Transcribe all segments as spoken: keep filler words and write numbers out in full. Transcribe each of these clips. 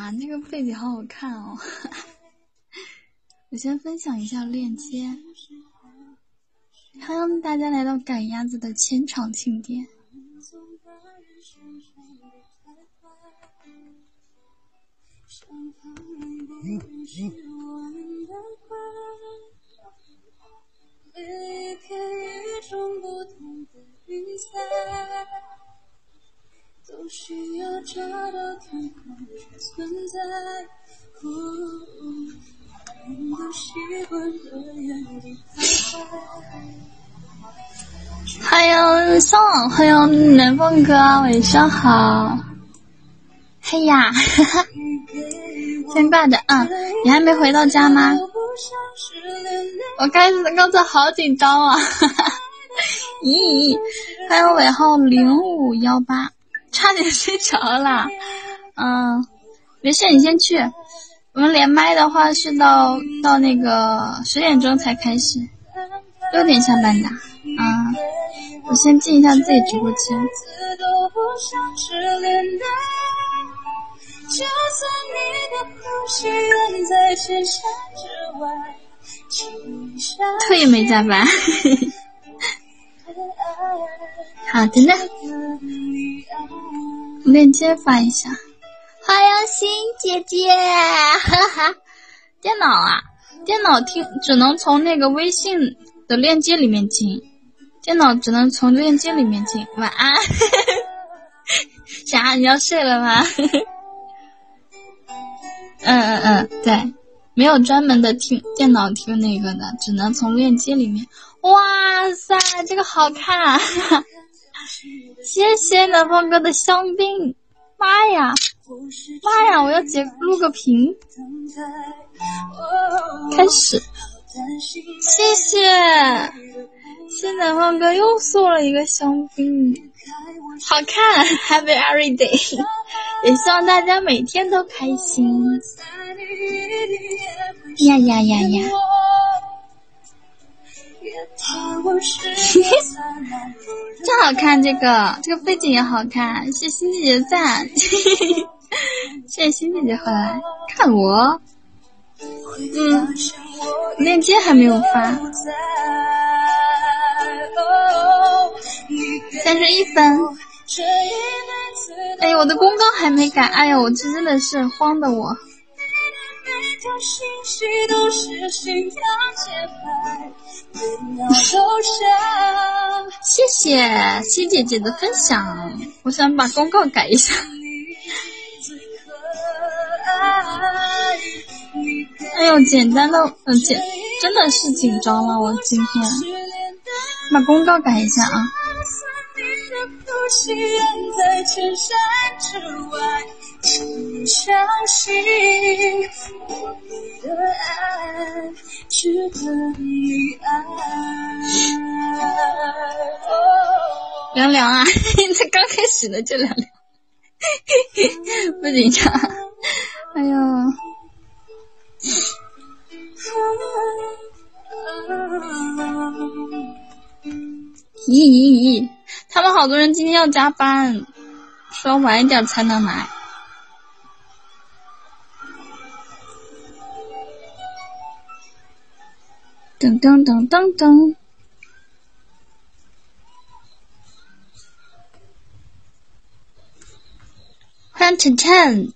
哇，这个背景好好看哦！我先分享一下链接，欢迎大家来到赶鸭子的千场庆典。嗯嗯离开与众不同的比赛，都需要找到天空的存在。都习惯在原地徘徊。欢迎向往，欢迎南风哥，晚上好。嘿呀，哈哈，先挂着啊！你还没回到家吗？我刚刚才好紧张啊！哈哈，咦，欢迎尾号零五一八，差点睡着了。嗯，没事，你先去。我们连麦的话是到到那个十点钟才开始，六点下班的。嗯，我先进一下自己直播间。就算你的呼吸远在千山之外，特意没加班。好的呢，链接发一下。欢迎新姐姐，哈哈。电脑啊，电脑听只能从那个微信的链接里面进，电脑只能从链接里面进。晚安。啥？你要睡了吗？嗯嗯嗯，对，没有专门的听电脑听那个的，只能从链接里面。哇塞，这个好看！谢谢南方哥的香槟，妈呀，妈呀，我要截录个屏。开始，谢谢，谢南方哥又送了一个香槟，好看 ，Happy every day。也希望大家每天都开心。呀呀呀呀！真好看，这个这个背景也好看。谢谢新姐姐赞，谢谢新姐姐回来看我。嗯，链接还没有发。三十一分。哎，我的公告还没改，哎呀，我这真的是慌的我。谢谢新姐姐的分享，我想把公告改一下。哎呦，简单的，嗯、呃，简真的是紧张了，我今天把公告改一下啊。呼吸远在千山之外，请相信我的爱值得你爱。凉凉啊，这刚开始的就凉凉，不紧张。哎呦，咦咦咦！他们好多人今天要加班，说晚一点才能来。噔噔噔噔噔，欢迎晨晨。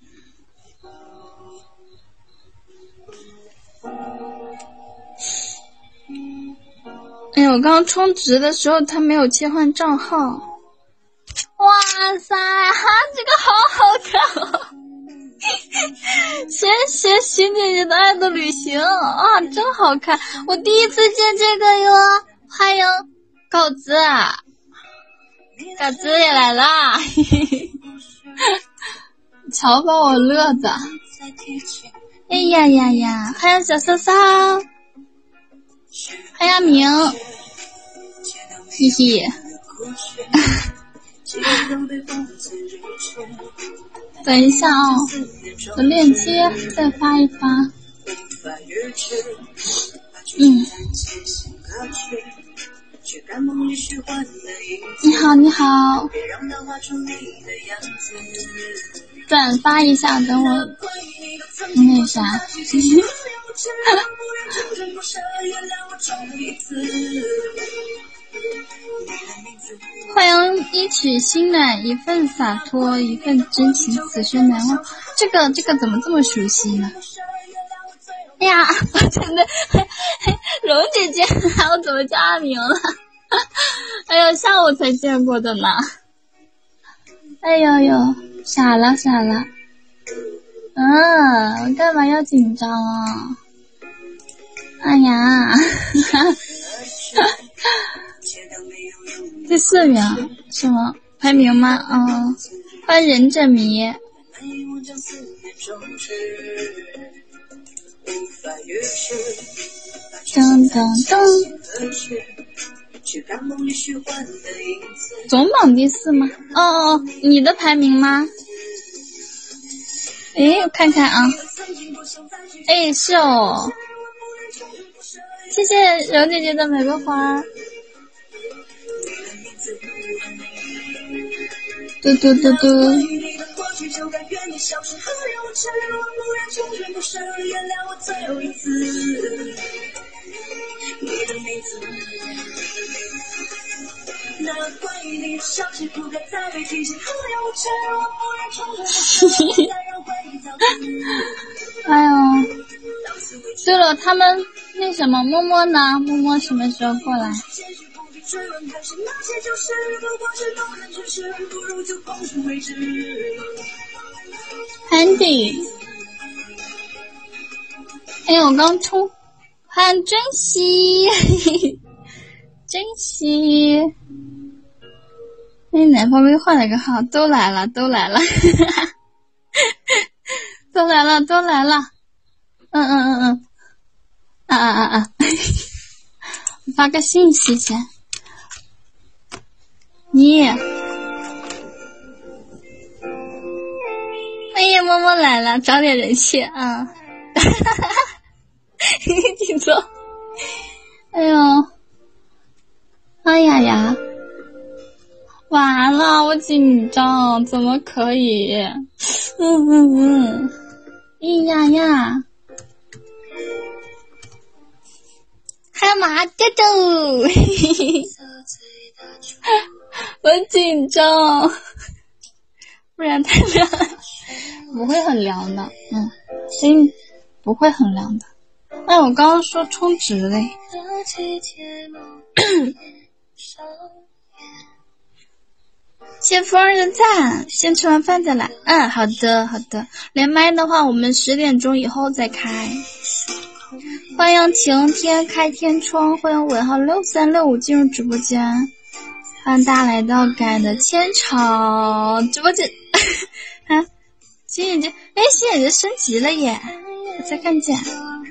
哎呀，我刚刚充值的时候他没有切换账号。哇塞，哈，这个好好看哦！谢谢新姐姐的爱的旅行啊，真好看！我第一次见这个哟，欢迎狗子，狗子也来啦！嘿嘿嘿，瞧把我乐的！哎呀呀呀，欢迎小骚骚！欢迎明，嘻嘻。等一下啊、哦，我链接再发一发。嗯。你好，你好。 转发一下，等我那啥。欢迎一曲心暖，一份洒脱，一份真情，此生难忘。这个这个怎么这么熟悉呢？哎呀，我真的，蓉姐姐，我怎么叫阿明了？哎呦，下午才见过的呢。哎呦呦，傻了傻了。嗯，我干嘛要紧张啊？哎呀，第四名什么排名吗？嗯，欢迎忍者迷。噔噔噔，总榜第四吗？哦哦，你的排名吗？诶，我看看啊。诶，是哦。谢谢柔姐姐的玫瑰花。嘟嘟嘟嘟。哎呦，对了，他们那什么默默呢？默默什么时候过来？Handy， 哎呦，我刚冲，很珍惜，珍惜。哎，南方妹换了个号，都来了，都来了，都来了，都来了。嗯嗯嗯嗯，啊啊啊啊！发个信息先。你，哎呀，默默来了，找点人气啊！哈哈哈，紧张。哎呦，哎呀呀！完了，我紧张，怎么可以？嗯嗯嗯，咿呀呀，还麻豆豆，我紧张，不然太凉了，不会很凉的，嗯，所以不会很凉的。哎，我刚刚说充值嘞。谢风儿的赞，先吃完饭再来。嗯，好的好的。连麦的话，我们十点钟以后再开。欢迎晴天开天窗，欢迎尾号六三六五进入直播间。欢迎大家来到改的千草直播间。啊，新眼睛，哎，新眼睛升级了耶！我才看见。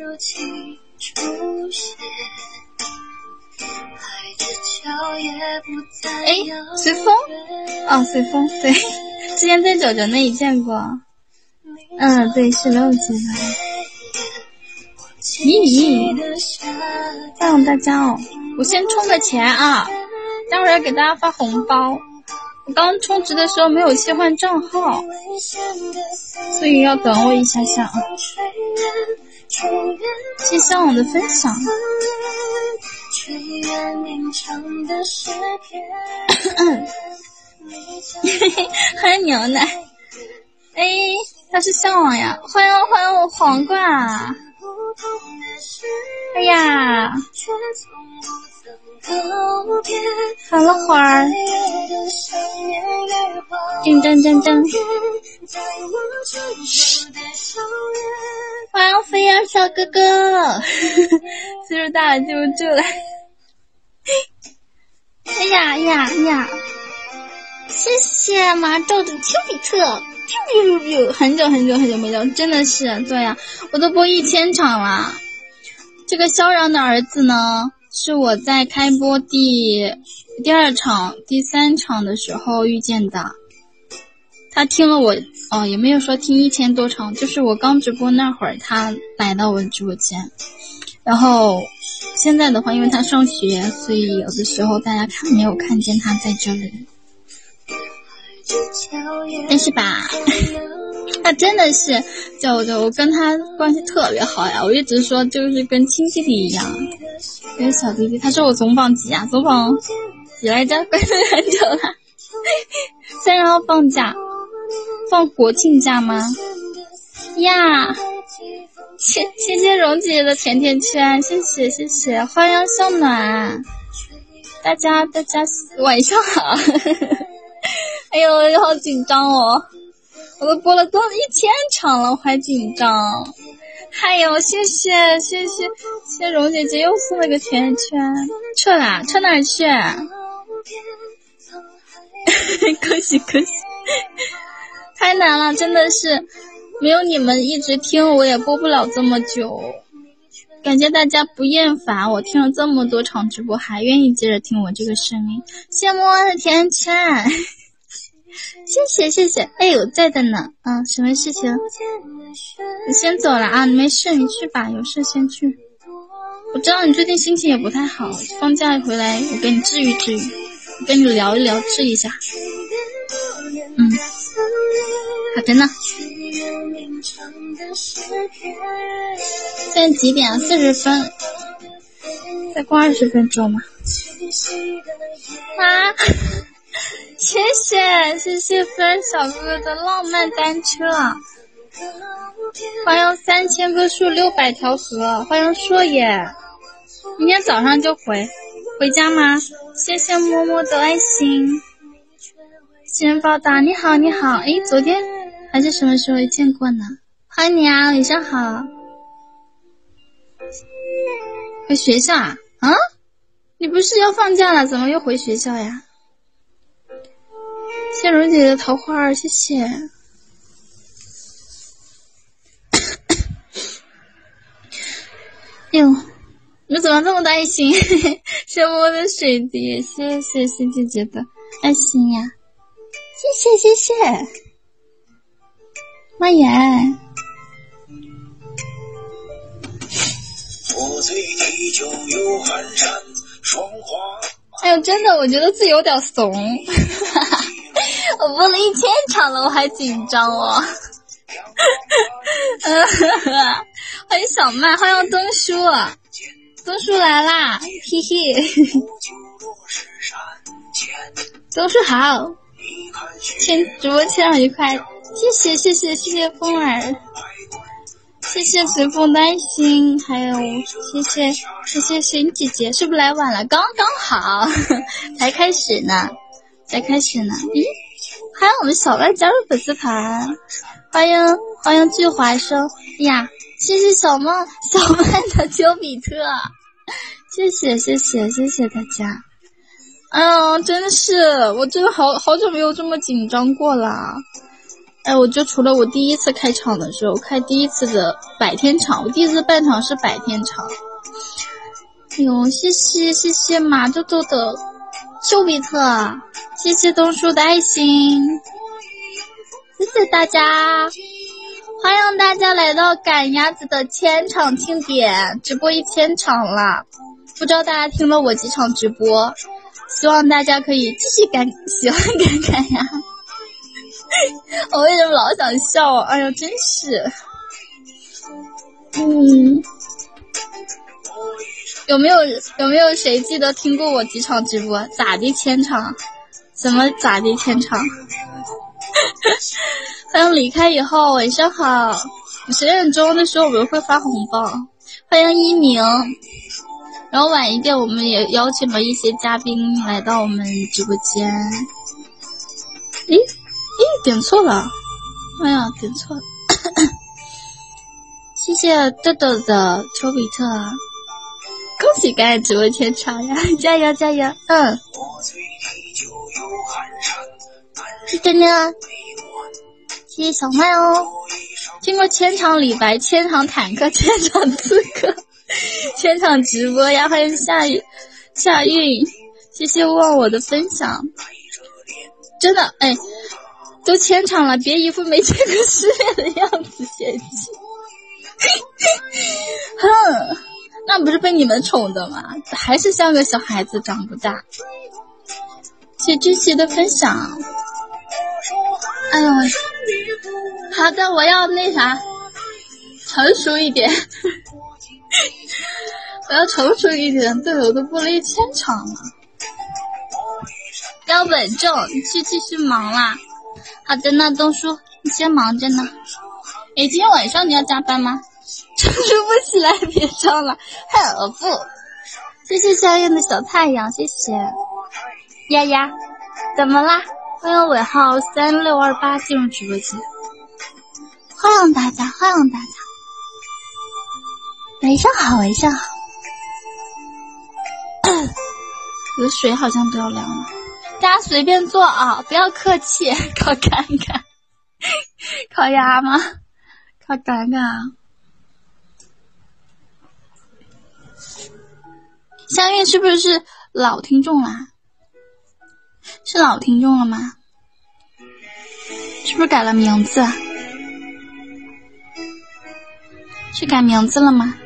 哎，随风哦，随风对，之前在九九那里见过。嗯，对，是六级的。咦，欢迎大家哦！我先充个钱啊，待会儿要给大家发红包。我刚充值的时候没有切换账号，所以要等我一下下啊。谢谢我的分享。欢迎牛奶。哎，他是向往呀！欢迎欢迎我黄瓜。哎呀，好了花儿，噔噔噔噔。欢迎飞扬小哥哥，岁数大了记不住了。哎呀哎呀哎呀！谢谢麻豆的丘比特，很久很久很久没聊，真的是对呀、啊，我都播一千场了。这个萧然的儿子呢，是我在开播第第二场、第三场的时候遇见的。他听了我哦，也没有说听一千多场，就是我刚直播那会儿，他来到我的直播间。然后现在的话，因为他上学，所以有的时候大家看没有看见他在这里。但是吧， 他真的是，就就我跟他关系特别好呀，我一直说就是跟亲弟弟一样，跟小弟弟。他说我总榜几啊？总榜几来着？关注很久了。三十号放假，放国庆假吗？呀，谢谢谢蓉姐的甜甜圈，谢谢谢谢，欢迎向暖，大家大家晚上好。哎呦，我好紧张哦。我都播了多一千场了，我还紧张。还有，谢谢谢谢谢谢蓉姐姐又送了个甜圈，撤啦，撤哪儿去？恭喜恭喜！太难了，真的是没有你们一直听，我也播不了这么久。感谢大家不厌烦，我听了这么多场直播，还愿意接着听我这个声音，羡慕我的甜圈。谢谢谢谢，哎呦在的呢，嗯，什么事情？你先走了啊，没事你去吧，有事先去。我知道你最近心情也不太好，放假回来我给你治愈治愈，我跟你聊一聊治一下。嗯，好的呢。现在几点啊？四十分，再过二十分钟嘛。啊！谢谢谢谢分小哥哥的浪漫单车，欢迎三千棵树六百条河，欢迎硕野，明天早上就回回家吗？谢谢默默的爱心，新人报道，你好你好，诶，昨天还是什么时候见过呢？欢迎你啊，晚上好。回学校啊？啊？你不是要放假了，怎么又回学校呀？谢蓉姐的桃花，谢谢。哎呦，你们怎么这么多爱心？羡慕我的水滴，谢谢谢姐姐的爱心呀，谢谢谢谢。妈耶！我最地就有寒山霜花。哎呦，真的，我觉得自己有点怂。我播了一千场了，我还紧张哦。欢迎小麦，欢迎东叔，东叔来啦，嘿嘿。东叔好，签直播签上愉快，谢谢谢谢谢谢风儿，谢谢随风的爱心，还有谢谢谢谢寻姐姐，是不是来晚了？刚刚好，才开始呢，才开始呢。咦，还有我们小麦加入粉丝团，欢迎欢迎聚华生呀，谢谢小麦小麦的丘比特，谢谢谢谢谢谢大家。哎呀，真的是，我真的好好久没有这么紧张过了。哎，我就除了我第一次开场的时候，开第一次的百天场，我第一次办场是百天场。哎呦，谢谢谢谢马豆豆的丘比特，谢谢东叔的爱心，谢谢大家，欢迎大家来到赶鸭子的千场庆典，直播一千场了，不知道大家听了我几场直播，希望大家可以继续赶喜欢赶赶鸭。我为什么老想笑？哎呀，真是，嗯，有没有有没有谁记得听过我几场直播？咋的千场？什么咋的千场？欢迎离开以后，晚上好。十点钟的时候我们会发红包。欢迎一鸣。然后晚一点我们也邀请了一些嘉宾来到我们直播间。诶诶，点错了，哎呀，点错了。谢谢豆豆的丘比特，恭喜赶紧直播千场呀，加油加油，嗯。是真的，谢谢小麦哦。经过千场李白，千场坦克，千场刺客，千场直播呀，欢迎夏雨夏韵，谢谢忘我的分享。真的，哎。都千场了，别一副没见过世面的样子，嫌弃。哼，那不是被你们宠的吗？还是像个小孩子，长不大。谢谢知琪的分享。哎呦， 好的，我要那啥，成熟一点。我要成熟一点，队友都播了一千场了。要稳重，你去继续忙啦。好的呢，东叔，你先忙着呢。诶，今天晚上你要加班吗？成熟不起来，别装了。呵，不。谢谢相应的小太阳，谢谢。丫丫，怎么啦？欢迎尾号三六二八进入直播间。欢迎大家，欢迎大家。晚上好，晚上好。我的水好像都要凉了，大家随便坐啊，不要客气。靠尴尬，靠鸭吗？靠尴尬。相应是不是老听众啦？是老听众了吗？是不是改了名字？是改名字了吗？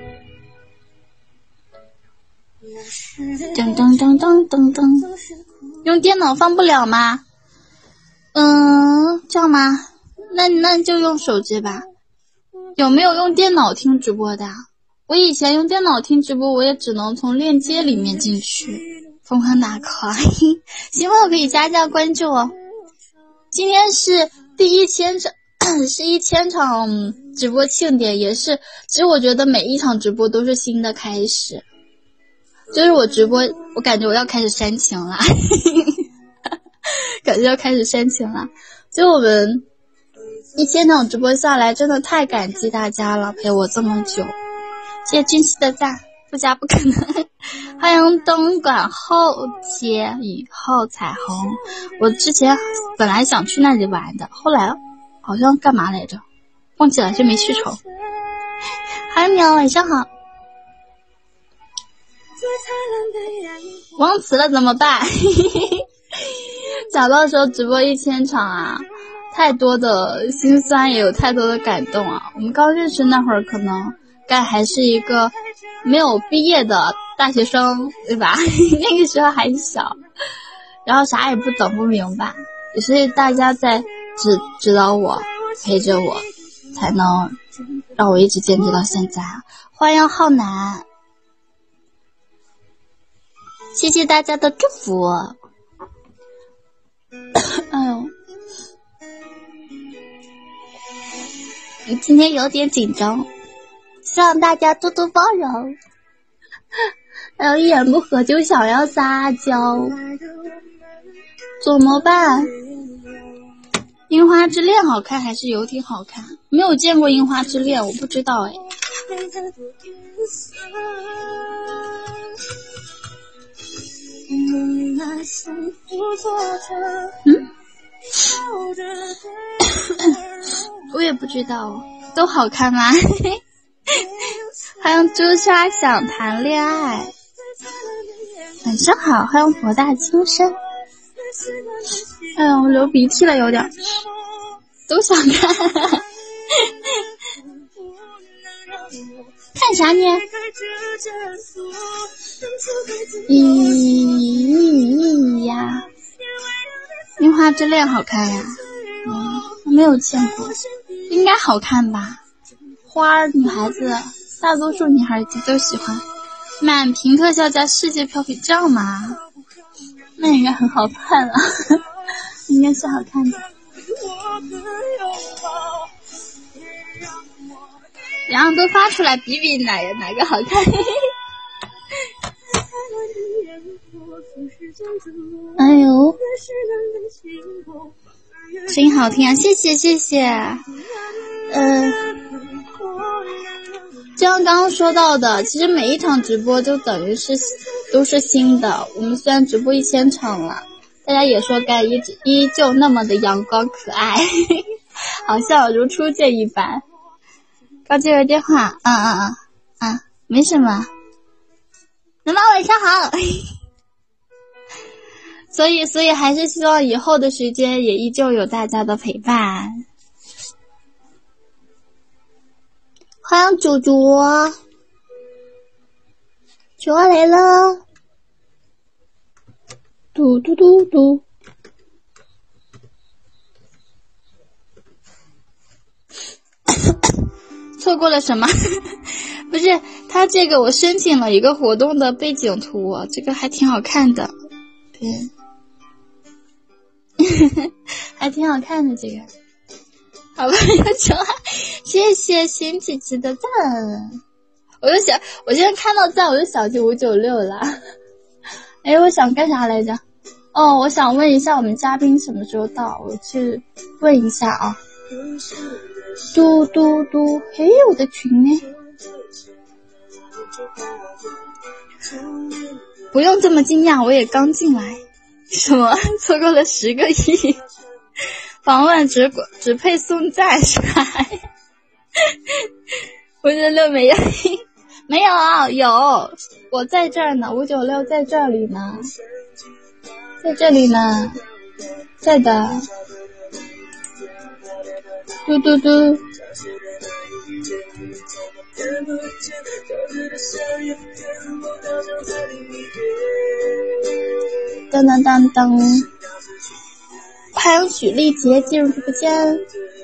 噔噔噔噔噔噔，用电脑放不了吗？嗯，这样吗？那那就用手机吧。有没有用电脑听直播的？我以前用电脑听直播，我也只能从链接里面进去。疯狂打 call， 喜欢我可以加加关注哦。今天是第一千场，是一千场直播庆典，也是，其实我觉得每一场直播都是新的开始。就是我直播，我感觉我要开始煽情了，感觉要开始煽情了。就我们一千场直播下来，真的太感激大家了，陪我这么久。谢谢君熙的赞，不加不可能。欢迎东莞后街雨后彩虹。我之前本来想去那里玩的，后来好像干嘛来着，忘记了，就没去成。欢迎你哦，晚上好。忘词了怎么办？想到时候直播一千场啊，太多的心酸，也有太多的感动啊。我们刚认识那会儿，可能该还是一个没有毕业的大学生，对吧？那个时候还小，然后啥也不懂不明白，也是大家在指指导我，陪着我，才能让我一直坚持到现在。欢迎浩南。谢谢大家的祝福。哎呦，今天有点紧张，希望大家多多包容。还有一言不合就想要撒娇，怎么办？樱花之恋好看还是游艇好看？没有见过樱花之恋，我不知道哎。嗯，我也不知道，都好看吗？欢迎朱砂想谈恋爱，晚上好，欢迎博大精深。哎呀，我流鼻涕了，有点，都想看。看啥呢？咦呀，樱花之恋好看呀，嗯，没有见过，应该好看吧？花女孩子，大多数女孩子都喜欢。满屏特效加世界飘屏，这样吗？那应该很好看了，应该是好看的。然后都发出来比比哪个哪个好看。哎呦，声音好听啊，谢谢谢谢。呃就像刚刚说到的，其实每一场直播就等于是都是新的。我们虽然直播一千场了，大家也说该一直依旧那么的阳光可爱，好像如初见一般。刚接了电话，啊啊啊啊，没什么。妈妈晚上好。所以所以还是希望以后的时间也依旧有大家的陪伴。欢迎九九，九儿来了，嘟嘟嘟嘟。 错过了什么？不是，他这个我申请了一个活动的背景图，这个还挺好看的，对，还挺好看的这个。好吧，有求爱，谢谢新琪琪的赞。我就想，我现在看到赞我就想起五九六了。哎，我想干啥来着？哦，我想问一下我们嘉宾什么时候到，我去问一下啊。嘟嘟嘟，嘿，我的群呢？不用这么惊讶，我也刚进来。什么？错过了十个亿？访问只只配送赞啥呀？五九六没有，没有有，我在这儿呢，五九六在这里呢，在这里呢，在的。嘟嘟嘟。当当当当，欢迎许丽杰进入直播间。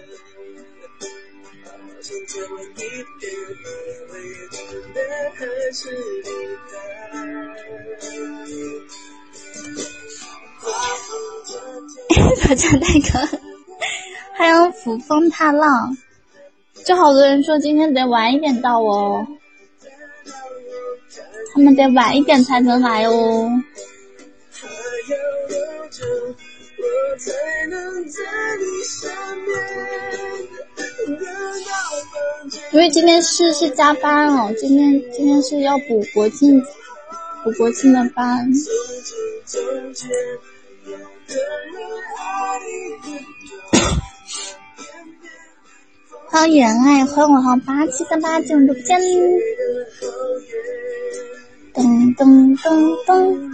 大家那个，欢迎扶风踏浪。就好多人说今天得晚一点到哦，他们得晚一点才能来哦。因为今天是是加班哦，今天今天是要补国庆补国庆的班。欢迎原爱，欢迎我号八七三八进入直播间。噔噔噔噔。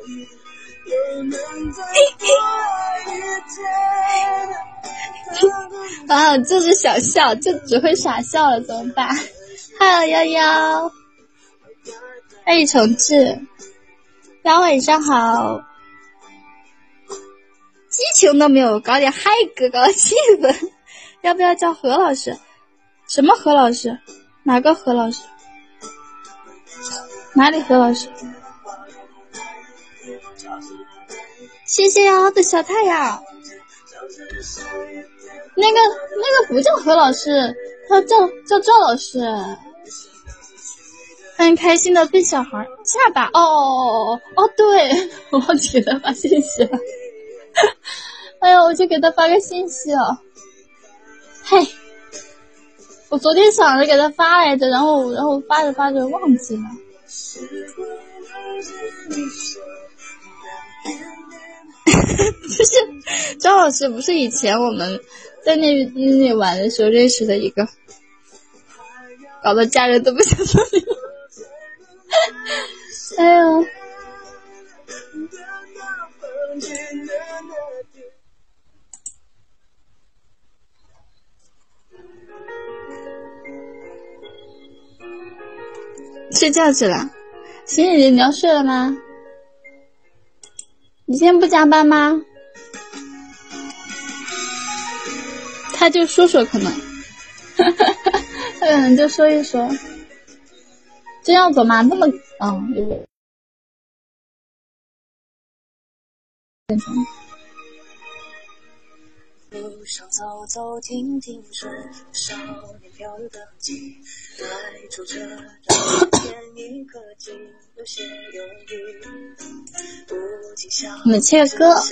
啊，就是想笑，就只会傻笑了，怎么办？嗨，幺幺，欢迎重置，大家晚上好。激情都没有，搞点嗨歌，搞气氛。要不要叫何老师？什么何老师？哪个何老师？哪里何老师？谢谢瑶的小太阳。那个那个不叫何老师，他叫叫赵老师。很开心的变小孩，下巴哦哦哦哦，对，我忘记给他发信息了。哎呀，我就给他发个信息哦。嘿，我昨天想着给他发来着，然后然后发着发着忘记了。就是张老师不是以前我们在那那里玩的时候认识的一个，搞得家人都不想说你。哎呦，睡觉去了。行姐姐，你要睡了吗？你今天不加班吗？他就说说可能他可能就说一说。真要走吗？那么嗯有点路上走走停停，是少年漂流的记带出这让天一颗心有些犹豫。我们切个歌。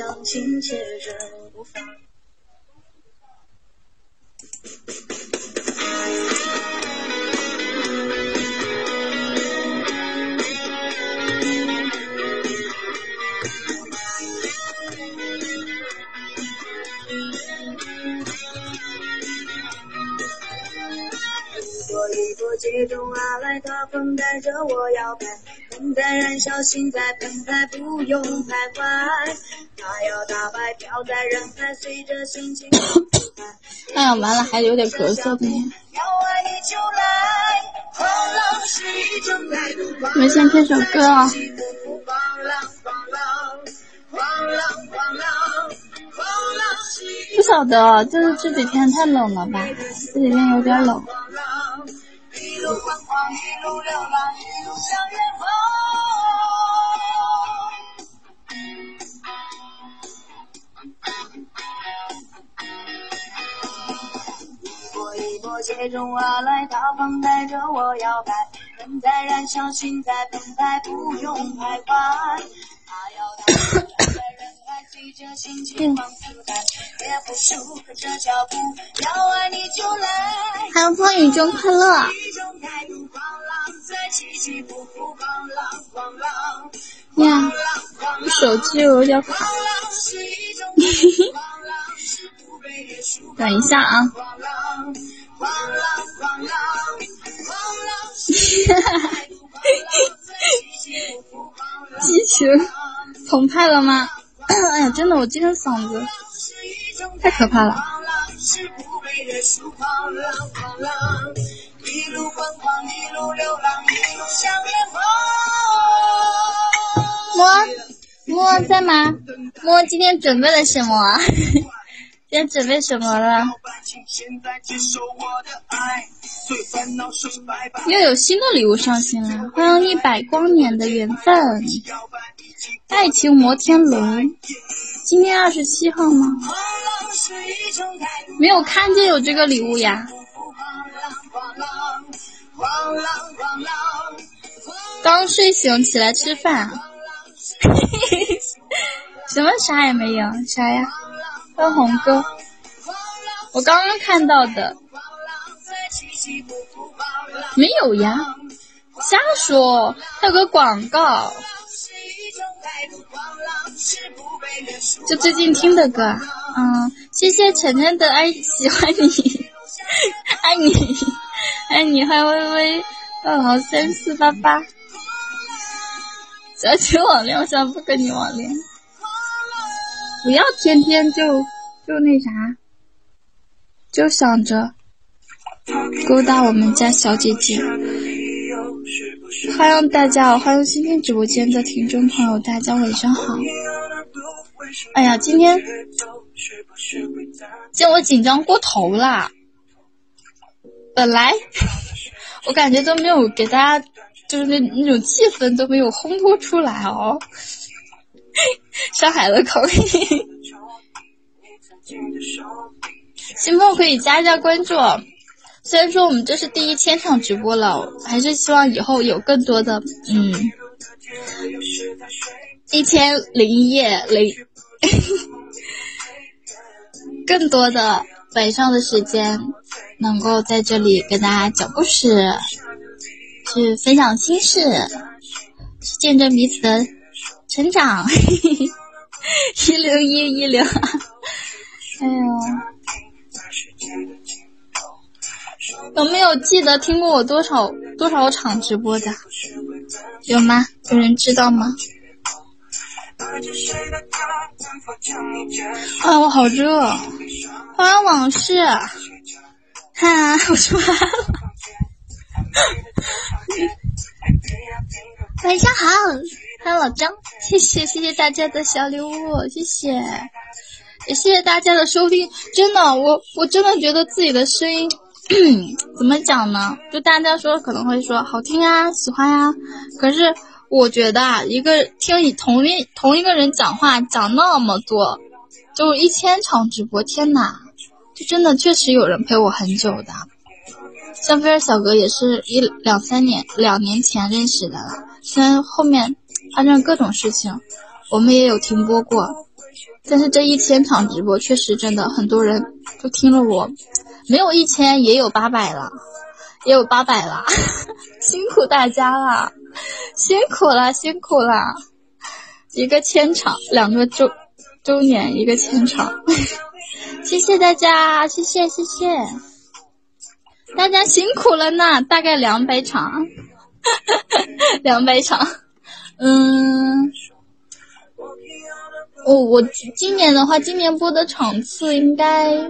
一波接踵而来的风带着我摇摆，风在燃烧，心在澎湃，不用徘徊。它要大白飘在人海，随着心情哎呀，完了，还有点咳嗽的呢。我们先听首歌啊。不晓得，就是这几天太冷了吧？这几天有点冷。 路疯狂，一路流浪，一路向远方。一波一波接踵而来，大风带着我摇摆，人在燃烧，心在澎湃，不用徘徊。他要他在人海，随着心情往自在，也不输跟着脚步，要爱你就来。 还有风雨中快乐。呀，手机有点卡。等一下啊。激情澎湃了吗？哎呀，真的，我今天嗓子太可怕了。 一路疯狂，一路流浪，一路向远方。 摸摸在吗？摸今天准备了什么啊？今天准备什么了？又有新的礼物上线了，欢迎一百光年的缘分，爱情摩天轮。今天二十七号吗？没有看见有这个礼物呀。刚睡醒起来吃饭啊。什么啥也没有？啥呀？分红哥，我刚刚看到的。没有呀，瞎说，还有个广告。就最近听的歌。嗯，谢谢晨晨的爱，喜欢你，爱你，爱你，欢迎微微，哦，三四八八。小姐网恋，我想不跟你网恋。不要天天就就那啥，就想着勾搭我们家小姐姐。欢迎大家，欢迎新进直播间的听众朋友，大家晚上好。哎呀，今天今天我紧张过头啦，本来我感觉都没有给大家就是那那种气氛都没有烘托出来哦。上海的口音。新朋友可以加一下关注。虽然说我们这是第一千场直播了，还是希望以后有更多的嗯一千零一夜零更多的晚上的时间能够在这里跟大家讲故事，去分享心事，去见证彼此的成长。一零一一零，哎呦，有没有记得听过我多少多少场直播的？有吗？有人知道吗？啊，我好热！欢迎往事，哈，我出来了。晚上好，欢迎老张，谢谢谢谢大家的小礼物，谢谢，也谢谢大家的收听。真的，我我真的觉得自己的声音。怎么讲呢？就大家说可能会说好听啊，喜欢啊，可是我觉得啊，一个听你同一同一个人讲话讲那么多，就一千场直播，天哪，就真的确实有人陪我很久的。像菲尔小哥也是一两三年两年前认识的了，虽然后面发生各种事情，我们也有停播过，但是这一千场直播确实真的很多人都听了我。没有一千也有八百了，也有八百了，辛苦大家了，辛苦了，辛苦了，一个千场，两个周周年，一个千场，谢谢大家，谢谢谢谢，大家辛苦了呢，大概两百场，两百场，嗯，我、哦、我今年的话，今年播的场次应该。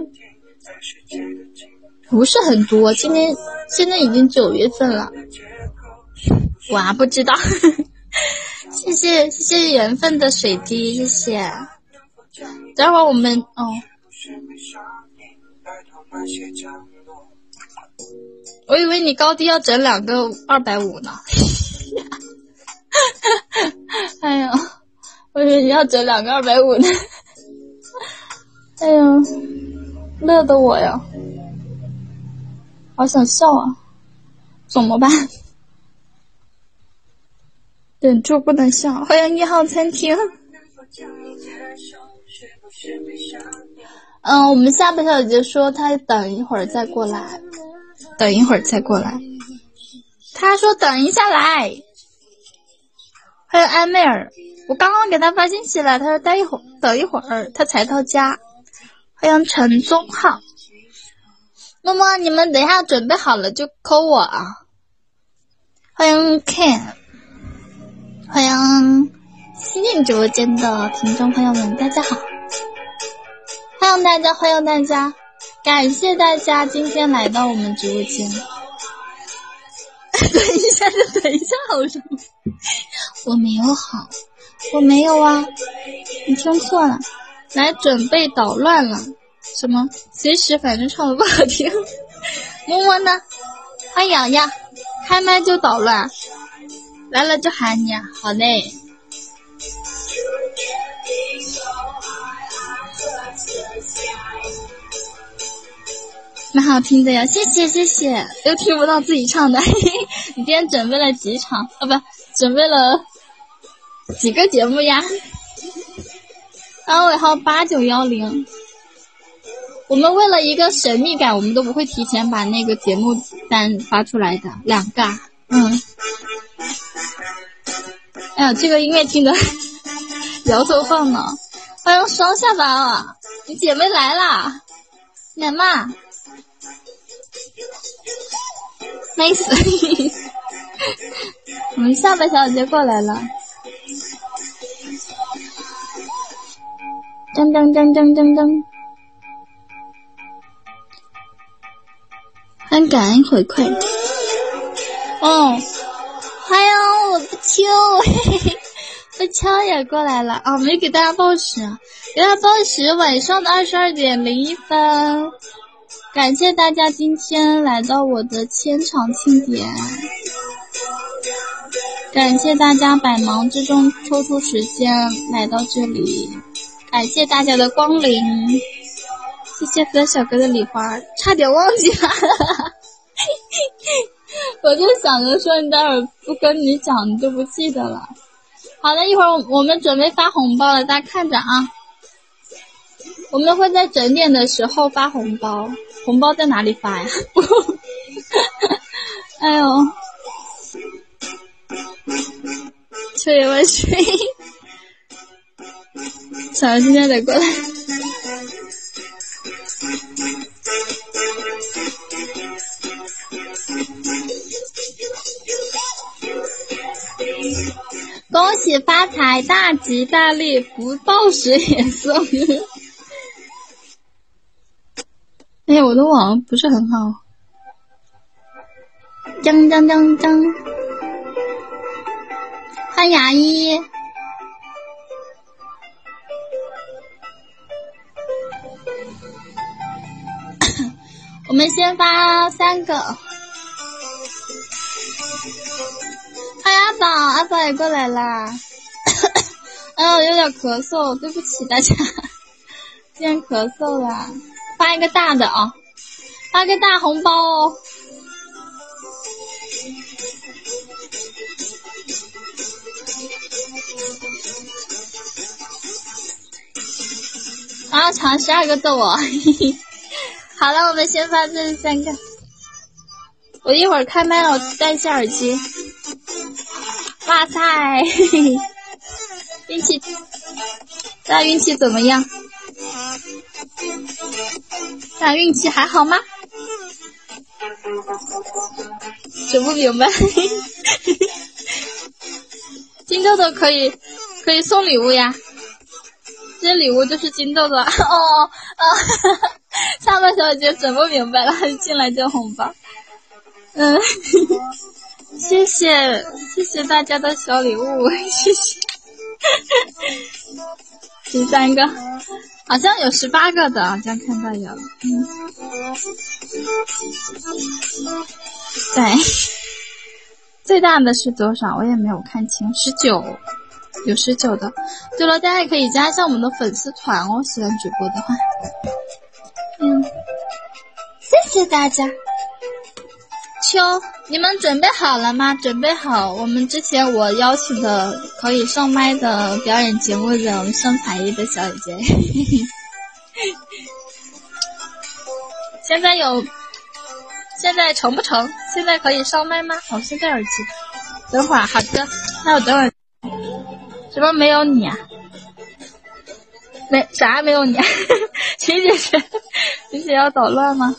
不是很多，今年现在已经九月份了，哇，不知道。谢谢谢谢缘分的水滴，谢谢。待会儿我们哦。 我以为你高低要整两个二百五呢。哎呀，我以为你要整两个二百五呢。哎呀，乐的我呀，好想笑啊，怎么办？忍住不能笑。欢迎一号餐厅。嗯，我们下半小姐说她等一会儿再过来，等一会儿再过来。她说等一下来。还有安妹儿，我刚刚给她发信息了，她说待一会儿，等一会儿，她才到家。欢迎陈宗浩。那么你们等一下准备好了就扣我啊。欢迎 Ken， 欢迎新进直播间的听众朋友们，大家好。欢迎大家，欢迎大家，感谢大家今天来到我们直播间。等一下就等一下好什么？我没有好，我没有啊，你听错了。来，准备捣乱了。什么？随时反正唱的不好听。么么呢？欢迎洋洋，开麦就捣乱，来了就喊你啊。好嘞。蛮好听的呀，谢谢谢谢，又听不到自己唱的。嘿嘿，你今天准备了几场啊？不，准备了几个节目呀？安尾号八九一零。我们为了一个神秘感，我们都不会提前把那个节目单发出来的，两个。嗯。哎呀，这个音乐听的摇头晃脑。欢迎双下巴啊！你姐妹来啦，来嘛！没死。我们下巴小姐过来了。噔噔噔噔噔噔。很感恩回馈。哦，欢迎我不秋，嘿嘿，不秋也过来了啊！没给大家报时，给大家报时，晚上的二十二点零一分。感谢大家今天来到我的千场庆典，感谢大家百忙之中抽出时间来到这里，感谢大家的光临，谢谢粉小哥的礼花，差点忘记了。我就想着说你待会儿不跟你讲你就不记得了。好的，一会儿我们准备发红包了，大家看着啊。我们会在整点的时候发红包，红包在哪里发呀？哎呦，秋叶万岁！小今天得过来。恭喜发财，大吉大利，不报时也送。哎呀，我的网不是很好。锵锵锵锵！欢迎牙医。我们先发三个。欢迎阿宝，阿宝也过来啦。哎呦，有点咳嗽，对不起大家，今天咳嗽了。发一个大的啊，发个大红包哦。然后抢十二个豆哦。好了，我们先发这三个。我一会儿开麦了，我戴一下耳机。哇塞，运气，大家运气怎么样？大家运气还好吗？整不明白。金豆豆可以可以送礼物呀，这礼物就是金豆豆。哦哦，下半小姐整不明白了，进来就红包。嗯，谢谢谢谢大家的小礼物，谢谢。十三个。 好像有十八个的，好像看到有。嗯，对，最大的是多少？我也没有看清，十九，有十九的。对了，大家也可以加一下我们的粉丝团哦，喜欢直播的话。嗯，谢谢大家。秋，你们准备好了吗？准备好我们之前我邀请的可以上麦的表演节目的我们上才艺的小姐姐。现在有，现在成不成？现在可以上麦吗？哦，现在耳机。等会儿，好的，那我等会儿。怎么没有你啊？没啥没有你、啊？秦姐姐，秦姐要捣乱吗？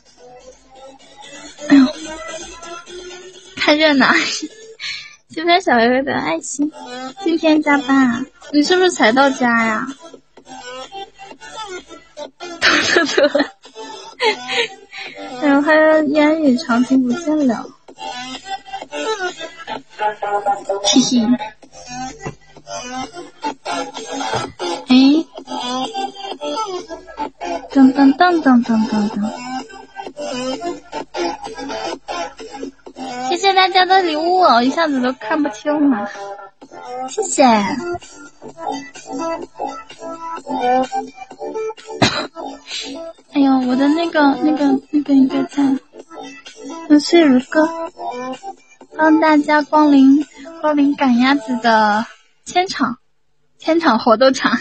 哎呦，看热闹。这边小薇薇的爱心，今天加班啊？你是不是才到家呀？突突突！哎呦，还有烟雨长情不见了，嘿嘿。哎，噔噔噔噔噔噔噔！谢谢大家的礼物，我一下子都看不清了，谢谢。哎呦，我的那个那个那个应该在。有脆如歌，帮大家光临光临赶鸭子的千场千场活动场，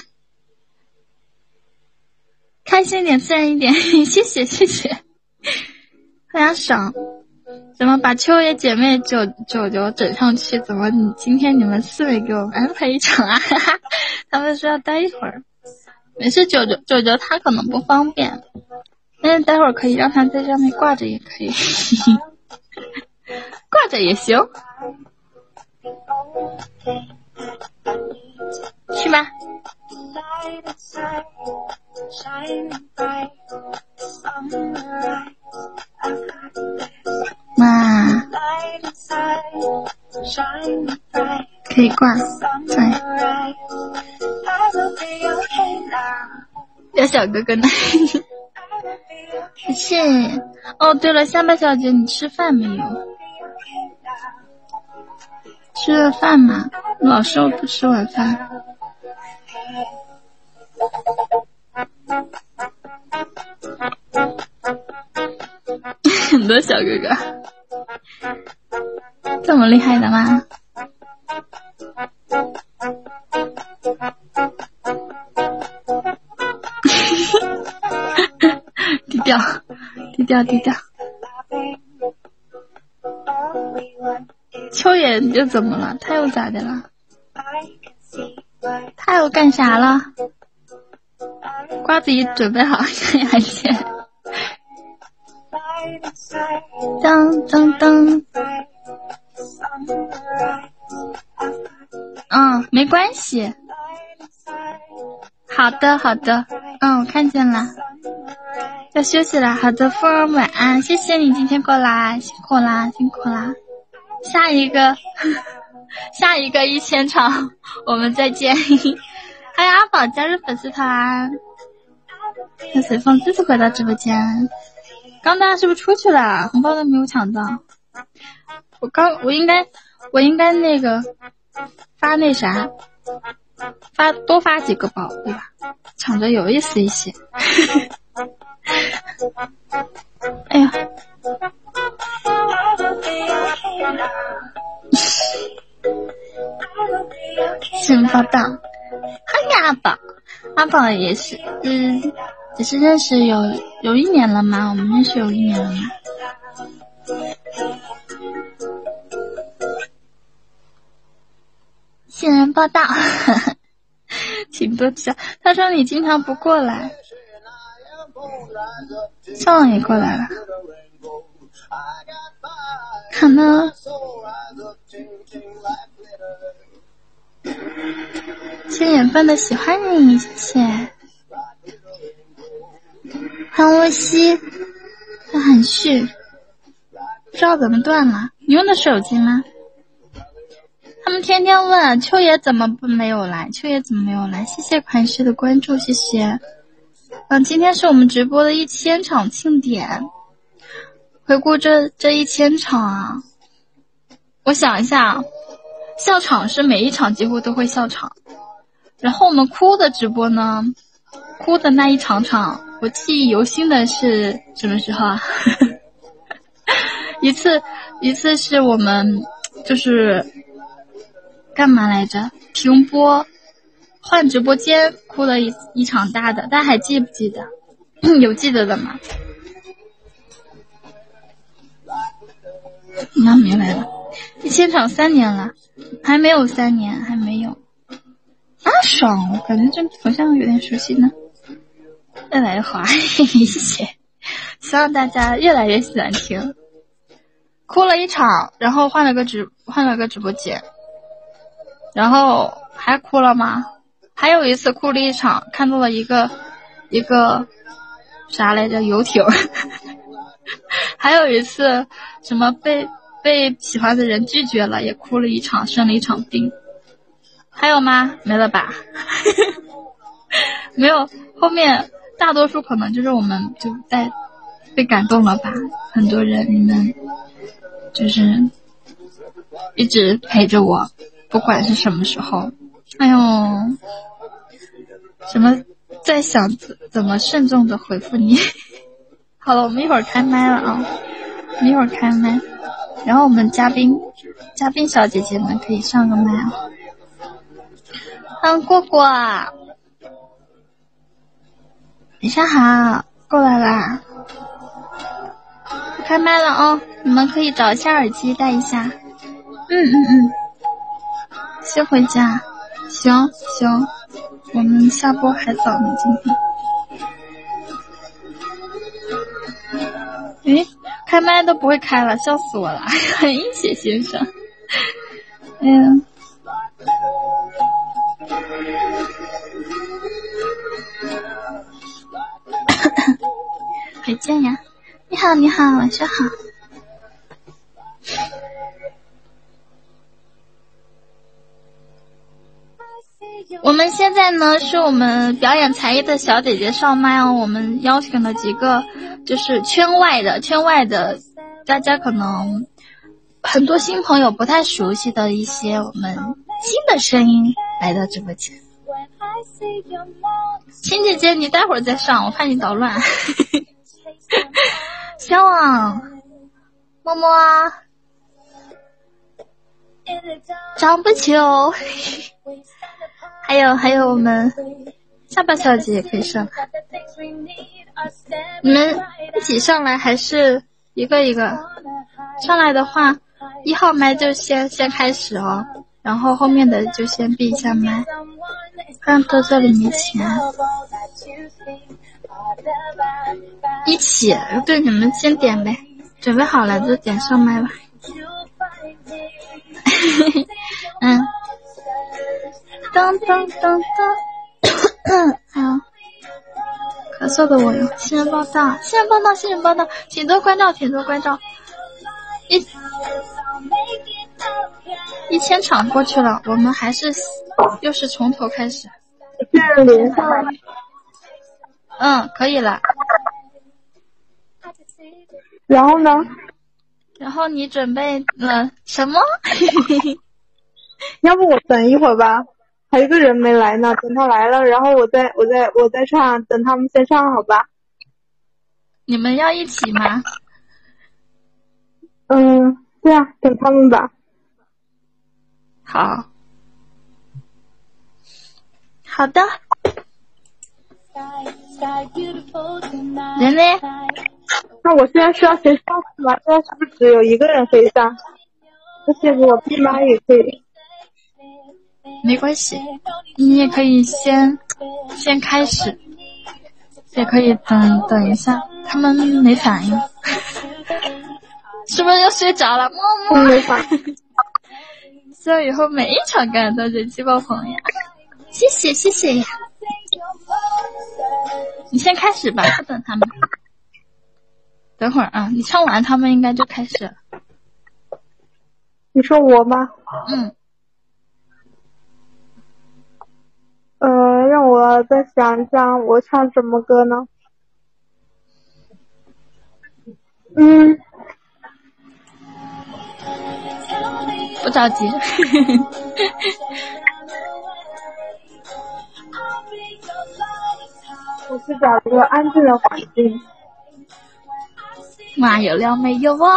开心一点自然一点，谢谢谢谢，非常爽。怎么把秋叶姐妹九九九整上去？怎么你今天你们四位给我安排一场啊？哈哈，他们说要待一会儿，没事，九九九九他可能不方便，但是待会儿可以让他在上面挂着也可以，挂着也行，去吧。哇，可以挂，对。有小哥哥呢。是。哦，对了，下巴小姐，你吃饭没有？吃了饭吗？老寿不吃晚饭。很多小哥哥，这么厉害的吗？低调，低调，低调。秋野又怎么了？他又咋的了？他又干啥了？瓜子已准备好看牙签。噔噔噔。嗯，没关系。好的，好的。嗯，我看见了。要休息了。好的，夫人晚安。谢谢你今天过来，辛苦啦，辛苦啦。下一个，下一个一千场，我们再见。还有阿宝加入粉丝团。那随风这次回到直播间。刚大家是不是出去了？红包都没有抢到。我刚我应该我应该那个发那啥，发多发几个包，对吧？抢着有意思一些。哎呀，新闻报道。嗨呀，阿宝，阿宝也是，嗯，也是认识有有一年了吗？我们认识有一年了吗？新闻报道，请多指教。他说你经常不过来，上网也过来了，可能。七点半的喜欢你，谢谢。韩沃西，他很虚，不知道怎么断了。你用的手机吗？他们天天问秋爷怎么不没有来，秋爷怎么没有来？谢谢款式的关注，谢谢。 嗯，今天是我们直播的一千场庆典。回顾这这一千场啊，我想一下，笑场是每一场几乎都会笑场，然后我们哭的直播呢，哭的那一场场，我记忆犹新的是什么时候啊？一次一次是我们就是干嘛来着？停播换直播间哭了一一场大的，大家还记不记得？有记得的吗？那明白了，一千场三年了，还没有三年，还没有。啊，爽！我感觉这头像有点熟悉呢。越来越好，谢谢，希望大家越来越喜欢听。哭了一场，然后换了个直换了个直播间，然后还哭了吗？还有一次哭了一场，看到了一个一个啥来着游艇。还有一次什么被被喜欢的人拒绝了，也哭了一场，生了一场病。还有吗？没了吧？没有，后面大多数可能就是我们就在被感动了吧，很多人你们就是一直陪着我，不管是什么时候。哎呦，什么在想怎么慎重的回复你。好了，我们一会儿开麦了啊，我们一会儿开麦，然后我们嘉宾嘉宾小姐姐们可以上个麦啊。嗯，过过啊，晚上好，过来啦，开麦了啊，你们可以找一下耳机戴一下。嗯嗯嗯，先回家，行行，我们下播还早呢，今天。诶，开麦都不会开了，笑死我了！欢迎谢先生。哎呀，回见呀！你好，你好，晚上好。我们现在呢是我们表演才艺的小姐姐上麦哦，我们邀请了几个就是圈外的圈外的大家可能很多新朋友不太熟悉的一些我们新的声音来到直播间。亲姐姐你待会儿再上，我怕你捣乱。小王么么啊，张不求。还有还有我们下巴小姐也可以上来，你们一起上来还是一个一个上来的话，一号麦就先先开始哦，然后后面的就先闭一下麦，看到这里没钱。一起，对，你们先点呗，准备好了就点上麦吧。嗯。当当当当，哎呀，咳嗽的我哟！新人报道，新人报道，新人报道，请多关照，请多关照。一一千场过去了，我们还是又是从头开始。 是连上来。 嗯，可以了。 然后呢？ 然后你准备了什么？ 要不我等一会儿吧。还有一个人没来呢，等他来了，然后我再我再我再唱，等他们先唱好吧？ 你们要一起吗？ 嗯，对啊，等他们吧。 好，好的。人呢？ 那我现在是要先上去吗？现在是不是只有一个人可以上？而且我闭麦也可以。 没关系，你也可以先先开始，也可以等等一下，他们没反应，是不是又睡着了？默默没反应。 希望以后每一场感都人气爆棚呀！谢谢谢谢呀！你先开始吧，不等他们。等会儿啊，你唱完他们应该就开始了。 你说我吗？ 嗯。 呃，让我再想一想，我唱什么歌呢？嗯， 不着急。 我去找一个安静的环境。 哇，有料没有哦？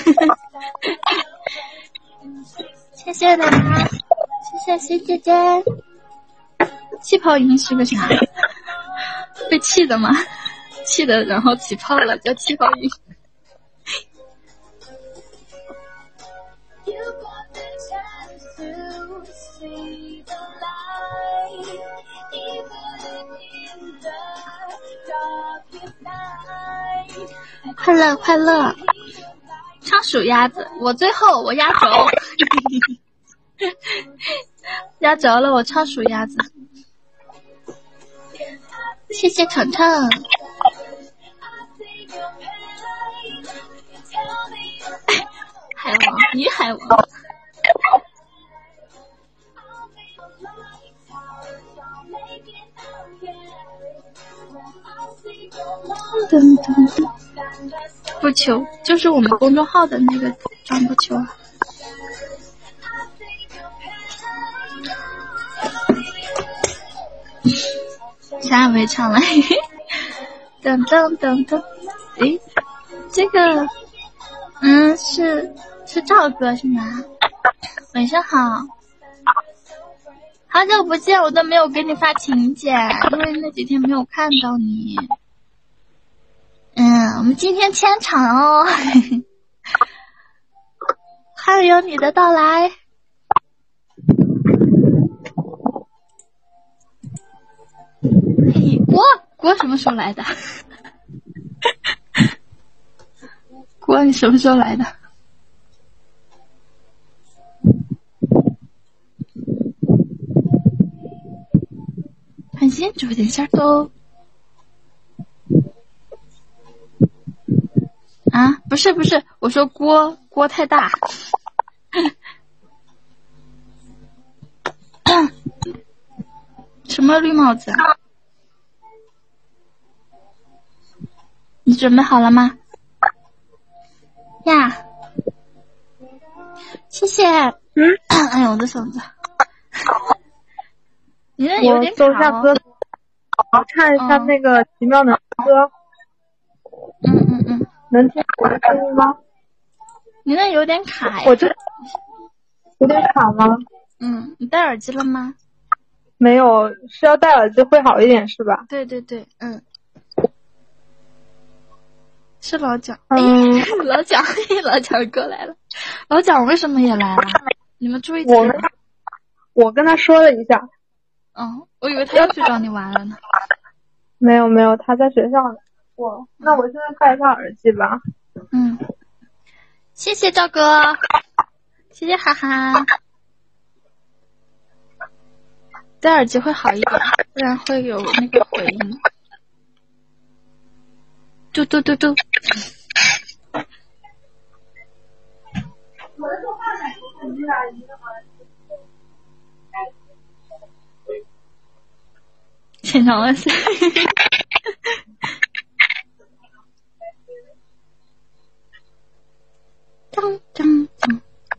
谢谢大家，谢谢徐姐姐。气泡音是个啥？被气的吗？气的然后起泡了，叫气泡音。快乐快乐，唱数鸭子，我最后我压轴，压轴了，我唱数鸭子。谢谢程程。海王，你海王。噔噔噔，不求就是我们公众号的那个张不求啊。啥也没唱了。噔噔噔噔，诶，这个，嗯，是是赵哥是吗？晚上好。好久不见，我都没有给你发请柬，因为那几天没有看到你。嗯，我们今天签场哦，欢迎你的到来。嘿，锅锅什么时候来的？锅你什么时候来的？很新，直播间下都啊，不是不是，我说锅锅太大。什么绿帽子？你准备好了吗？呀，谢谢。嗯，哎呦，我的嗓子。你那有点卡哦。我搜下歌，我看一下那个奇妙的歌。 嗯嗯嗯， 能听我的声音吗？ 你那有点卡呀。 我这有点卡吗？ 嗯，你戴耳机了吗？ 没有，是要戴耳机会好一点是吧？ 对对对，嗯。是老蒋， 嗯， 哎，老蒋，老蒋过来了。老蒋为什么也来了？你们注意我跟他，我跟他说了一下。 哦，我以为他要去找你玩了呢。 没有没有，他在学校呢。我那我现在戴一下耳机吧。 嗯，谢谢赵哥，谢谢哈哈。戴耳机会好一点，不然会有那个回音。嘟嘟嘟嘟。现场万岁！当当当！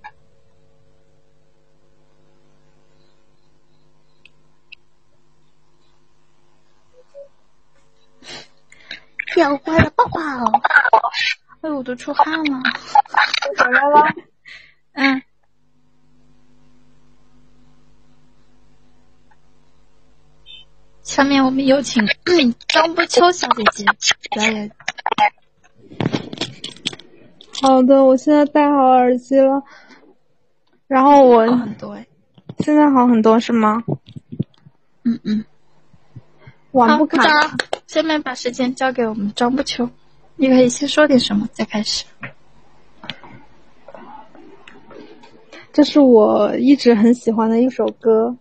要坏了抱抱！哎呦，我都出汗了。 回来了。 嗯。下面我们有请张不秋小姐姐表演。 好的，我现在戴好耳机了。然后我好很多哎。 现在好很多是吗？ 嗯嗯。 碗不卡。 好，下面把时间交给我们张不秋，你可以先说点什么再开始。 这是我一直很喜欢的一首歌，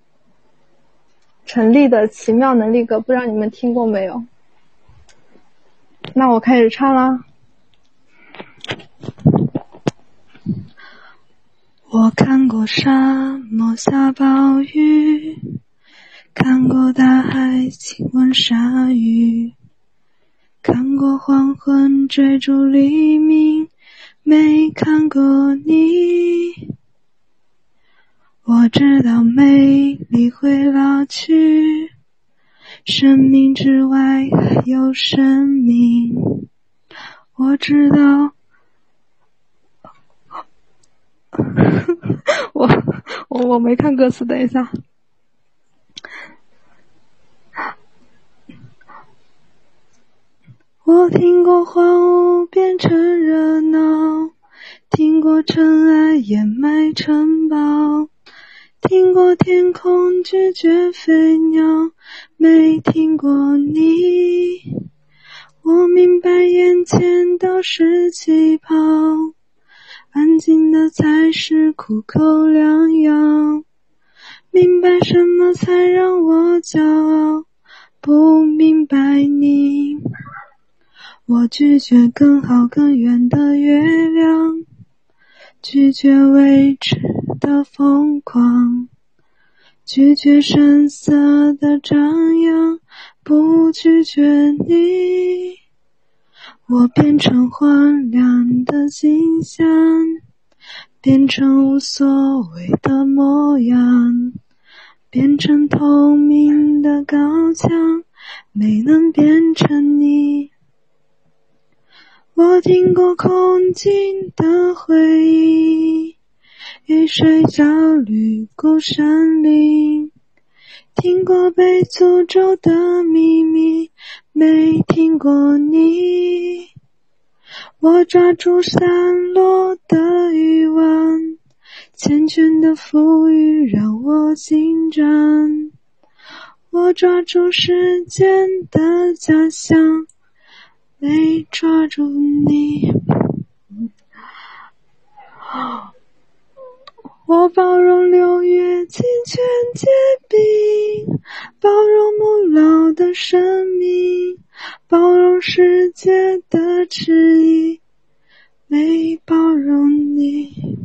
陈粒的《奇妙能力歌》，不知道你们听过没有？那我开始唱啦。我看过沙漠下暴雨， 看过大海亲吻鲨鱼，看过黄昏追逐黎明，没看过你。我知道美丽会老去，生命之外还有生命。我知道我我我没看歌词，等一下。我听过荒芜变成热闹，听过尘埃掩埋城堡，听过天空拒绝飞鸟，没听过你。我明白眼前都是气泡，安静的才是苦口良药，明白什么才让我骄傲，不明白你。我拒绝更好更远的月亮，拒绝未知的疯狂，拒绝声色的张扬，不拒绝你。我变成荒凉的景象，变成无所谓的模样，变成透明的高墙，没能变成你。我听过空境的回忆，与水照掠过山林，听过被诅咒的秘密，没听过你。我抓住散落的欲望，缱绻的浮语让我紧张，我抓住时间的假象，没抓住你。我包容六月清泉结冰，包容母老的生命，包容世界的迟疑，没包容你。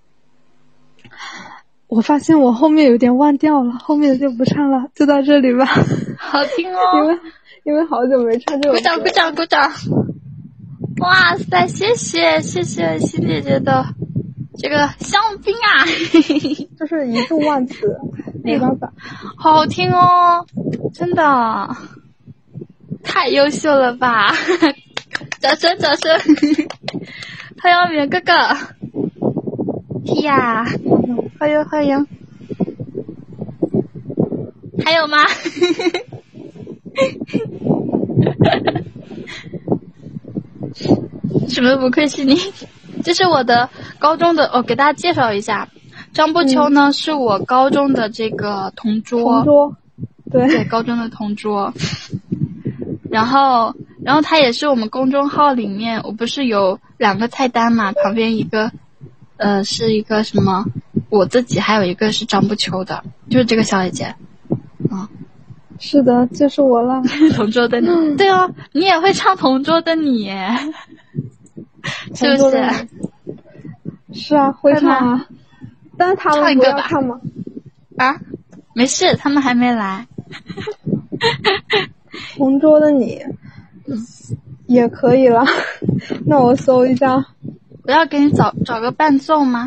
我发现我后面有点忘掉了，后面就不唱了，就到这里吧。 好听哦， 因为因为好久没唱这首歌。 鼓掌鼓掌鼓掌！哇塞，谢谢谢谢西姐姐的这个香槟啊， 就是一度忘词，没办法。 好好听哦，真的太优秀了吧！掌声掌声！欢迎明哥哥，嘿呀，欢迎欢迎，还有吗？什么不愧是你？这是我的高中的，我、哦、给大家介绍一下，张步秋呢、嗯、是我高中的这个同桌， 同桌，对对，高中的同桌。然后，然后他也是我们公众号里面，我不是有两个菜单嘛，旁边一个，呃，是一个什么我自己，还有一个是张步秋的，就是这个小姐姐，嗯。 是的，就是我了。 同桌的你，对哦，你也会唱同桌的你，是不是？ 是啊，会唱啊。但是他们不要唱吗？ 啊，没事，他们还没来。 同桌的你，嗯，也可以了。那我搜一下。 我要给你找找个伴奏吗？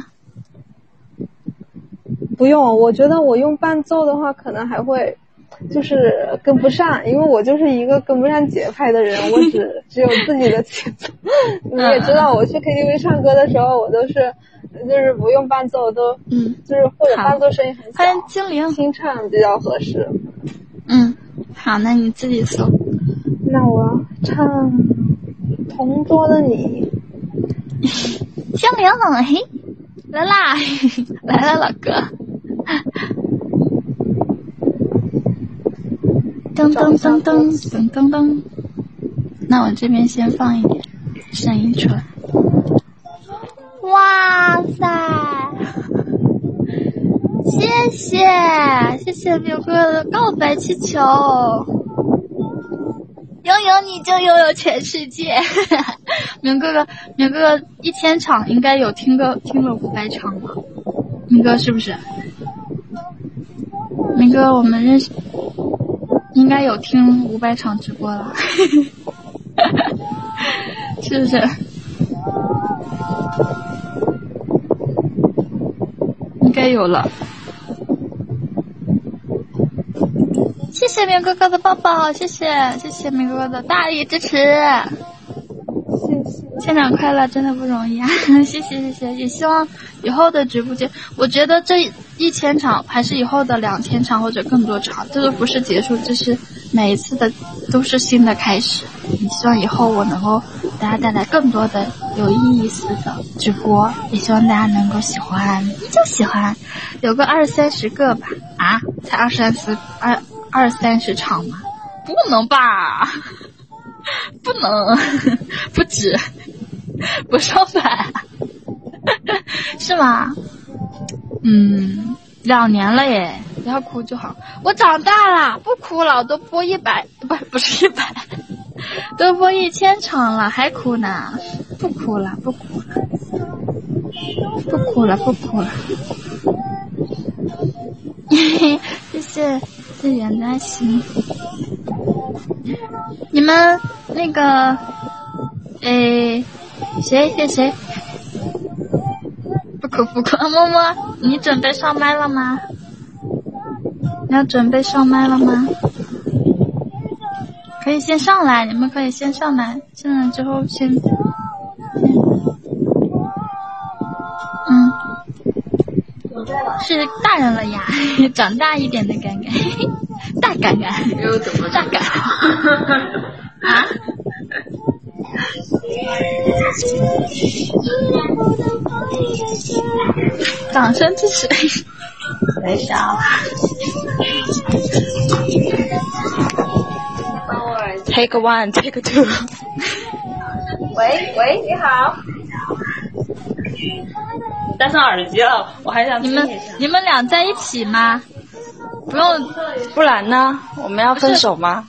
不用，我觉得我用伴奏的话，可能还会。就是跟不上，因为我就是一个跟不上节拍的人，我只只有自己的节奏。你也知道，我去 K T V 唱歌的时候，我都是就是不用伴奏，都嗯，就是或者伴奏声音很小， 欢迎精灵， 清唱比较合适。 嗯，好，那你自己搜。 那我要唱《同桌的你》。 精灵，嘿，来啦，来了，老哥。噔噔噔噔噔噔噔，那我这边先放一点声音出来。哇塞，谢谢谢谢明哥的告白气球，拥有你就拥有全世界。明哥哥，明哥哥一千场应该有听个听了五百场吧？明哥是不是？明哥，我们认识。 应该有听五百场直播了，是不是？应该有了。谢谢明哥哥的抱抱，谢谢谢谢明哥哥的大力支持， 谢谢。 千场快乐真的不容易啊！谢谢谢谢，也希望以后的直播间，我觉得这一千场还是以后的两千场或者更多场，这都不是结束，这是每一次的都是新的开始。也希望以后我能够给大家带来更多的有意思的直播，也希望大家能够喜欢，依旧喜欢，有个二三十个吧。啊，才二三十二二三十场吗？不能吧，不能，不止，不上百，是吗？嗯，两年了耶，不要哭就好。我长大了，不哭了，我都播一百，不不是一百，都播一千场了，还哭呢？不哭了，不哭了，不哭了，不哭了。谢谢谢谢袁大心。你们那个，诶，谁谁谁？不哭不哭，默默，你准备上麦了吗？你要准备上麦了吗？可以先上来，你们可以先上来，上来之后先，先嗯，是大人了呀，长大一点的感慨，大感慨， 又怎么大感啊？掌声支持。 等一下啊 Take one, take two。 喂喂，你好。戴上耳机了，我还想你们你们俩在一起吗？不用， 不然呢？我们要分手吗？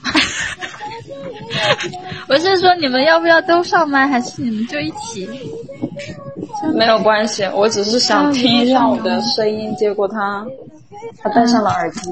我是说你们要不要都上麦，还是你们就一起？ 没有关系，我只是想听一下我的声音，结果他他戴上了耳机。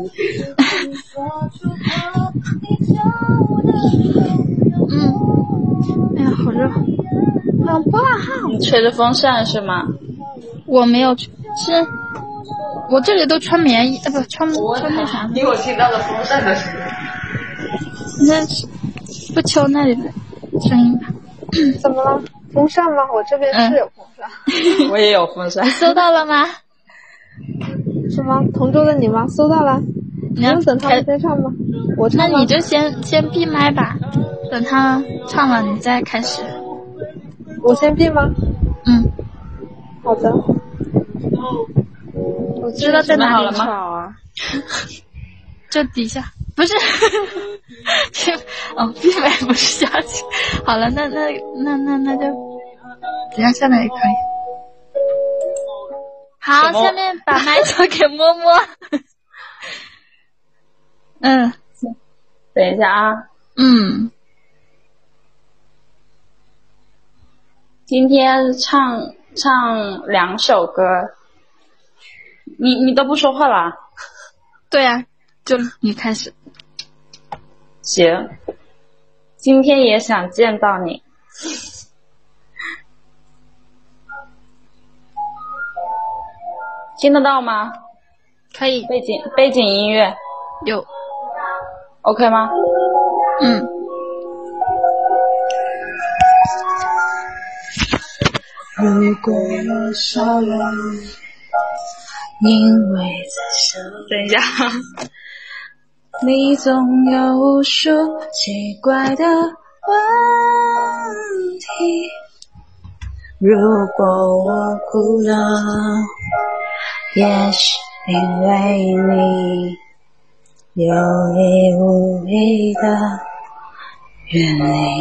嗯，哎呀，好热，好想播啊！ 你吹着风扇是吗？ 我没有吹，是我这里都穿棉衣，呃，不穿穿那啥。 因为我听到了风扇的声音。 那不求那里的声音吧。 怎么了？风扇吗？我这边是有风扇。 嗯、 我也有风扇。 搜到了吗？ 是吗？同桌的你吗？搜到了。 你要等他们先唱吗？我唱吗？ 那你就先先闭麦吧，等他唱了你再开始。 我先闭吗？ 嗯。 好的。 我知道在哪里了吗？ 就底下，不是。哦，闭麦不是下去。好了，那那那那那就，等下下面也可以。好，下面把麦交给摸摸。嗯， 等一下啊。 嗯。 今天唱唱两首歌，你你都不说话啦？ 对啊，就你开始。 行，今天也想见到你。听得到吗？ 可以。 背景背景音乐有 OK 吗？ 嗯。 如果我少了你，因为在想， 等一下， 你总有无数奇怪的问题。如果我哭了，也是因为你有意无意的远离。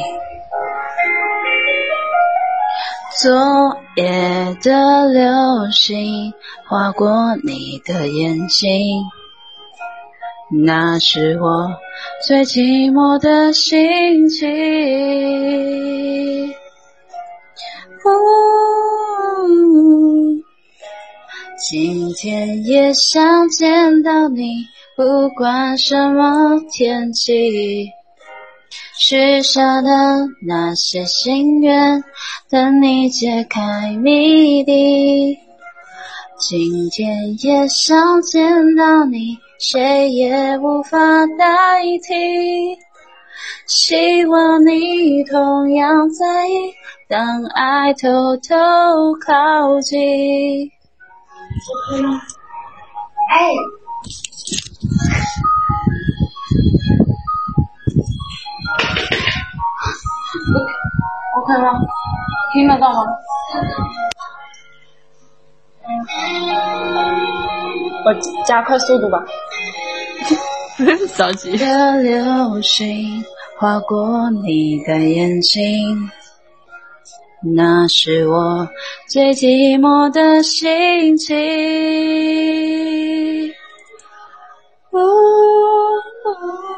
昨夜的流星划过你的眼睛，那是我最寂寞的心情。哦，今天也想见到你， 不管什么天气，许下的那些心愿，等你解开谜底。今天也想见到你，谁也无法代替。希望你同样在意，当爱偷偷靠近。哎。OK 吗？听得到吗？我加快速度吧。 不用着急。 的流星划过你的眼睛，那是我最寂寞的心情。哦哦，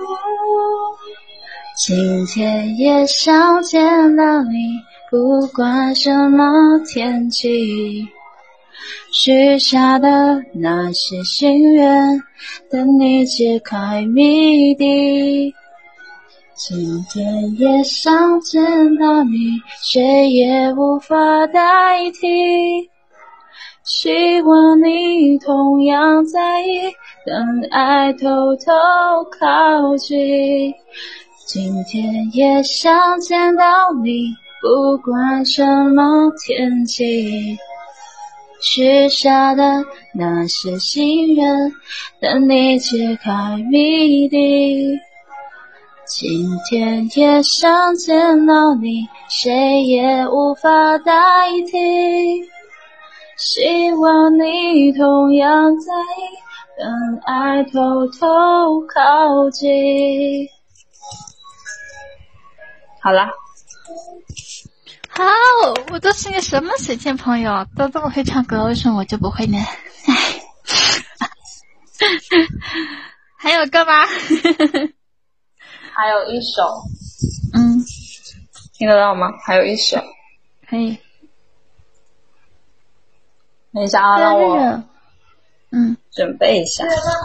今天也想见到你，不管什么天气，许下的那些心愿，等你解开谜底。今天也想见到你，谁也无法代替。希望你同样在意，等爱偷偷靠近。今天也想见到你，不管什么天气，许下的那些心愿，等你解开谜底。今天也想见到你，谁也无法代替。希望你同样在意，等爱偷偷靠近。好啦。 好，我都是个什么水见朋友，都这么会唱歌，为什么我就不会呢？唉，还有歌吗？ 还有一首， 嗯， 听得到吗？还有一首， 可以。 等一下啊，让我嗯准备一下。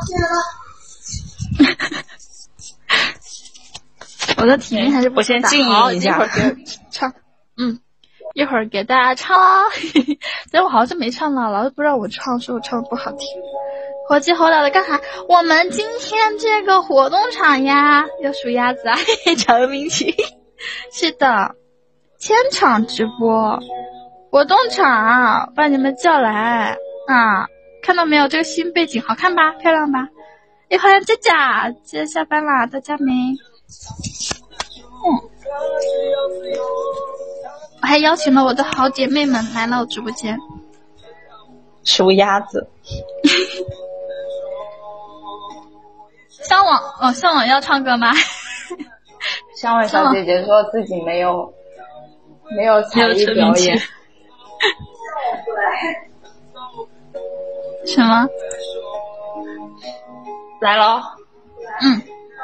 我的体力还是不错的， 我先静音一下。 一会儿给唱，嗯，一会儿给大家唱啦。所以我好像没唱呢，老是不让我唱，说我唱的不好听。火急火燎的干啥？我们今天这个活动场呀，要数鸭子啊，成名曲。是的，千场直播，活动场把你们叫来啊！看到没有？这个新背景好看吧？漂亮吧？哎，欢迎佳佳，今天下班啦，到家没？嗯，我还邀请了我的好姐妹们来了我直播间。 数鸭子。 向往哦，向往要唱歌吗？ 向往小姐姐说自己没有没有才艺表演。 什么？ 来了。 嗯。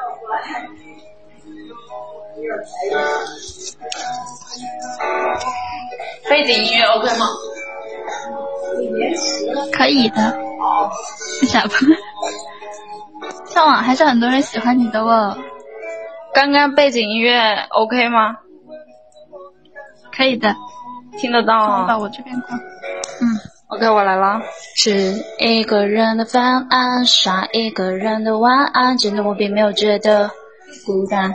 背景音乐 OK 吗？ 可以的。傻吧。向往还是很多人喜欢你的哦。 刚刚背景音乐 OK 吗？ 可以的， 听得到啊。 把我这边关。嗯 ，OK， 我来了。吃一个人的饭安，刷一个人的晚安，真的我并没有觉得孤单。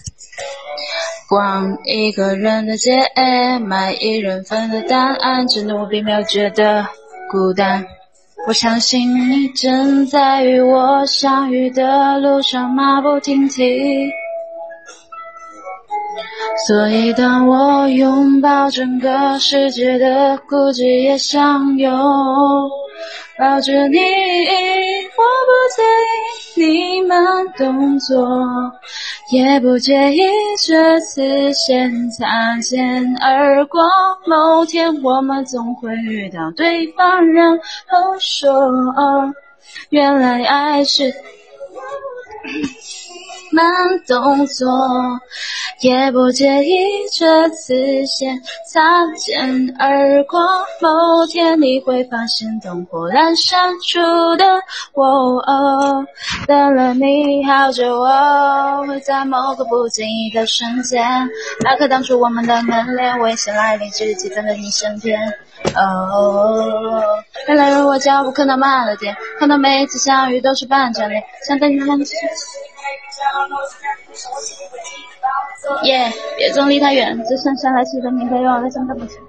逛一个人的街，买一人份的答案，真的我并没有觉得孤单。我相信你正在与我相遇的路上马不停蹄，所以当我拥抱整个世界的孤寂也相拥抱着你，我不介意你慢动作，也不介意这次先擦肩而过，某天我们总会遇到对方，然后说原来爱是慢动作，也不介意这次先擦肩而过。某天你会发现灯火阑珊处的我、哦，等了你好久哦，会在某个不经意的瞬间打开当初我们的门帘，危险来临之际站在你身边。哦，原来如我脚步可能慢了点，可能每次相遇都是半张脸，想等你们耶、yeah, 别总离太远，只剩下来时的你可以忘了想的不行。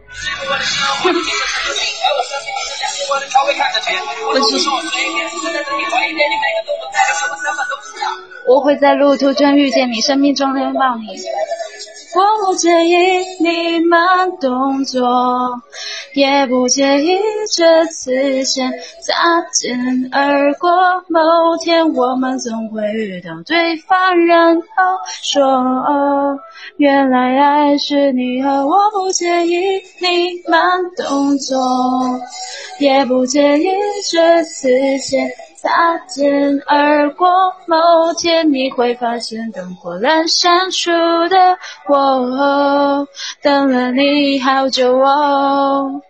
我会在路途中遇见你，生命中拥抱你。我不介意你慢动作，也不介意这次先擦肩而过。某天我们总会遇到对方，然后说、哦、原来爱是你和我。不介意你慢动作，也不介意这次先擦肩而过。某天你会发现灯火阑珊处的我、哦，等了你好久哦。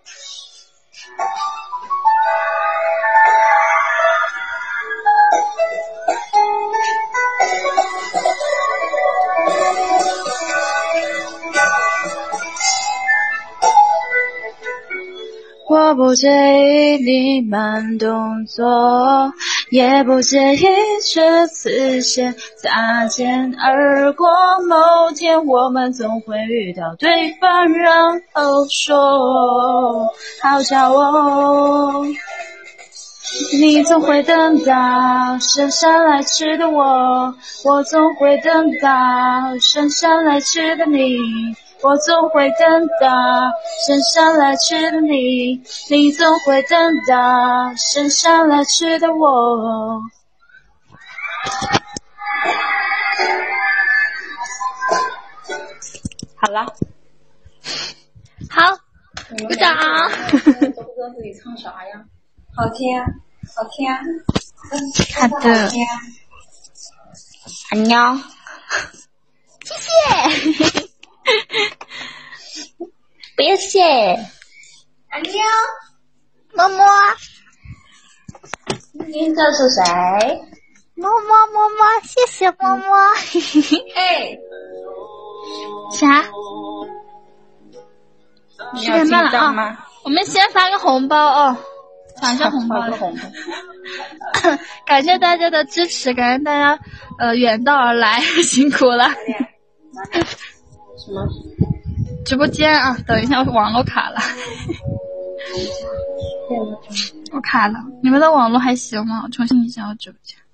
我不介意你慢动作，也不介意这次先擦肩而过。某天我们总会遇到对方，然后说好巧哦。你总会等到姗姗来迟的我，我总会等到姗姗来迟的你，我总会等到姗姗来迟的你，你总会等到姗姗来迟的我。 好了， 好，鼓掌。 都不知道自己唱啥呀？好听，好听， 好的，安妞，谢谢。不要谢， 安妞， 么么。 您这是谁？ 么么么么，谢谢么么。 哎， 啥？ 你要记账吗？ 我们先发个红包哦，发个红包， 发个红包。 感谢大家的支持，感谢大家呃远道而来，辛苦了。 什么？ 直播间啊，等一下，网络卡了。我卡了，你们的网络还行吗？我重新一下我直播间。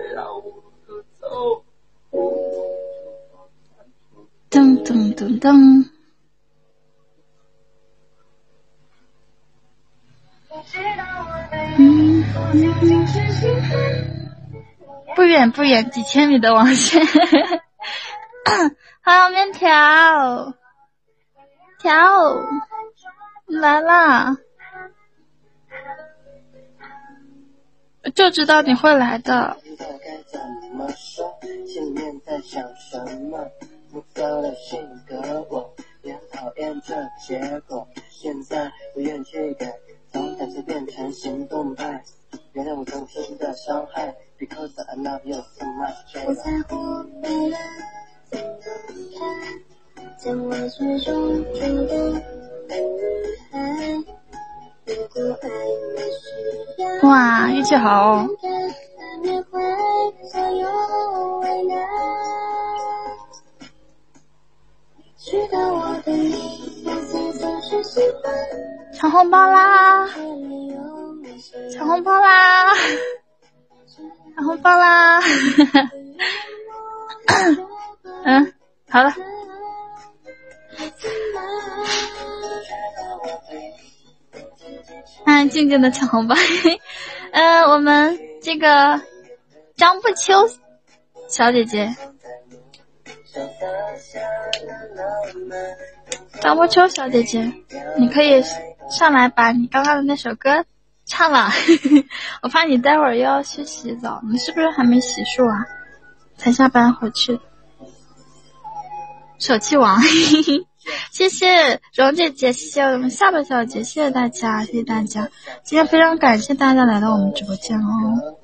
噔噔噔噔。嗯，不远不远，几千米的网线。还有面条，条来啦！就知道你会来的。现在不愿去改，从胆怯变成行动派，原谅我曾经的伤害 ，because I love you so much。不在乎别人怎么看，在我最终觉得爱，如果爱没需要。哇，运气好哦。抢红包啦！抢红包啦！抢红包啦！嗯，好了。嗯，静静的抢红包。呃，我们这个张不秋小姐姐。张波秋小姐姐，你可以上来把你刚刚的那首歌唱了。我怕你待会儿又要去洗澡，你是不是还没洗漱啊？ 才下班回去。手气王谢谢蓉姐姐，谢谢我们下巴小姐，谢谢大家，谢谢大家。今天非常感谢大家来到我们直播间哦，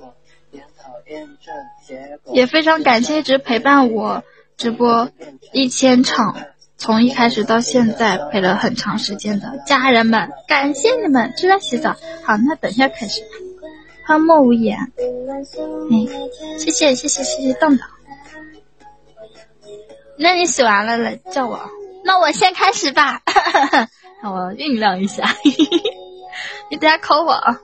也非常感谢一直陪伴我直播一千场，从一开始到现在陪了很长时间的家人们，感谢你们。正在洗澡，好，那等一下开始。欢莫无言，哎，谢谢谢谢谢谢邓邓。那你洗完了来叫我，那我先开始吧。让我酝酿一下，你等下扣我啊。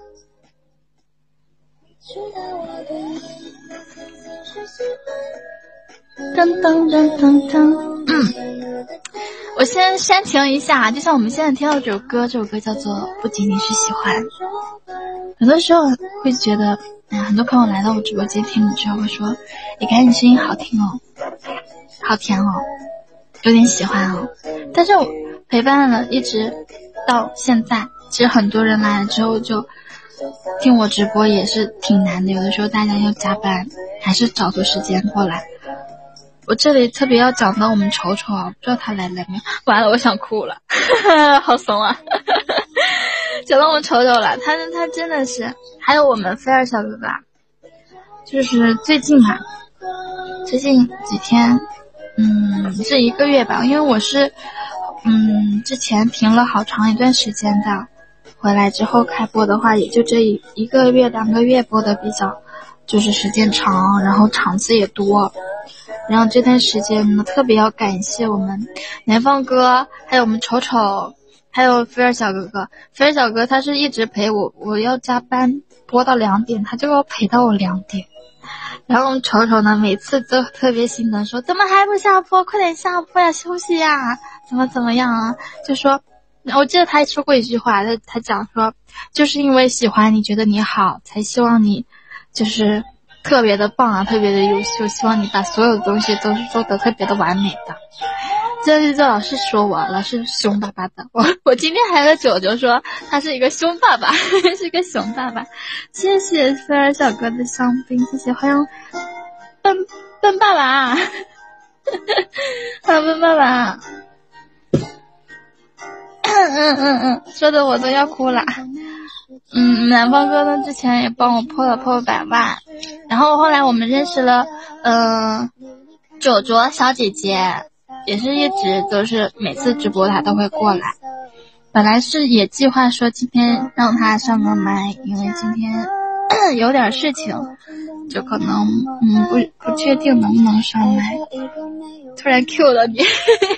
噔噔噔噔噔，嗯，我先煽情一下，就像我们现在听到这首歌，这首歌叫做《不仅仅是喜欢》。很多时候会觉得，哎，很多朋友来到我直播间听了之后会说：“你看你声音好听哦，好甜哦，有点喜欢哦。”但是我陪伴了一直到现在，其实很多人来了之后就听我直播也是挺难的，有的时候大家要加班，还是找出时间过来。我这里特别要讲到我们丑丑啊，不知道他来了没有？完了，我想哭了，好怂啊！讲到我们丑丑了，他他真的是，还有我们菲儿小哥哥，就是最近嘛，最近几天，嗯，这一个月吧，因为我是，嗯，之前停了好长一段时间的，回来之后开播的话，也就这一一个月两个月播的比较，就是时间长，然后场次也多。然后这段时间呢，特别要感谢我们南方哥，还有我们丑丑，还有菲儿小哥哥。菲儿小哥他是一直陪我，我要加班播到两点，他就要陪到我两点。然后我们丑丑呢，每次都特别心疼，说怎么还不下播？快点下播呀，休息呀，怎么怎么样啊？就说，我记得他说过一句话，他他讲说，就是因为喜欢你，觉得你好，才希望你，就是。特别的棒啊，特别的优秀，希望你把所有的东西都是做得特别的完美的。这是这老师说我，老师凶巴巴的。我我今天还和九九说他是一个凶爸爸，是一个熊爸爸。谢谢菲儿小哥的香槟，谢谢，欢迎笨笨爸爸，欢迎笨爸爸。嗯嗯嗯嗯，说的我都要哭了。嗯，南方哥呢之前也帮我破了破百万，然后后来我们认识了，嗯、呃，九卓小姐姐，也是一直都是每次直播她都会过来。本来是也计划说今天让她上个麦，因为今天有点事情，就可能嗯不不确定能不能上麦。突然 Q 了你，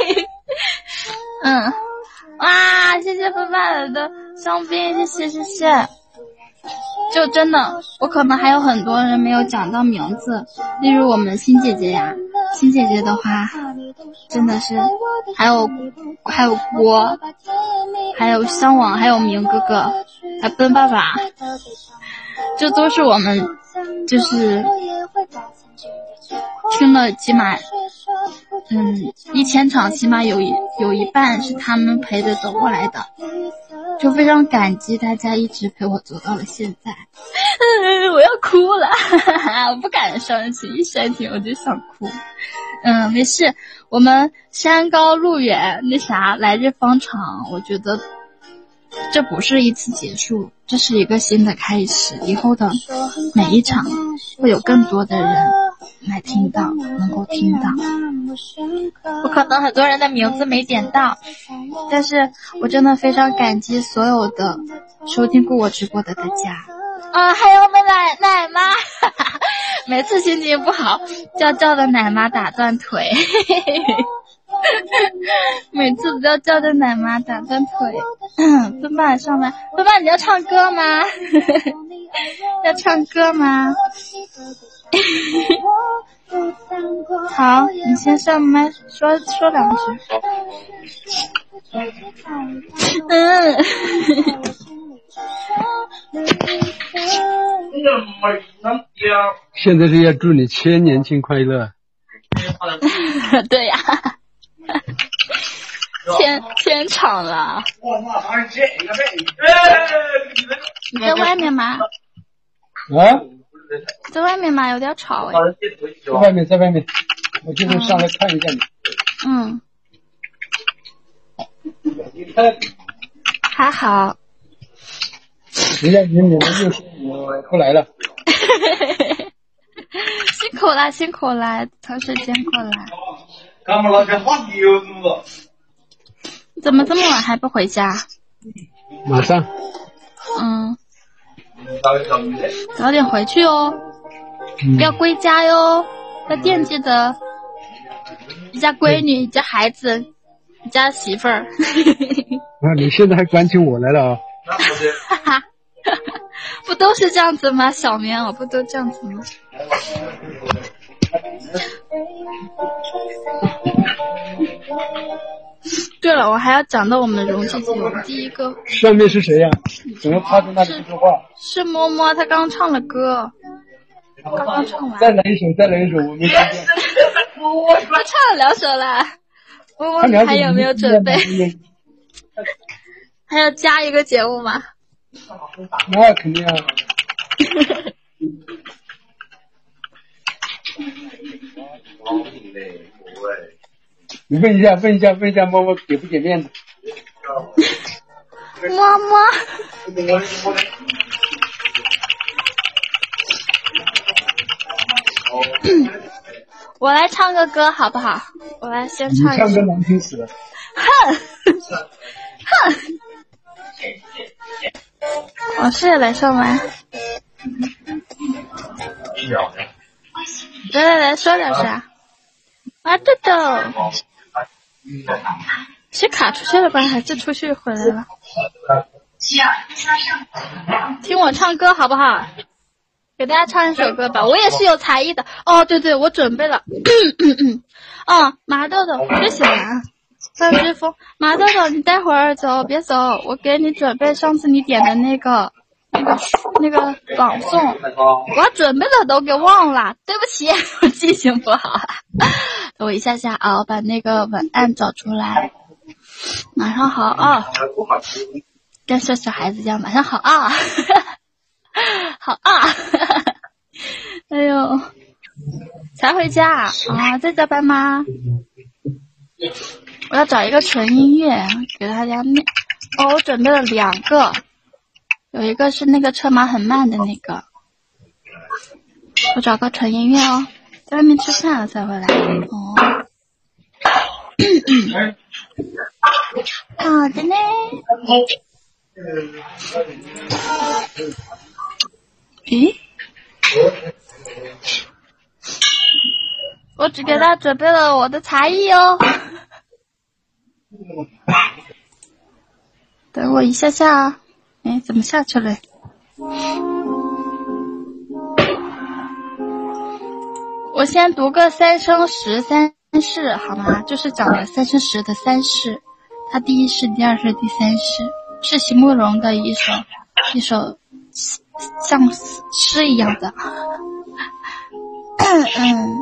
嗯。哇，谢谢笨笨的香槟，谢谢谢谢。就真的，我可能还有很多人没有讲到名字，例如我们新姐姐呀，新姐姐的话，真的是，还有还有郭，还有香王，还有明哥哥，还有笨爸爸，这都是我们就是听了起码嗯一千场，起码有一有一半是他们陪着走过来的，就非常感激大家一直陪我走到了现在。嗯，我要哭了，我不敢伤心，一煽情我就想哭。嗯，没事，我们山高路远，那啥来日方长，我觉得这不是一次结束，这是一个新的开始，以后的每一场会有更多的人来听到，能够听到。我可能很多人的名字没点到，但是我真的非常感激所有的收听过我直播的大家啊，还有我们奶奶妈，每次心情不好叫叫的奶妈打断腿，每次都要叫的奶妈打断腿。笨爸上麦，笨爸你要唱歌吗？要唱歌吗？好，你先上麦说说两句。嗯。 现在是要祝你千年庆快乐。 对呀，千千场了。你在外面吗？ 啊？ 在外面嘛，有点吵哎。 在外面，在外面，我就是上来看一下你。 嗯。还好。 人家你你们又说我不来了。 辛苦了，辛苦了，长时间过来。怎么这么晚还不回家？ 马上。 嗯。早点回去哦，嗯、要归家哟，要惦记着你家闺女、你家孩子、你家媳妇儿。 啊，你现在还关心我来了啊？ 哈哈，不都是这样子吗？小棉袄不都这样子吗？对了，我还要讲到我们荣姐姐，我们第一个上面是谁呀、啊？怎么趴在那里不说话？ 是摸摸，他刚唱了歌，刚刚唱完。 再来一首，再来一首，我没听见。 他唱了两首了，摸摸，你还有没有准备？还要加一个节目吗？ 那肯定啊。你问一下，问一下，问一下，摸摸给不给面子？ 摸摸。我来唱个歌好不好？我来先唱一首。 你唱歌难听死了。 哼哼。我是来说完。来来来说点啥？啊，豆豆。是卡出去了吧？还是出去回来了？听我唱歌好不好？给大家唱一首歌吧。我也是有才艺的哦。对对，我准备了。哦，马豆豆，谢谢啊。范追风，马豆豆，你待会儿走，别走，我给你准备上次你点的那个。那个那个朗诵，我准备的都给忘了，对不起，我记性不好了。等我一下下啊，我把那个文案找出来。马上好啊，跟说小孩子一样，马上好啊，好啊。哎呦，才回家啊？啊，在加班吗？我要找一个纯音乐给大家念。哦，我准备了两个。有一个是那个车马很慢的那个，我找个纯音乐哦，在外面吃饭了才回来哦。好的呢。咦？我只给他准备了我的才艺哦。等我一下下啊。哎，怎么下去了？我先读个三生石三世好吗？就是讲的三生石的三世，它第一世、第二世、第三世，是席慕容的一首一首像诗一样的。嗯。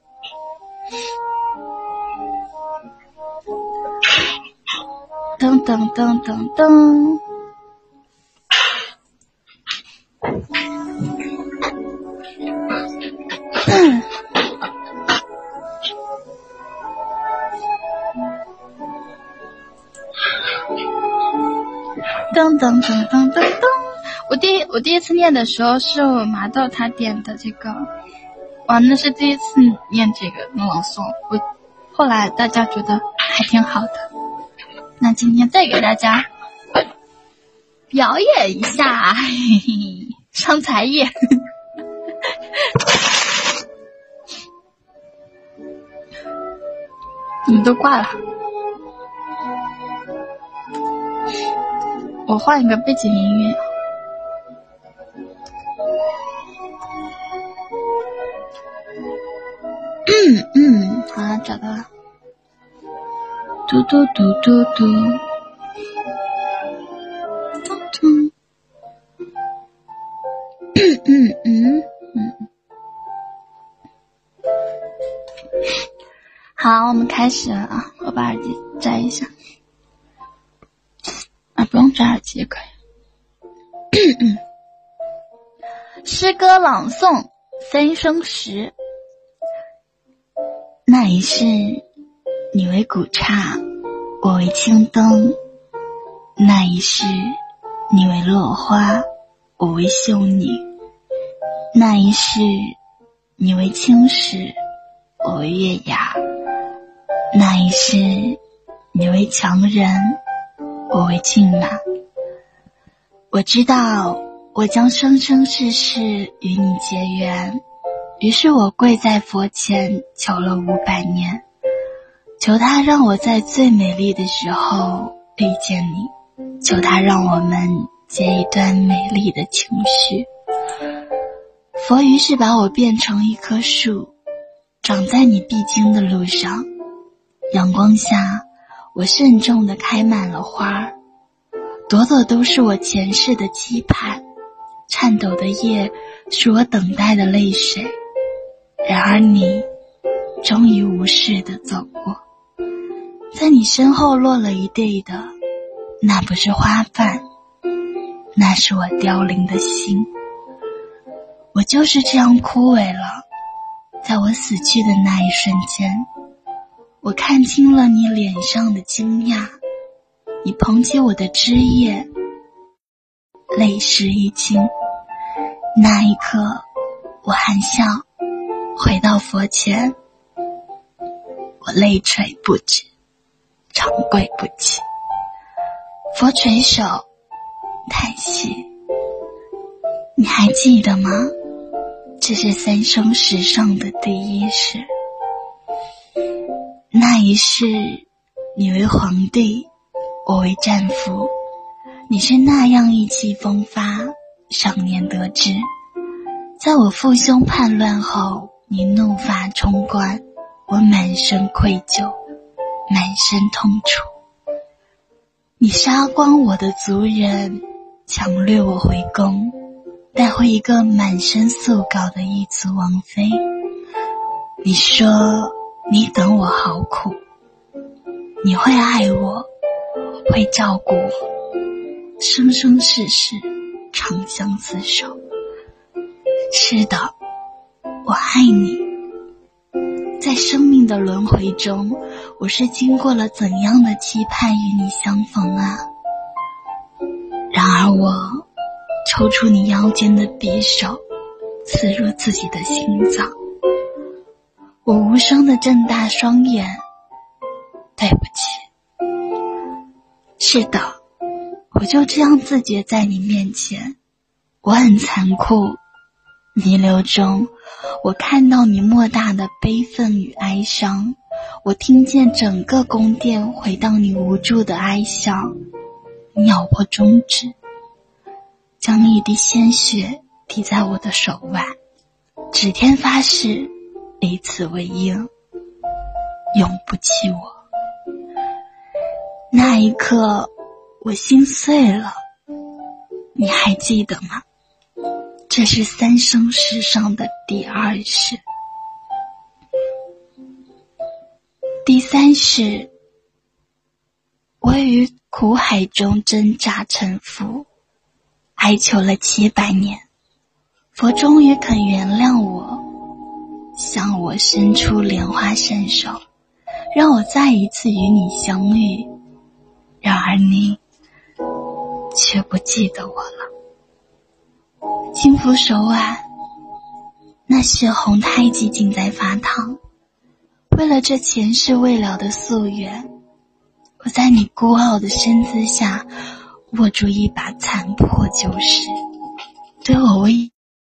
噔噔噔噔噔。嗯，噔噔噔噔噔噔，我第我第一次念的时候是我麻豆他点的这个，哇，那是第一次念这个朗诵，我后来大家觉得还挺好的，那今天再给大家表演一下，嘿嘿，上才艺。你们都挂了，我换一个背景音乐。嗯嗯，好了，找到了。嘟嘟嘟嘟嘟，嘟嘟。嗯嗯嗯嗯。好，我们开始了啊！我把耳机摘一下，啊，不用摘耳机也可以。 诗歌朗诵三生石。那一世，你为古刹，我为青灯；那一世，你为落花，我为秀女；那一世，你为青石，我为月牙；那一世，你为强人，我为骏马。我知道我将生生世世与你结缘，于是我跪在佛前求了五百年，求他让我在最美丽的时候遇见你，求他让我们结一段美丽的情绪。佛于是把我变成一棵树，长在你必经的路上，阳光下我慎重地开满了花，朵朵都是我前世的期盼，颤抖的叶是我等待的泪水。然而你终于无视地走过，在你身后落了一地的，那不是花瓣，那是我凋零的心。我就是这样枯萎了，在我死去的那一瞬间，我看清了你脸上的惊讶，你捧起我的枝叶，泪湿衣襟。那一刻我含笑回到佛前，我泪垂不止，长跪不起。佛垂手叹息，你还记得吗？这是三生石上的第一世。那一世，你为皇帝，我为战俘，你是那样意气风发，少年得志。在我父兄叛乱后，你怒发冲冠，我满身愧疚，满身痛楚。你杀光我的族人，强掠我回宫，带回一个满身素膏的异族王妃。你说你等我好苦，你会爱我，会照顾我，生生世世长相厮守。是的，我爱你。在生命的轮回中，我是经过了怎样的期盼与你相逢啊！然而我抽出你腰间的匕首，刺入自己的心脏。我无声地睁大双眼，对不起。是的，我就这样自绝在你面前。我很残酷，弥留中我看到你莫大的悲愤与哀伤，我听见整个宫殿回荡你无助的哀笑。你咬破中指，将一滴鲜血滴在我的手腕，指天发誓以此为应，永不弃我。那一刻我心碎了，你还记得吗？这是三生石上的第二世。第三世，我于苦海中挣扎沉浮，哀求了七百年，佛终于肯原谅我，向我伸出莲花伸手，让我再一次与你相遇。然而你却不记得我了。轻抚手腕，那血红胎记竟在发烫。为了这前世未了的夙愿，我在你孤傲的身姿下握住一把残破旧石，对我微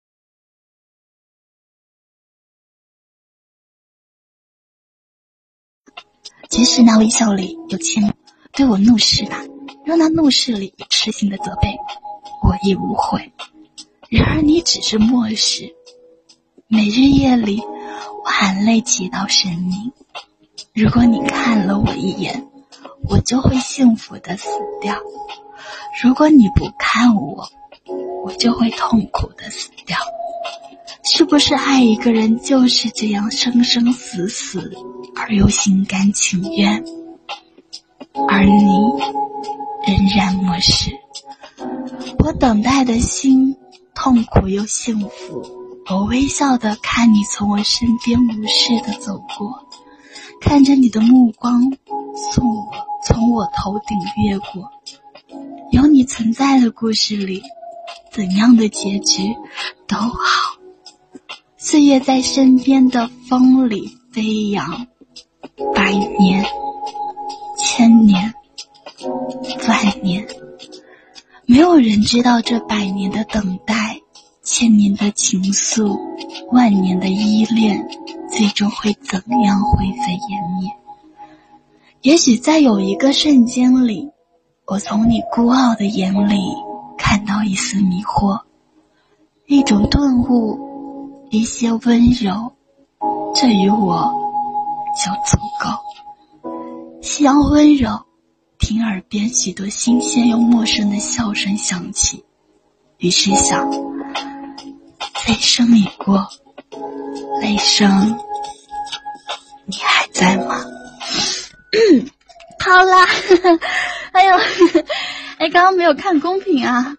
即使那微笑里有歉意，对我怒视吧，若那怒视里有痴心的责备，我亦无悔。然而你只是漠视。每日夜里我含泪祈祷神明，如果你看了我一眼，我就会幸福的死掉；如果你不看我，我就会痛苦的死掉。是不是爱一个人就是这样生生死死而又心甘情愿？而你仍然漠视，我等待的心痛苦又幸福，我微笑的看你从我身边无视的走过，看着你的目光送我从我头顶越过。有你存在的故事里，怎样的结局都好。岁月在身边的风里飞扬，百年、千年、万年，没有人知道这百年的等待，千年的情愫，万年的依恋，最终会怎样灰飞烟灭。也许在有一个瞬间里，我从你孤傲的眼里看到一丝迷惑，一种顿悟，一些温柔，这于我就足够。夕阳温柔，听耳边许多新鲜又陌生的笑声响起，于是想，雷声已过，雷声，你还在吗？嗯，好啦，哎呦，哎，刚刚没有看公屏啊，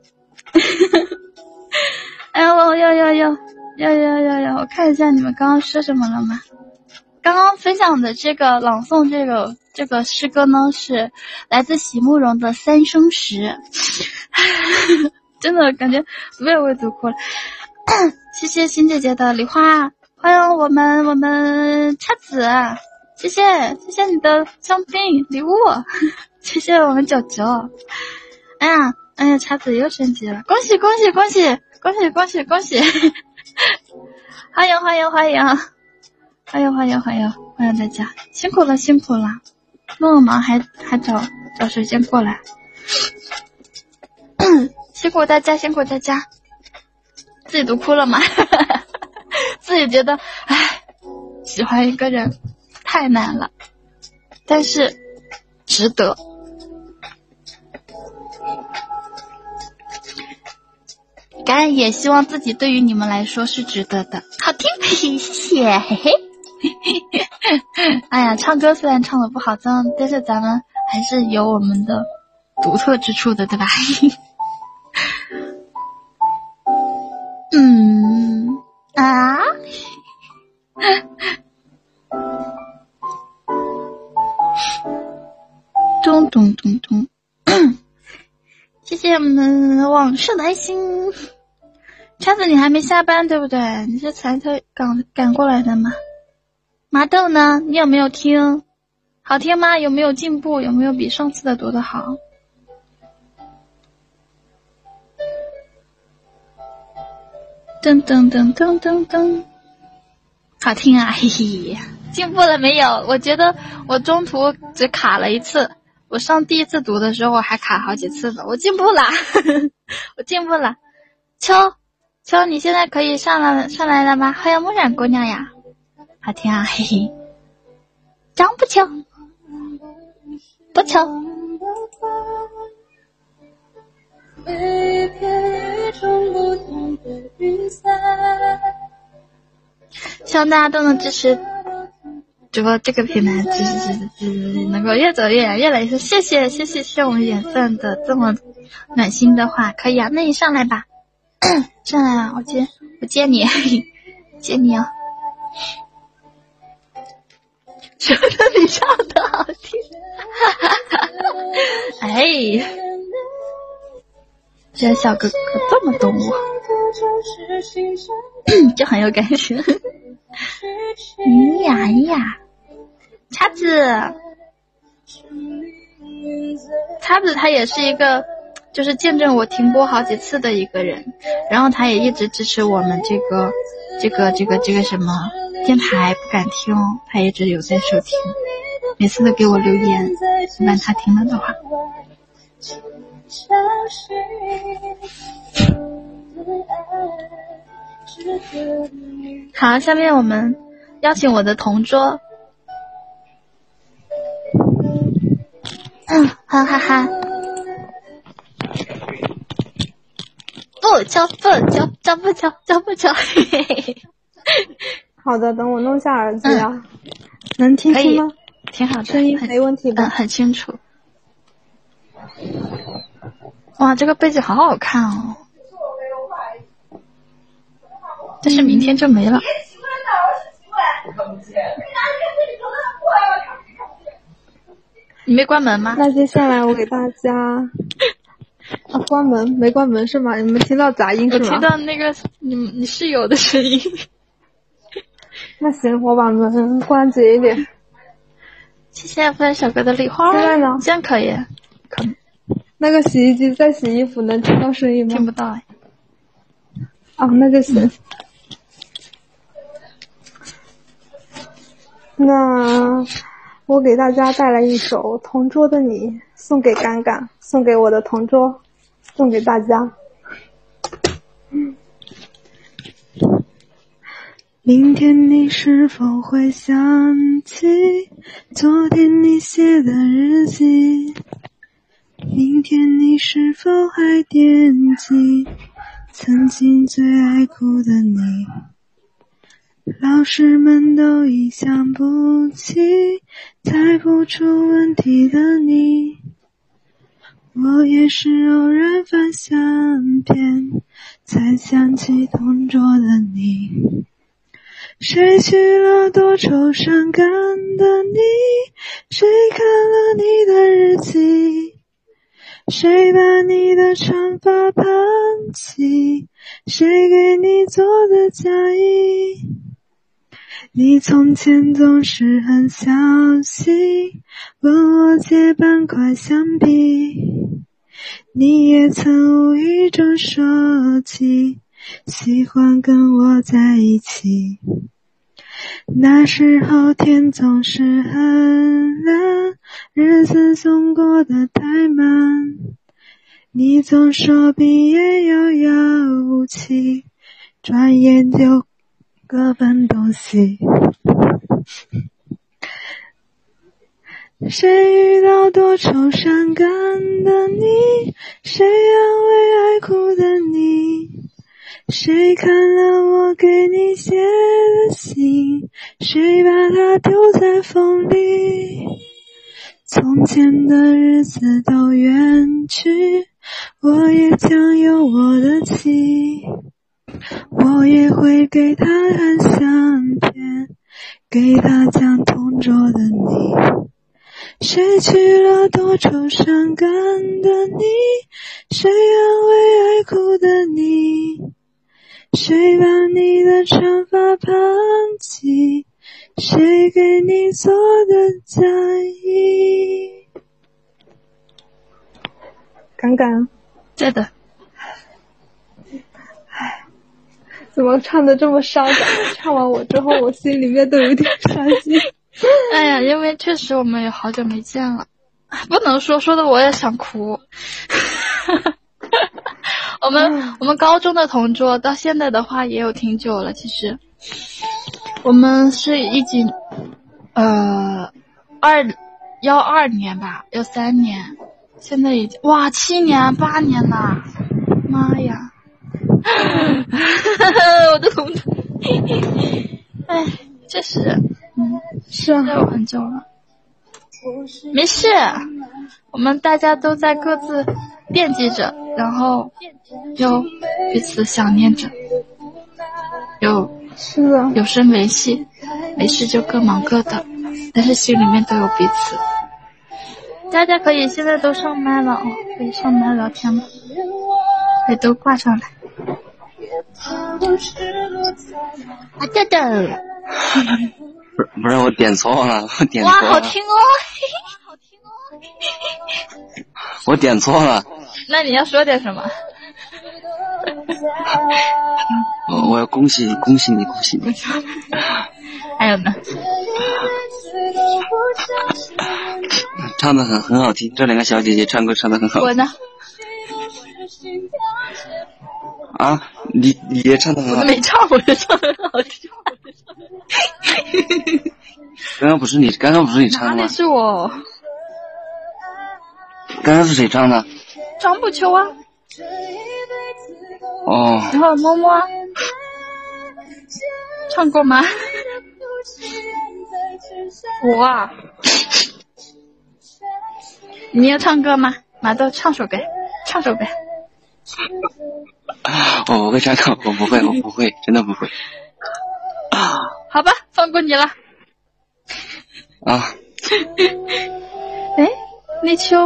哎呦，我要要要要要要要，我看一下你们刚刚说什么了吗？刚刚分享的这个朗诵这个这个诗歌呢，是来自席慕容的《三生石》，真的感觉为我读哭了。谢谢新姐姐的梨花，欢迎我们我们叉子，谢谢谢谢你的香槟礼物，谢谢我们九九。哎呀哎呀，叉子又升级了，恭喜恭喜恭喜恭喜恭喜恭喜！欢迎欢迎欢迎欢迎欢迎欢迎欢迎大家，辛苦了辛苦了，那么忙还还找找时间过来，辛苦大家辛苦大家。自己读哭了吗？自己觉得唉，喜欢一个人太难了，但是值得。当然也希望自己对于你们来说是值得的。好听，谢谢，嘿嘿。哎呀，唱歌虽然唱得不好，但但是咱们还是有我们的独特之处的，对吧？嗯啊，咚咚咚咚，谢谢我们往事的爱心。叉子，你还没下班对不对？你是才才赶赶过来的吗？麻豆呢？你有没有听？好听吗？有没有进步？有没有比上次的读得好？噔噔噔噔噔噔，好听啊！嘿嘿，进步了没有？我觉得我中途只卡了一次，我上第一次读的时候我还卡好几次的，我进步了，我进步了。秋秋，你现在可以上来上来了吗？欢迎木染姑娘呀，好听啊！嘿嘿，张不秋，不秋。每片雨中不同的雨伞，希望大家都能支持主播这个平台，支持支持支持，能够越走越远，越来越谢谢谢谢谢谢我们缘分的这么暖心的话，可以啊，那你上来吧，上来啊，我接我接你，接你哦，觉得你唱的好听，哎。这小哥哥这么懂我，就很有感觉。咦呀咦呀，叉子，叉子他也是一个，就是见证我停播好几次的一个人，然后他也一直支持我们这个这个这个这个什么电台，不敢听，他一直有在收听，每次都给我留言，一般他听了的话。好，下面我们邀请我的同桌，嗯，哈哈哈，不敲不敲敲不敲敲不敲，嘿嘿嘿。 好的，等我弄下耳机啊，嗯、 能听清吗？挺好的， 声音没问题吧？ 嗯，很清楚。哇，这个背景好好看哦！ 但是明天就没了。你没关门吗？ 那接下来我给大家啊，关门没关门是吗？你们听到杂音是吗？ 我听到那个你你室友的声音。 那行，我把门关紧一点。 谢谢分小哥的礼花。 现在呢？ 这样可以。可那个洗衣机在洗衣服，能听到声音吗？ 听不到哎。 啊，那就行。那我给大家带来一首《同桌的你》，送给敢敢，送给我的同桌，送给大家。明天你是否会想起昨天你写的日记？明天你是否还惦记曾经最爱哭的你？老师们都已想不起猜不出问题的你，我也是偶然翻相片才想起同桌的你。谁去了多愁善感的你？谁看了你的日记？谁把你的长发盘起？谁给你做的嫁衣？你从前总是很小心问我借半块橡皮，你也曾无意中说起喜欢跟我在一起。那时候天总是很冷，日子总过得太慢，你总说毕业遥遥无期，转眼就各奔东西。谁遇到多愁善感的你？谁安慰爱哭的你？谁看了我给你写的信？谁把它丢在风里？从前的日子都远去，我也将有我的妻，我也会给他看相片，给他讲同桌的你。谁去了多愁善感的你？谁安慰爱哭的你？谁把你的长发盘起？谁给你做的嫁衣？敢敢在的。 唉，怎么唱的这么伤感？唱完我之后，我心里面都有点伤心。 哎呀，因为确实我们也好久没见了，不能说说的我也想哭。我们、嗯、我们高中的同桌到现在的话也有挺久了，其实我们是已经呃二幺二年吧，幺三年，现在已经哇七年八年了，妈呀！我的同桌，哎，确实，嗯， 是啊， 有很久了。没事，我们大家都在各自惦记着，然后又彼此想念着，有是的， 有声维系，没事就各忙各的，但是心里面都有彼此。大家可以现在都上麦了哦，可以上麦聊天了，可以都挂上来。啊，等等。 不是不是，我点错了，我点错了。 哇，好听哦，好听哦。我点错了。 那你要说点什么？ 我我要恭喜你，恭喜你，恭喜你。 还有呢？ 唱得很很好听，这两个小姐姐唱歌唱得很好听。 我呢？ 啊，你你也唱得很好听。 我没唱，我就唱得很好听。 刚刚不是你，刚刚不是你唱的吗？ 哪里是我？ 刚刚是谁唱的？ 张步秋啊。 哦。 然后摸摸啊。唱过吗？我啊。你要唱歌吗？马豆唱首歌，唱首歌。 我不会唱歌，我不会，我不会，真的不会。 好吧，放过你了。 啊。 哎，立秋，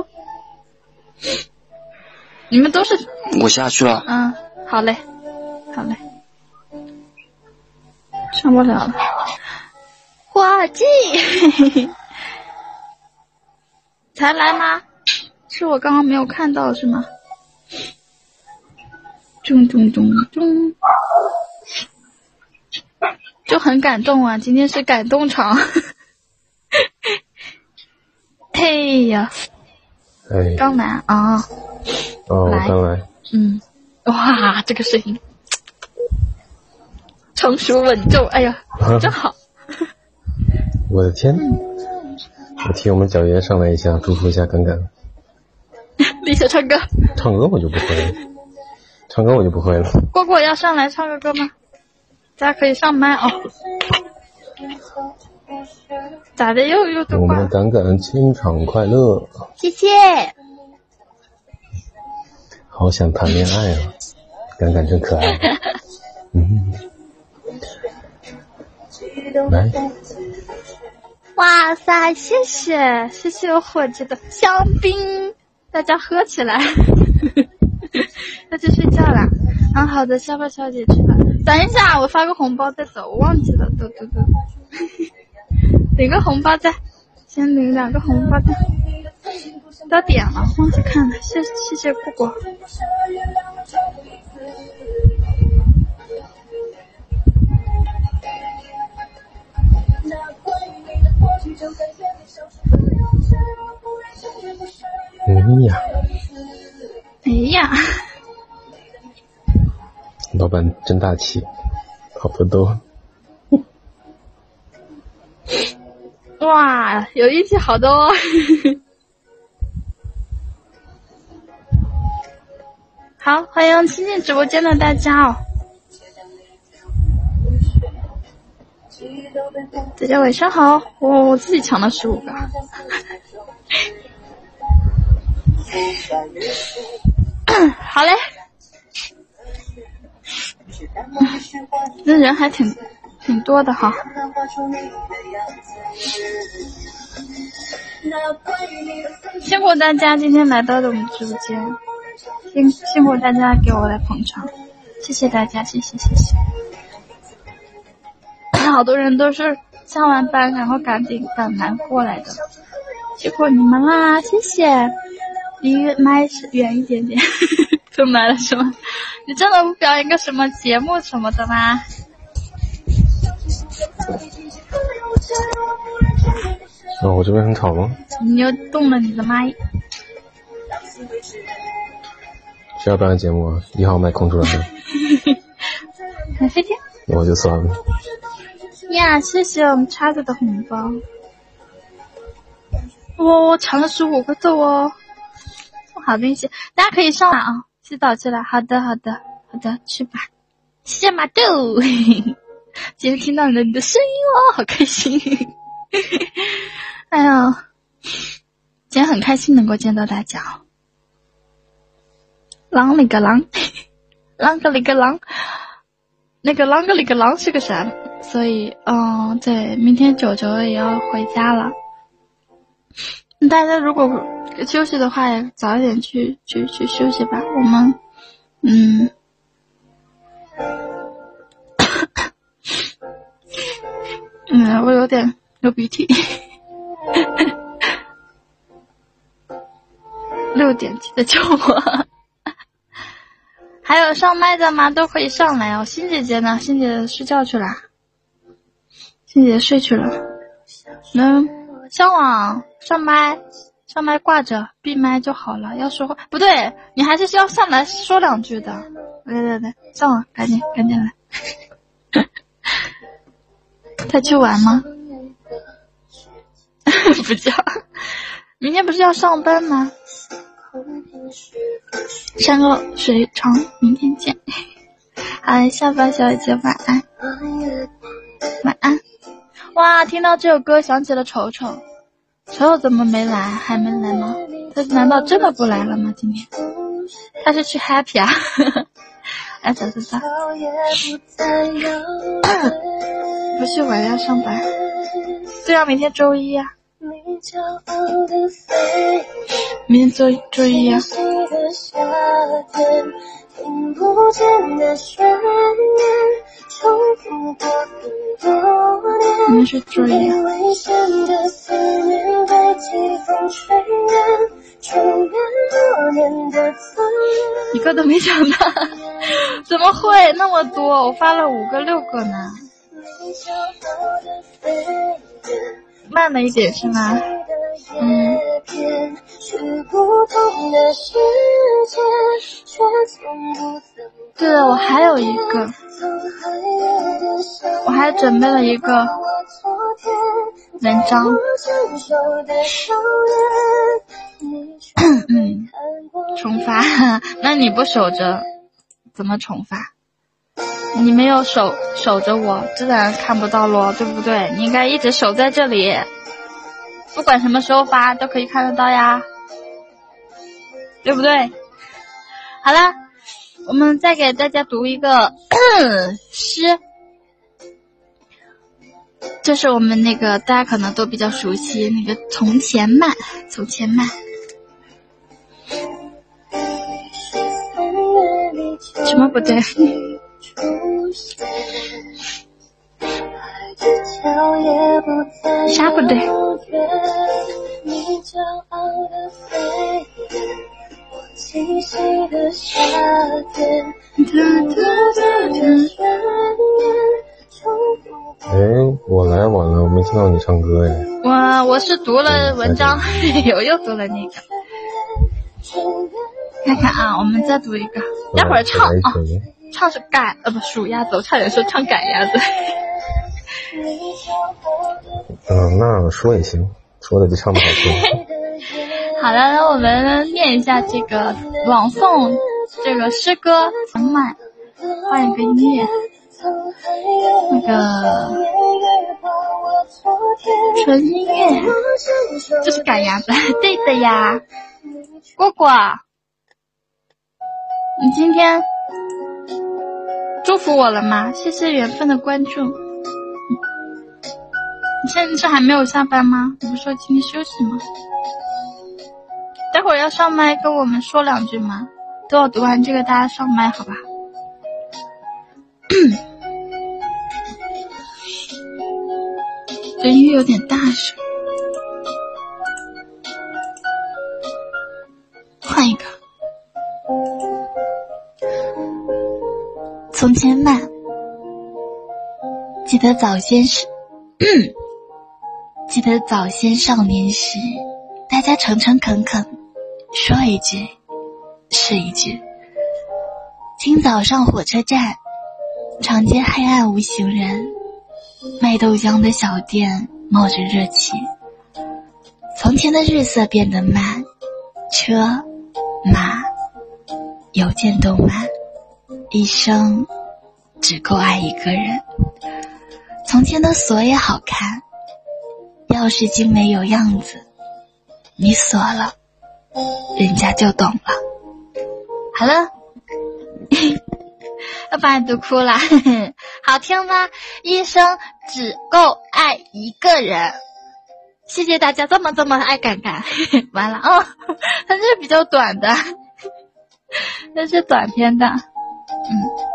你们都是？ 我下去了。 嗯，好嘞，好嘞。上不了了。花季才来吗？是我刚刚没有看到是吗？咚咚咚咚，就很感动啊！今天是感动场。嘿呀， 哎， 刚来啊！ 哦， 来刚来。 嗯，哇，这个声音成熟稳重，哎呀，真好。 我的天！我替我们小爷上来一下，祝福一下耿耿。 立秋唱歌。 唱歌我就不会了，唱歌我就不会了。 蝈蝈要上来唱个歌吗？大家可以上麦哦。咋的又又都我挂了？ 们的耿耿清场快乐。 谢谢。 好想谈恋爱啊，耿耿真可爱。嗯，来。 哇塞，谢谢谢谢我伙计的香槟，大家喝起来。要去睡觉啦。啊，好的，下巴小姐去了。等一下，我发个红包再走，我忘记了，嘟嘟嘟。领个红包再，先领两个红包再。到点了，忘记看了，谢谢谢蝈蝈。 哎呀， 哎呀， 老板真大气，好多都。 哇，有一起好多哦。好，欢迎亲近直播间的大家哦。大家晚上好，我我自己抢了十五个。好嘞，那人还挺挺多的哈。辛苦大家今天来到了我们直播间，辛辛苦大家给我来捧场，谢谢大家，谢谢谢谢。好多人都是下完班然后赶紧赶来过来的，辛苦你们啦，谢谢。离麦是远一点点。出来了是吗？你真的不表演个什么节目什么的吗？ 哦，我这边很吵吗？ 你又动了你的麦。 谁要表演节目啊？一号麦空出来了。 很飞天。 我就算了。 呀，谢谢我们叉子的红包。哇，我抢了十五个豆哦。好的，谢谢大家可以上来啊，洗澡去了。好的，好的，好的，去吧。谢谢马豆。今天听到了你的声音哦，好开心。哎呀，今天很开心能够见到大家哦。啷里个啷，啷个里个啷，那个啷个里个啷是个啥？所以，嗯，对，明天九九也要回家了。大家如果休息的话，也早一点去去去休息吧。我们，嗯，嗯，我有点流鼻涕。六点记得叫我。还有上麦的吗？都可以上来哦。欣姐姐呢？欣姐姐睡觉去了。欣姐姐睡去了。能上网上麦，上麦挂着闭麦就好了。要说话不对，你还是要上来说两句的。来来来，上网，赶紧赶紧来。他去玩吗？不叫。明天不是要上班吗？山高水长，明天见。好，下班小姐姐晚安，晚安。哇，听到这首歌想起了丑丑，丑丑怎么没来？还没来吗？他难道真的不来了吗？今天他是去 happy 啊？ 啊，早早早。不是我要上班。对啊，明天周一啊。明天周周一啊。明天是周一啊。一个都没抢到，怎么会那么多？我发了五个六个呢。慢了一点是吗？嗯。对了，我还有一个，我还准备了一个文章。嗯，重发，那你不守着怎么重发？你没有守守着我，自然看不到咯，对不对？你应该一直守在这里，不管什么时候发都可以看得到呀，对不对？好啦，我们再给大家读一个诗，这是我们那个大家可能都比较熟悉那个从前慢，从前慢。什么不对？啥不对？ 哎，我来晚了，我没听到你唱歌呀。 我我是读了文章，我又读了那个。看看啊，我们再读一个，待会儿唱啊，唱是赶呃不数鸭子，我差点说唱赶鸭子。 嗯，那说也行，说的就唱不好听。 好了，那我们念一下这个朗诵这个诗歌，很慢，换一个音乐，那个纯音乐，这是赶鸭子，对的呀。蝈蝈，你今天祝福我了吗？谢谢缘分的关注。你现在是还没有下班吗？你不是说今天休息吗？待会儿要上麦跟我们说两句吗？等我读完这个大家上麦好吧？这音乐有点大声，换一个。从前慢，记得早先时记得早先少年时，大家诚诚恳恳，说一句是一句。今早上火车站，长街黑暗无行人，卖豆浆的小店冒着热气。从前的日色变得慢，车马邮件都慢，一生只够爱一个人。从前的锁也好看，钥匙精美有样子，你锁了，人家就懂了。好了，要把你读哭了，好听吗？一生只够爱一个人。谢谢大家这么这么爱赶赶。完了哦，它是比较短的，这是短篇的。嗯，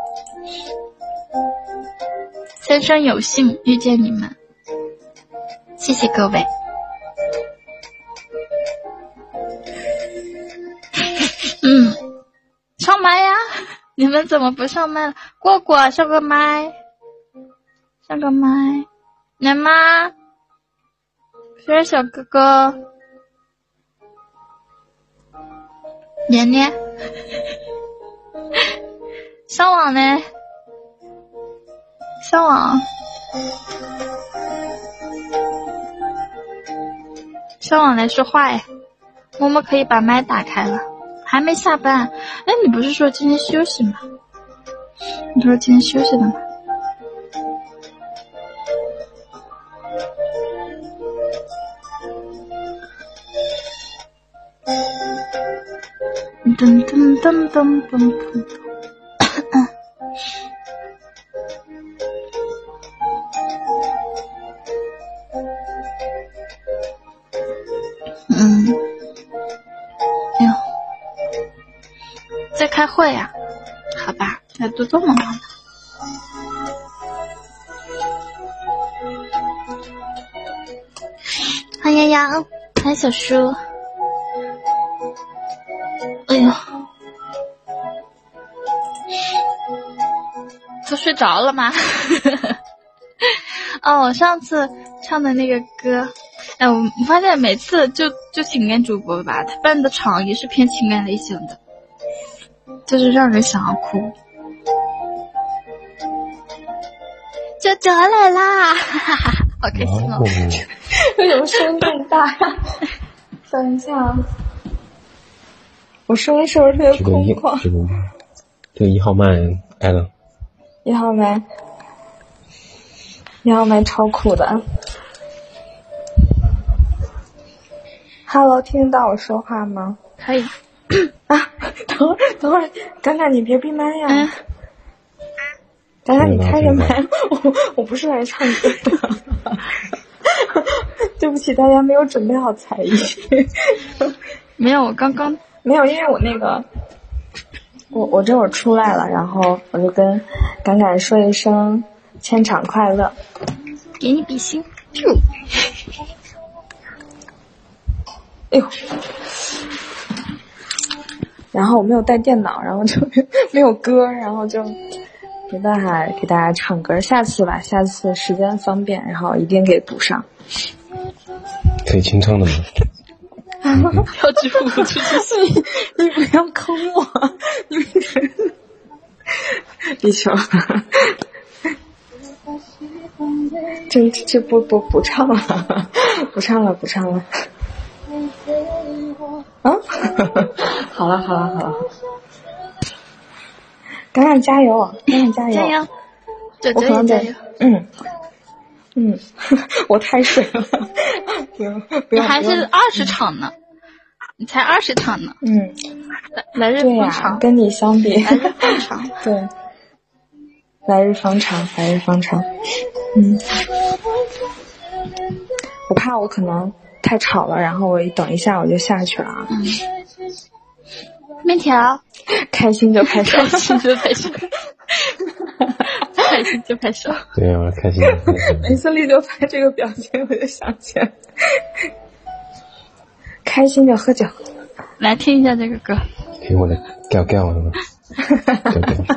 三生有幸遇见你们，谢谢各位。嗯，上麦呀，你们怎么不上麦了？蝈蝈上个麦，上个麦，来吗？雪儿小哥哥，年年，上网呢？上网，上网来说话哎，默默可以把麦打开了。还没下班？哎，你不是说今天休息吗？你不是今天休息的吗？噔噔噔噔噔噔。 在开会呀、啊？好吧，现在都这么忙了。欢迎洋洋，欢迎小叔。哎呦，都睡着了吗？哦，我上次唱的那个歌，哎，我我发现每次就就情感主播吧，他办的场也是偏情感类型的，就是让人想要哭。舅舅来啦，哈哈哈，好开心哦！ 为什么声音这么大呀？等一下啊，我声音是不是特别空旷？ 这个这个一号麦挨了。 一号麦，一号麦超酷的。Hello， 听得到我说话吗？ 可以。 啊，等会儿，等会儿，尴尬，你别闭麦呀！ 嗯。 尴尬，你开着麦，我我不是来唱歌的。对不起，大家没有准备好才艺。 没有，我刚刚没有，因为我那个，我我这会儿出来了，然后我就跟敢敢说一声签场快乐， 给你比心。 哎呦，然后我没有带电脑，然后就没有歌，然后就没办法给大家唱歌。下次吧，下次时间方便，然后一定给补上。 可以清唱的吗？ 要支付出去， 你不要坑我，你地球，这这不不不唱了，不唱了，不唱了。啊，好了好了好了，敢敢加油，敢敢加油， 加油， 我可能得，嗯。嗯，我太水了，不用不用。 你还是二十场呢，你才二十场呢。 嗯， 来日方长。 跟你相比， 来日方长。 对，来日方长，来日方长。嗯，我怕我可能太吵了，然后我等一下我就下去了啊。 嗯。面条。 开心就拍手， 开心就拍手。开心就拍手。 对啊，开心就拍手。 每次立就拍这个表情，我就想起来，开心就喝酒。 来听一下这个歌。 听我的调调是吗？调调。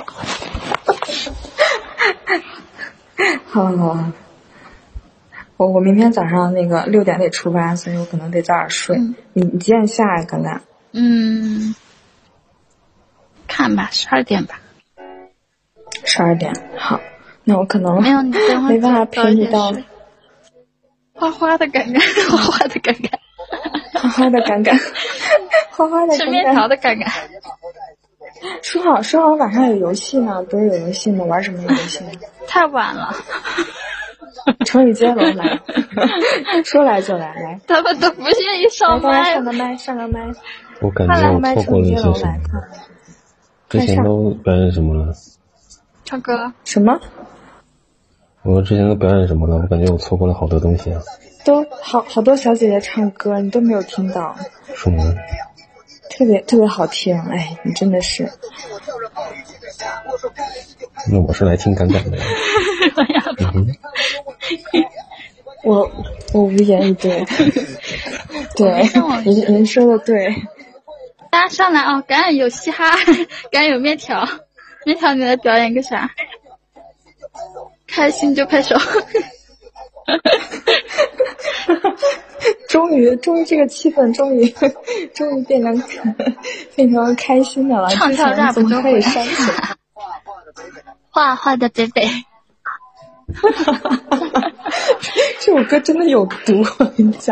好了好了，我我明天早上那个六点得出发，所以我可能得早点睡。嗯、你你几点下呀，刚才？ 嗯，看吧，十二点吧。 十二点，好，那我可能没有你等会没办法陪你到。 花花的感感，花花的感感， 花花的感感，花花的感感， 吃面条的感感。 说好说好晚上有游戏呢，不是有游戏吗？玩什么游戏呢？ 太晚了。 成语接龙来，说来就来，来。 他们都不愿意上麦。 来，大家上个麦，上个麦。 我感觉我错过了一些什么。之前都表演什么了？ 唱歌。 什么？ 我说之前都表演什么了？我感觉我错过了好多东西啊。 都好好多小姐姐唱歌，你都没有听到。 什么？ 特别特别好听，哎，你真的是。 那我是来听感感的。嗯、 我我无言以对。对，您您说的对。 大家上来哦，感染有嘻哈，感染有面条，面条你来表演个啥？开心就拍手。 终于，终于这个气氛终于，终于变成变成开心的了。 唱跳 rap 就可以煽情。 画画的贝贝。 这首歌真的有毒，我跟你讲。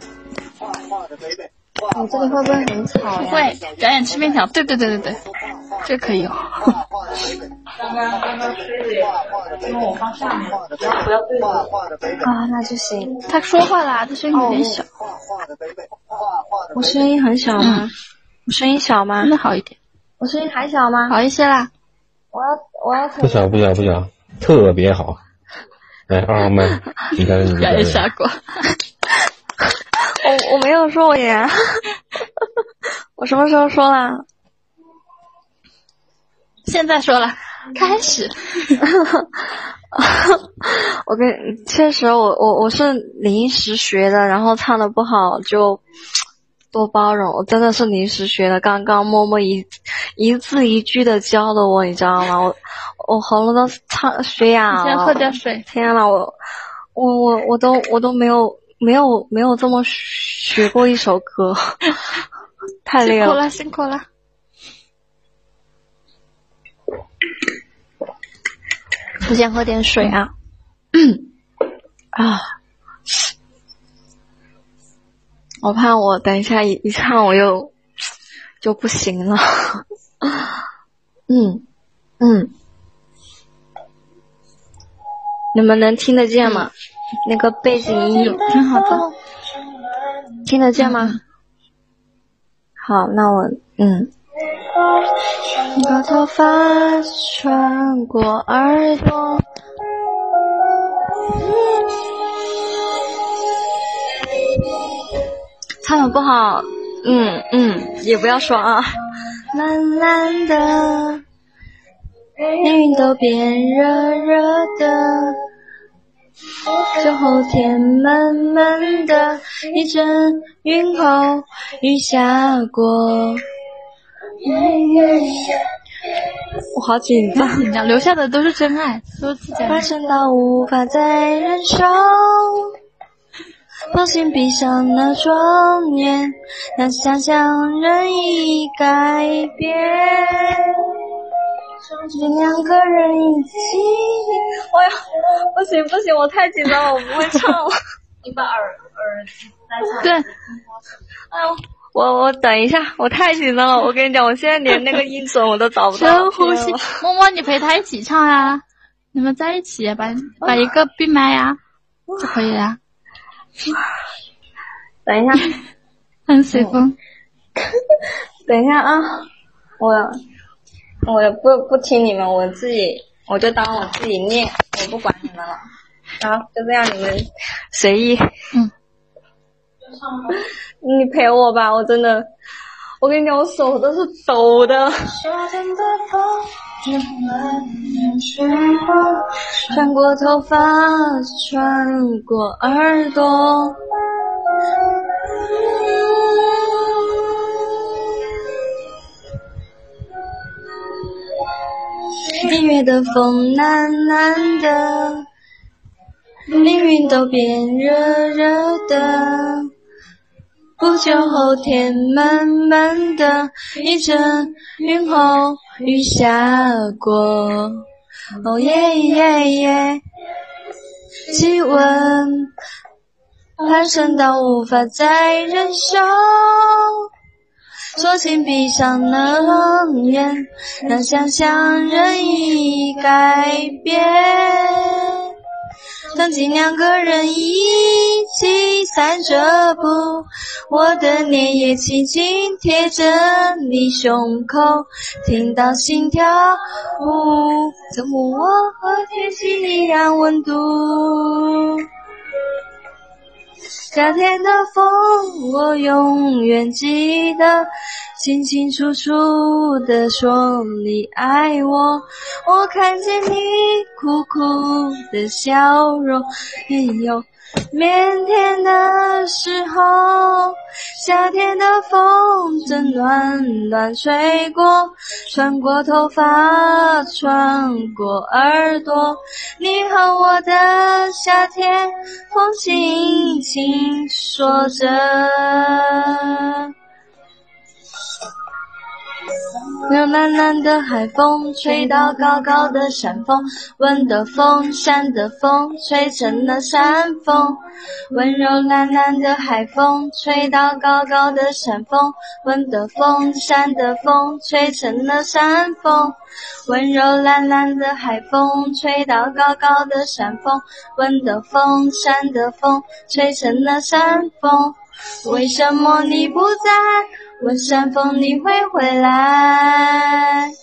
我、哦、这里会不会很吵呀？ 会，表演吃面条。对对对对对，这可以哦。 刚刚刚刚是因为我放下面，不要不要对着。 啊，那就行。 他说话啦，他声音有点小。 哦、我声音很小吗？嗯、我声音小吗？ 那好一点。 我声音还小吗？ 好一些啦。 我要我要不小不小不小，特别好。来，二号麦，你看你表演傻瓜。 我我没有说我呀，我什么时候说啦？ 现在说了，开始。 我跟确实我我我是临时学的，然后唱的不好就多包容。我真的是临时学的，刚刚默默一一字一句的教的我，你知道吗？我我喉咙都唱学哑了。 先喝点水。 天呐，我我我我都我都没有没有没有这么学过一首歌，太累了。 辛苦了，辛苦了。 我先喝点水啊。啊，我怕我等一下一一唱我又就不行了。嗯嗯，你们能听得见吗？那个背景音挺好的， 听得见吗？好，那我嗯。你把头发穿过耳朵，唱得不好，嗯嗯，也不要说啊。蓝蓝的，连云都变热热的，就后天闷闷的，一阵云后雨下过。我好紧张， 紧张，留下的都是真爱，都是自己。 发生到无法再忍受，放心闭上那双眼，让想象任意改变。这两个人一起，哎呀，不行不行，我太紧张了，我不会唱了。 你把耳耳机戴上。 对。 哎呦。我我等一下，我太紧张了。我跟你讲，我现在连那个音准我都找不到。 深呼吸，默默，你陪他一起唱呀，你们在一起把把一个闭麦呀，就可以了。 等一下， 很随风。 等一下啊，我我不不听你们，我自己我就当我自己念，我不管你们了。好，就这样，你们随意。 嗯。 你陪我吧，我真的，我跟你讲，我手都是抖的。穿过头发，穿过耳朵，音乐的风蓝蓝的，连云都变热热的。不久后天闷闷的，一阵云后雨下过。哦耶耶耶，气温攀升到无法再忍受，索性闭上了眼，让想象任意改变。曾经两个人一起散着步，我的脸也轻轻贴着你胸口，听到心跳呜，怎么我和天气一样温度。夏天的风我永远记得，清清楚楚地说你爱我，我看见你苦苦的笑容，也有腼腆的时候。夏天的风正暖暖吹过，穿过头发，穿过耳朵，你和我的夏天，风轻轻说着。有蓝蓝的海风吹到高高的山峰，温的风山的风吹成了山峰。温柔蓝蓝的海风吹到高高的山峰，温的风山的风吹成了山峰。温柔蓝蓝的海风吹到高高的山峰，温的风山的风吹成了山峰。为什么你不在？问山峰你会回来。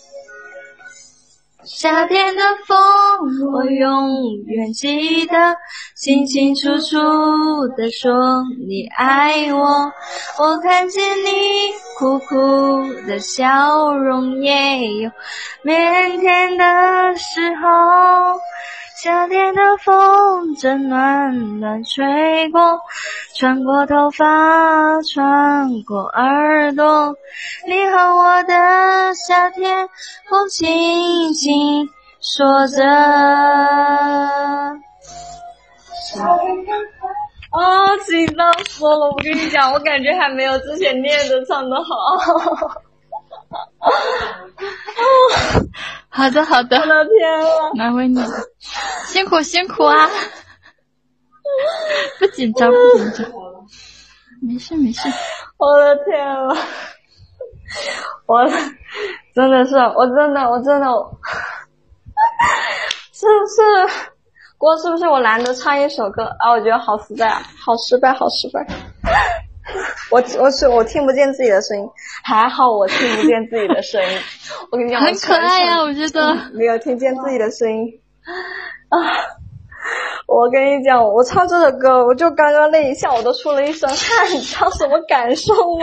夏天的风我永远记得，清清楚楚地说你爱我，我看见你苦苦的笑容也有腼腆的时候。夏天的风正暖暖吹过，穿过头发，穿过耳朵。你和我的夏天，风轻轻说着。哦，紧张死了！我跟你讲，我感觉还没有之前念的唱的好。 好的好的， 我的天啊， 难为你了，辛苦辛苦啊！不紧张不紧张，没事没事。 我的天啊，我真的是，我真的我真的，是不是？锅是不是我难得唱一首歌啊？我觉得好失败啊，好失败，好失败。我我是我听不见自己的声音，还好我听不见自己的声音。我跟你讲， 很可爱呀、啊，我觉得没有听见自己的声音啊。我跟你讲，我唱这首歌，我就刚刚那一下，我都出了一身汗，你知道什么感受吗？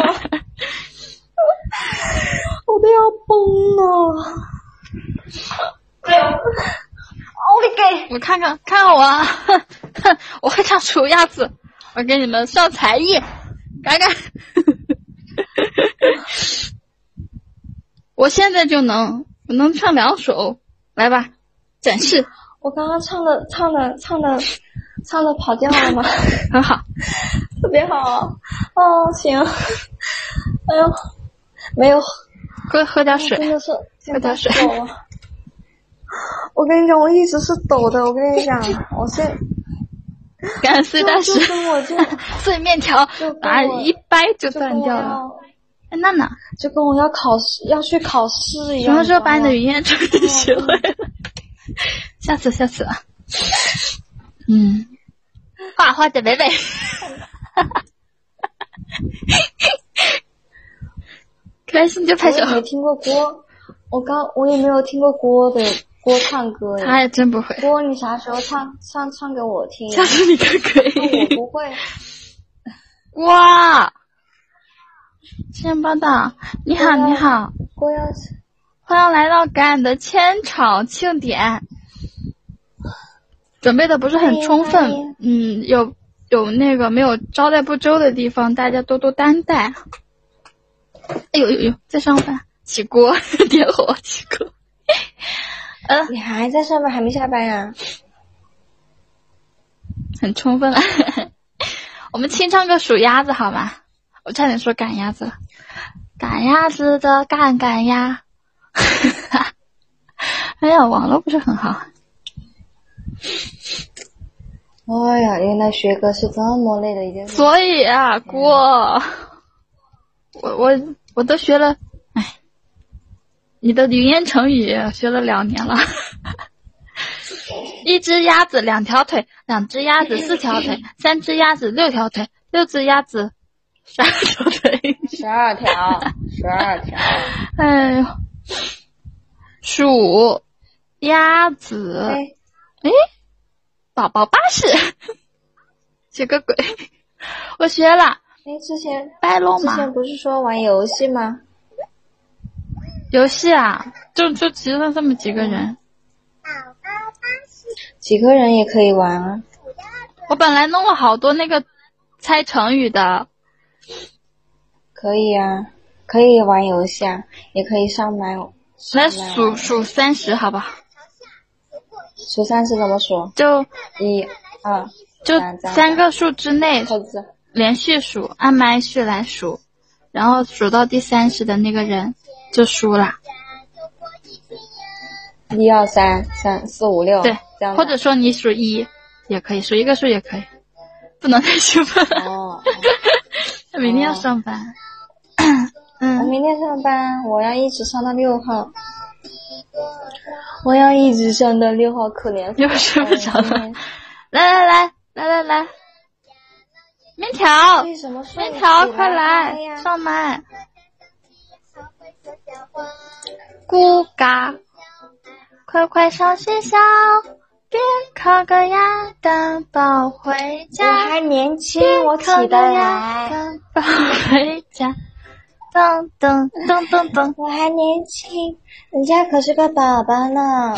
我都要崩了。哎呦！我给我看看看我啊，我会唱数鸭子，我给你们上才艺，看看。我现在就能，我能唱两首，来吧，展示。 我刚刚唱的唱的唱的唱的跑调了吗？ 很好， 特别好。哦，行。哎呦，没有， 喝喝点水， 真的是喝点水。 我跟你讲，我一直是抖的。我跟你讲，我现干碎大石， 我就碎面条，把一掰就断掉了。哎，娜娜， 就跟我要考试要去考试一样。 什么时候把你的语言成语学会了？下次，下次啊。嗯，画画的伟伟。开心就拍手。 我也没听过郭，我刚我也没有听过郭的。郭唱歌呀， 他还真不会。 郭，你啥时候唱唱唱给我听？ 下次你可可以。 我不会。 哇！新闻报道，你好，你好。 郭要欢迎来到感恩的千场庆典。准备的不是很充分，嗯，有有那个没有招待不周的地方，大家多多担待。哎呦呦呦，在上班，起锅，点火，起锅。 呃，你还在上班，还没下班呀、啊？ 很充分了。我们清唱个数鸭子好吗？我差点说赶鸭子了。赶鸭子的赶赶鸭。哎呀，网络不是很好。 哎呀，原来学歌是这么累的一件事。 所以啊，锅，我我我都学了。你的语言成语学了两年了。一只鸭子两条腿，两只鸭子四条腿，三只鸭子六条腿，六只鸭子十二条腿。 十二条，十二条。 哎呦，数鸭子。哎，哎，宝宝巴士。学个鬼！我学了。 哎，之前白龙马。 之前不是说玩游戏吗？ 游戏啊，就就其实这么几个人， 几个人也可以玩啊。 我本来弄了好多那个猜成语的。 可以啊，可以玩游戏啊，也可以上麦。 来数数三十，好吧？ 数三十怎么数？ 就一、二， 就三个数之内字连续数，按麦序来数，然后数到第三十的那个人就输了。 一二三三四五六， 对， 这样或者说你数一也可以，数一个数也可以，不能太兴奋。 哦， 他明天要上班。 嗯，我明天上班，我要一直上到六号。我要一直上到六号，可怜。 又睡不着了。来来来来来来，面条，面条，快来上麦。咕嘎，快快上学校，别烤个鸭蛋抱回家。 我还年轻，我起得来。 抱回家， 噔噔噔噔噔， 我还年轻，人家可是个宝宝呢。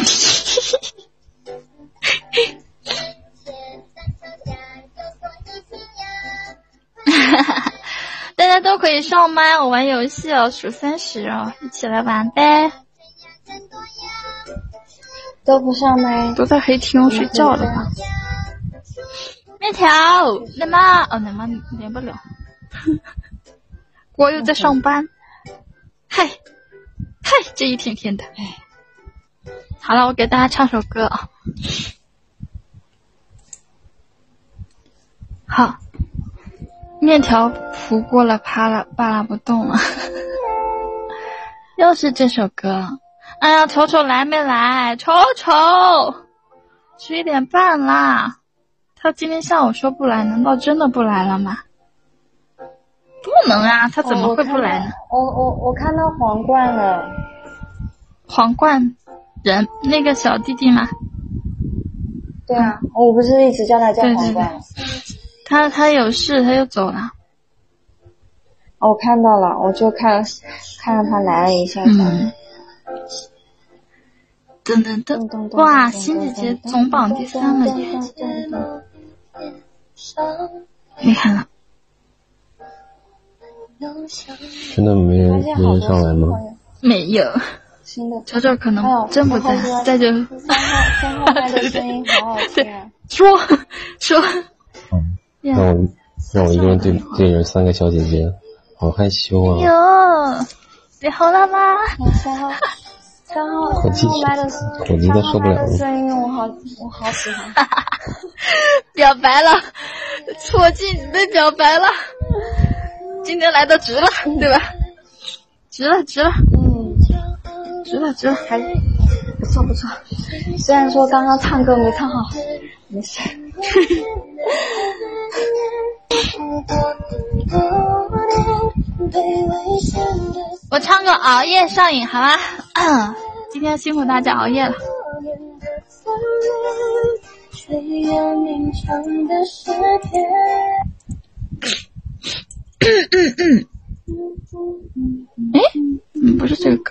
大家都可以上麦，我玩游戏哦，数三十哦，一起来玩呗。 都不上麦， 都在黑厅睡觉了吧？面条，奶妈，哦，奶妈连不了。我又在上班。嗨，嗨，这一天天的。好了，我给大家唱首歌啊。好。面条扑过了，趴了，扒拉不动了。又是这首歌。哎呀，丑丑来没来？丑丑，十一点半啦。他今天下午说不来，难道真的不来了吗？不能啊，他怎么会不来呢？ 我我我看到皇冠了。 皇冠人，那个小弟弟吗？ 对啊，嗯、我不是一直叫他叫皇冠。对对对， 他他有事，他又走了。 哦，我看到了，我就看看到他来了一下。嗯。 噔噔噔！哇，新姐姐总榜第三了耶！厉害了！ 真的没人没人上来吗？ 没有。乔乔可能真不在，在就。 三号三号麦的声音好好听啊！ 说说。 嗯，让我让我一个人对对着三个小姐姐，好害羞啊！ 哟，你好了吗？ 三号。三号三号麦的口技都受不了了。 声音我好我好喜欢。 表白了，错记你被表白了，今天来的值了，对吧？值了值了， 嗯， 值了值了， 还不错不错。虽然说刚刚唱歌没唱好，没事。 我唱个熬夜上瘾好吧？今天辛苦大家熬夜了。哎，嗯，不是这个歌。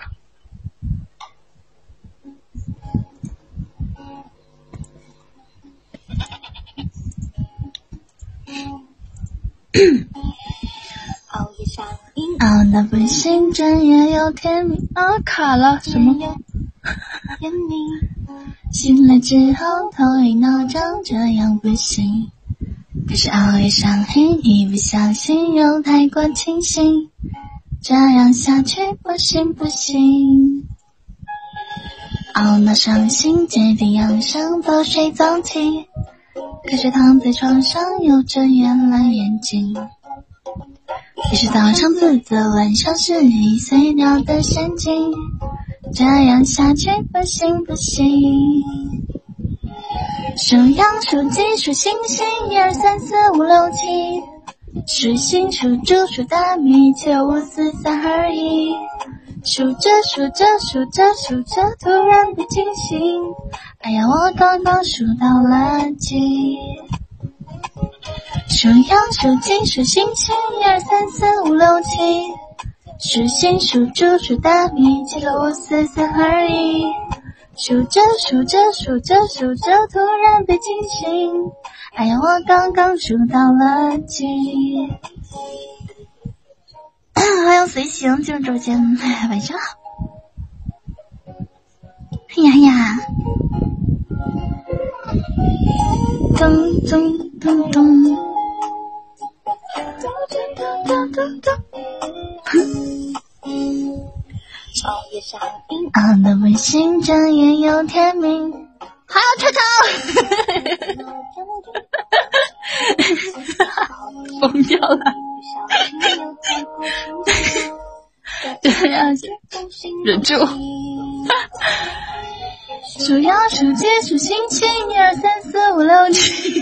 熬得不行，整夜又甜蜜啊！卡了什么？醒来之后头晕脑胀，这样不行。可是熬夜上瘾，一不小心又太过清醒，这样下去不行不行。熬到伤心，决定养伤，早睡早起。可是躺在床上又睁圆了眼睛。于是早上自责，晚上失忆，碎掉的神经，这样下去不行不行。数羊数鸡数星星，一二三四五六七，数星数猪数大米，七六五四三二一。数着数着数着数着，突然被惊醒，哎呀，我刚刚数到了几。数羊数鸡数星星，一二三四五六七，数星数猪数大米，七六五四三二一。数着数着数着数着，突然被惊醒，哎呀，我刚刚数到了几。欢迎随行进入直播间，晚上好。哎呀呀，噔噔噔噔。熬得不行，整夜又甜蜜。好，吵吵。疯掉了。这样子，忍住。数羊数鸡数星星，一二三四五六七。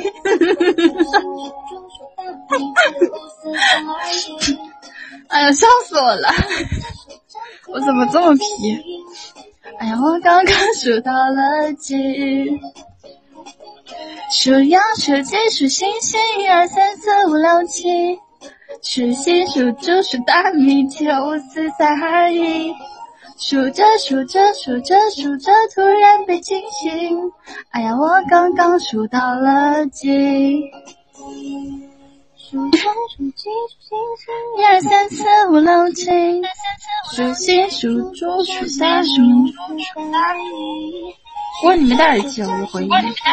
哎呀，笑死我了！我怎么这么皮？哎呀，我刚刚数到了几？数羊数鸡数星星，一二三四五六七。 数星数猪数到你九五四三二一，数着数着数着数着，突然被惊醒。哎呀，我刚刚数到了几？数着数鸡数星星，一二三四五六七，数星数猪数三数数大一。我说你没戴耳机啊，我回应。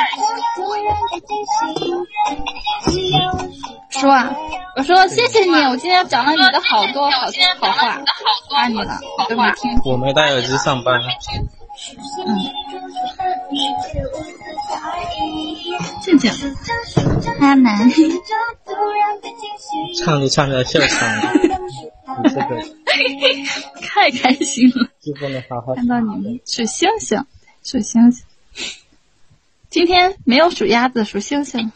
说啊，我说谢谢你，我今天讲了你的好多好多好话，夸你了，我都没听。 我没戴耳机上班。 嗯。静静，阿南。 唱着唱着笑场了，你这个太开心了， 就不能好好看到你们数星星，数星星。今天没有数鸭子，数星星。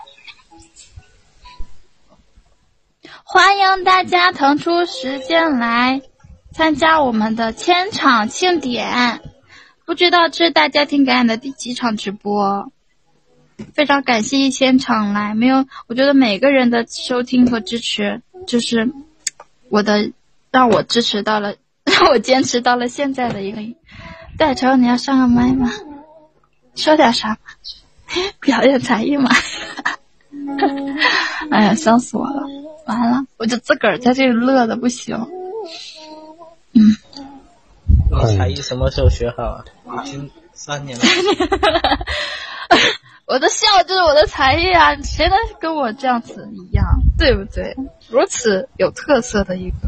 欢迎大家腾出时间来参加我们的千场庆典。不知道这是大家听感染的第几场直播，非常感谢一千场来，没有，我觉得每个人的收听和支持，就是我的让我支持到了，让我坚持到了现在的一个。戴成，你要上个麦吗？说点啥吗？表演才艺吗？哎呀，笑死我了！完了，我就自个儿在这里乐的不行。嗯。 你才艺什么时候学好啊？已经三年了。 我的笑就是我的才艺啊！谁能跟我这样子一样，对不对？如此有特色的一个。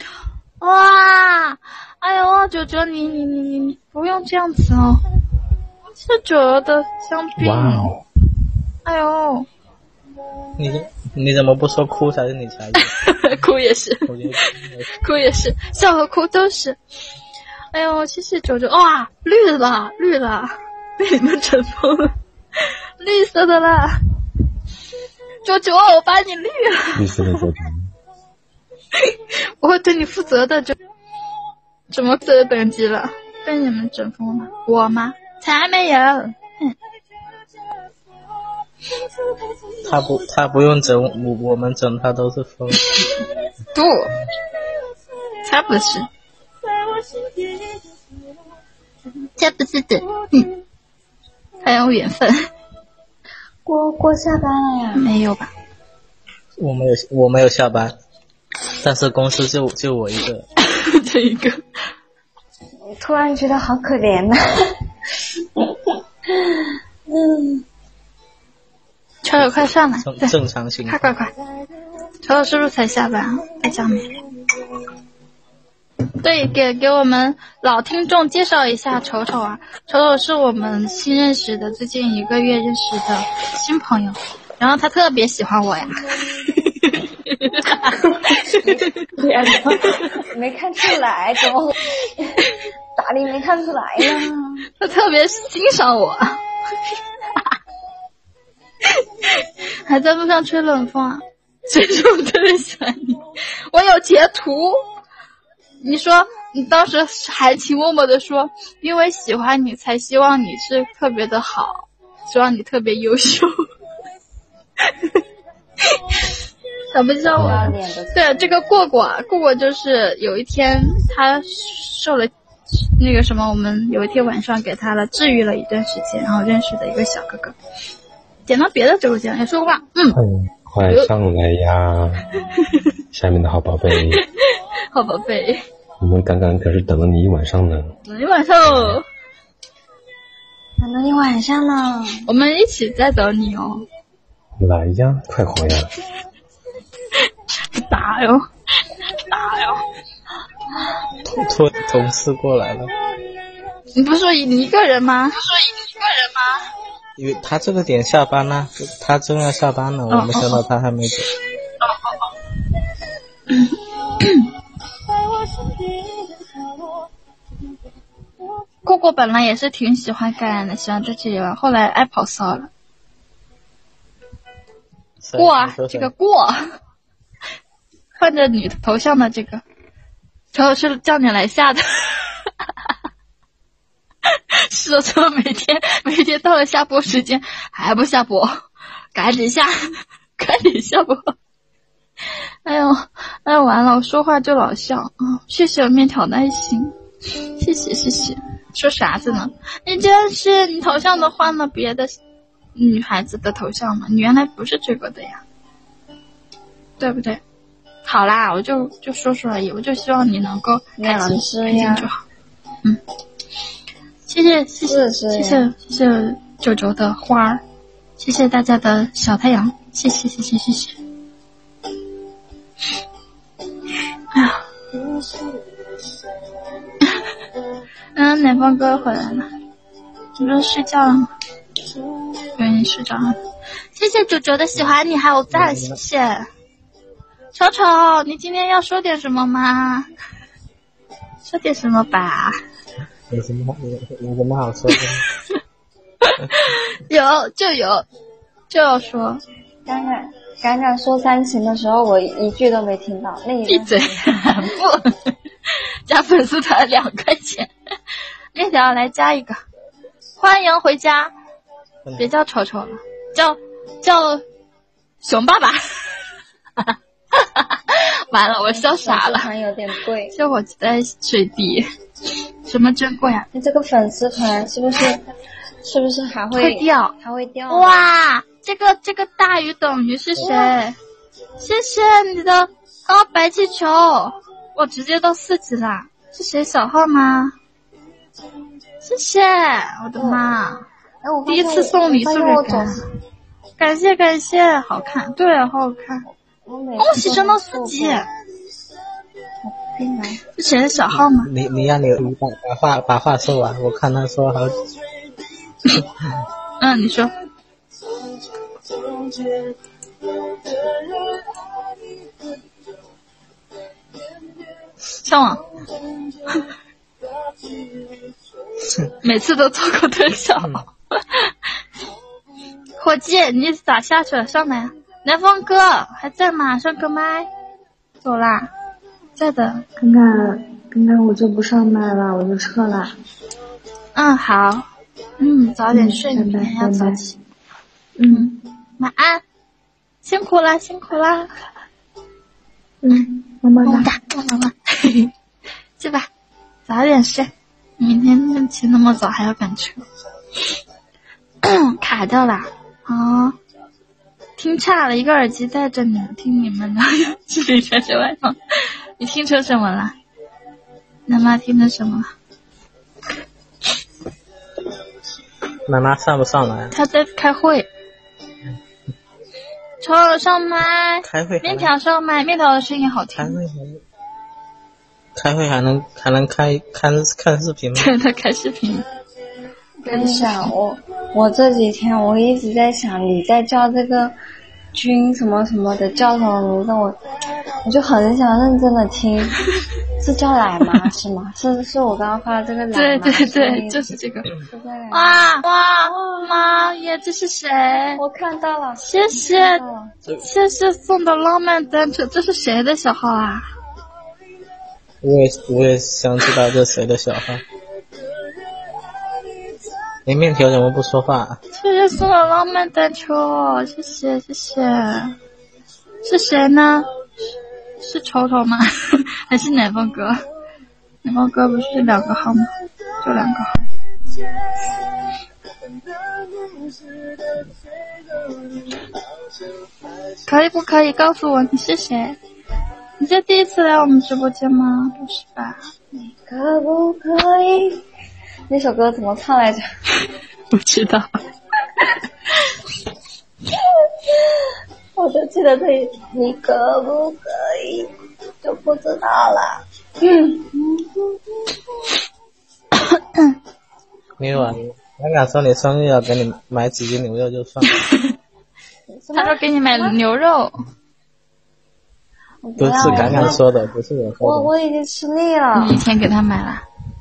哇！哎呦，九九你你你你不用这样子哦，是九九的香槟。 哇哦！ 哎呦， 你你怎么不说哭才是你才艺？ 哭也是，哭也是，笑和哭都是。哎呦，谢谢九九！哇，绿了绿了，被你们整疯了，绿色的啦！九九，我把你绿了。 绿色的九九。 我会对你负责的，就怎么色的等级了？被你们整疯了，我吗？才没有。哼。 他不，他不用整我，我们整他都是疯。 不，才不是。才不是的，嗯，很有缘分。 郭郭下班了呀？ 没有吧？ 我没有，我没有下班，但是公司就就我一个， 这一个。 突然觉得好可怜呐、啊。嗯。 球球快上来， 正正常情况。 快快快！球球是不是才下班啊？在上面。对，给给我们老听众介绍一下丑丑啊。丑丑是我们新认识的，最近一个月认识的新朋友，然后他特别喜欢我呀。 天哪，没看出来，怎么打理没看出来呢？ 他特别欣赏我，还在路上吹冷风啊。所以说我特别喜欢你，我有截图。你说你当时含情脉脉的说，因为喜欢你才希望你是特别的好，希望你特别优秀。想不知道我对这个过过过过就是有一天他受了那个什么，我们有一天晚上给他了治愈了一段时间，然后认识的一个小哥哥。点到别的直播间也说过话，嗯， 快上来呀！下面的好宝贝， 好宝贝， 我们刚刚可是等了你一晚上呢。 等一晚上哦， 等了一晚上呢， 我们一起在等你哦。 来呀，快活呀！ 打哟，打哟！ 同同事过来了。 你不是说你一个人吗？不是说你一个人吗？ 因为他这个点下班了，他正要下班了，我没想到他还没走。 过过本来也是挺喜欢感染的，喜欢在这里玩，后来爱跑骚了。过啊，这个过，换着女头像的这个，主要是叫你来下的。是的，除了每天每天到了下播时间还不下播，赶紧下，赶紧下播。 哎呦，哎呦，完了，我说话就老笑啊、哦！谢谢我面条的爱心，谢谢谢谢。说啥子呢？你这是你头像都换了别的女孩子的头像吗？你原来不是这个的呀，对不对？好啦，我就就说说而已，我就希望你能够开心开心就好。嗯，谢谢谢谢谢谢谢谢九九的花儿，谢谢大家的小太阳，谢谢谢谢谢谢。哎呀，嗯，南方哥回来了，你不是睡觉了吗？对，你睡着了。谢谢九九的喜欢你还有赞，谢谢。丑丑，你今天要说点什么吗？说点什么吧。 有什么有什么好说的？ 有就有，就要说。 刚刚刚刚说三秦的时候，我一句都没听到。那一闭嘴！不，加粉丝团两块钱，面条来加一个。欢迎回家，别叫丑丑了，叫叫熊爸爸。完了，我笑傻了。 有点贵， 小伙子在水滴。什么真贵啊？ 你这个粉丝团是不是是不是还会会掉？ 还会掉？ 哇，这个这个大鱼等于是谁？谢谢你的哦，白气球，我直接到四级啦。是谁小号吗？谢谢，我的妈！ 哎，我第一次送礼送给他，感谢感谢，好看，对，好好看。恭喜升到四级。是谁的小号吗？ 你你让你把把话把话说完，我看他说好几句。 嗯，你说。上网。每次都错过特效。伙计，你咋下去了？上来。南风哥还在吗？上个麦。走啦。在的。 刚刚刚刚我就不上麦了，我就撤了。 嗯，好。嗯，早点睡，明天要早起。嗯，晚安。辛苦啦，辛苦啦。 嗯，么么哒， 么么哒。去吧，早点睡。明天起那么早还要赶车。卡掉啦。啊。听差了，一个耳机在这里听你们的视频传学外放。你听成什么了？妈妈听成什么了？ 妈妈上不上来？ 她在开会。丑丑上麦。 开会。 面条上麦，面条的声音好听。 开会还能开会还能还能开看看视频吗？ 对，他开视频。 跟你讲，我我这几天我一直在想，你在叫这个君什么什么的叫什么名字，我我就很想认真的听，是叫奶妈是吗？是是我刚刚发的这个奶妈？ 对对对，就是这个。哇哇妈耶，这是谁？ 我看到了， 谢谢谢谢送的浪漫单车，这是谁的小号啊？ 我也我也想知道这谁的小号。你面条怎么不说话？ 谢谢送的浪漫单车，谢谢谢谢。是谁呢？是丑丑吗？还是奶风哥？奶风哥不是两个号吗？就两个号。可以不可以告诉我你是谁？你这第一次来我们直播间吗？不是吧？ 你可不可以？那首歌怎么唱来着？ 不知道。 我就记得这一你可不可以就不知道了。嗯。 没有啊，刚刚说你生日要给你买几斤牛肉就算了。 他说给你买牛肉。 不是刚刚说的，不是我说的。 我我已经吃腻了。 你以前给他买了？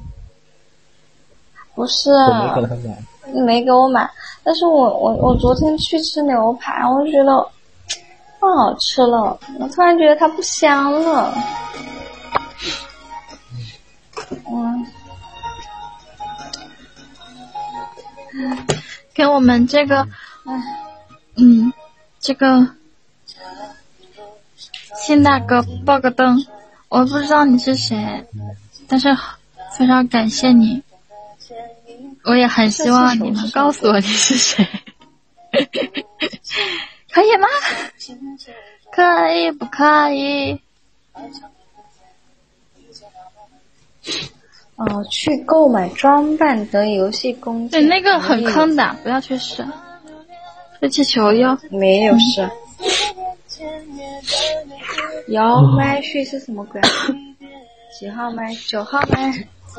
不是。 我没给他买。 你没给我买，但是我我我昨天去吃牛排，我就觉得不好吃了，我突然觉得它不香了。嗯。 给我们这个，嗯，这个辛大哥报个灯，我不知道你是谁，但是非常感谢你，我也很希望你能告诉我你是谁。可以吗？可以不可以？ 哦，去购买装扮得游戏工具。 对，那个很坑的，不要去试。吹气球哟， 没有事。摇麦序是什么鬼啊？几号麦？九号麦。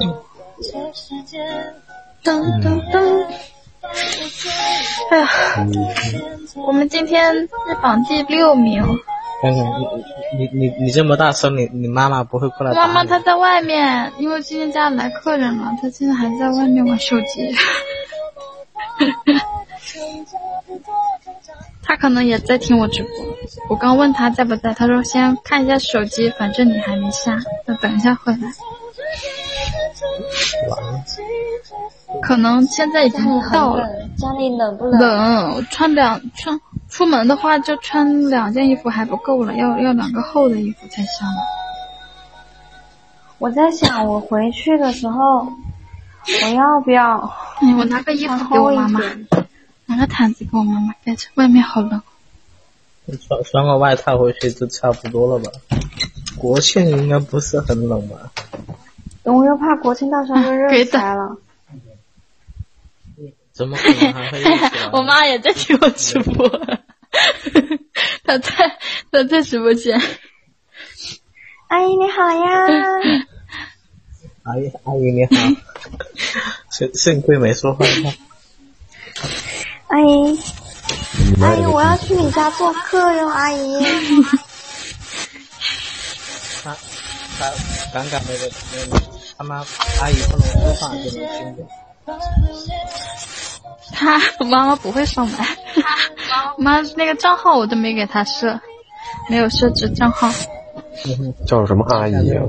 噔噔噔。哎呀，我们今天是榜第六名。 看看你你你你这么大声，你你妈妈不会过来打你？ 妈妈她在外面，因为今天家里来客人了，她现在还在外面玩手机。她可能也在听我直播，我刚问她在不在，她说先看一下手机，反正你还没下，那等一下回来。可能现在已经到了。 家里冷不冷？ 冷，穿两穿出门的话就穿两件衣服还不够了，要要两个厚的衣服才行了。 我在想，我回去的时候，我要不要？ 哎，我拿个衣服给我妈妈，拿个毯子给我妈妈盖着，外面好冷。 穿穿个外套回去就差不多了吧？国庆应该不是很冷吧？ 我又怕国庆到时候就热起来了。 怎么可能还会热起来？ 我妈也在听我直播，她在她在直播间。 阿姨你好呀！ 阿姨阿姨你好，幸幸亏没说坏话。 阿姨，阿姨我要去你家做客哟，阿姨。 他他刚刚那个那个他妈阿姨不能说话就能听见。 他妈妈不会上来，妈那个账号我都没给他设，没有设置账号。 叫什么阿姨啊？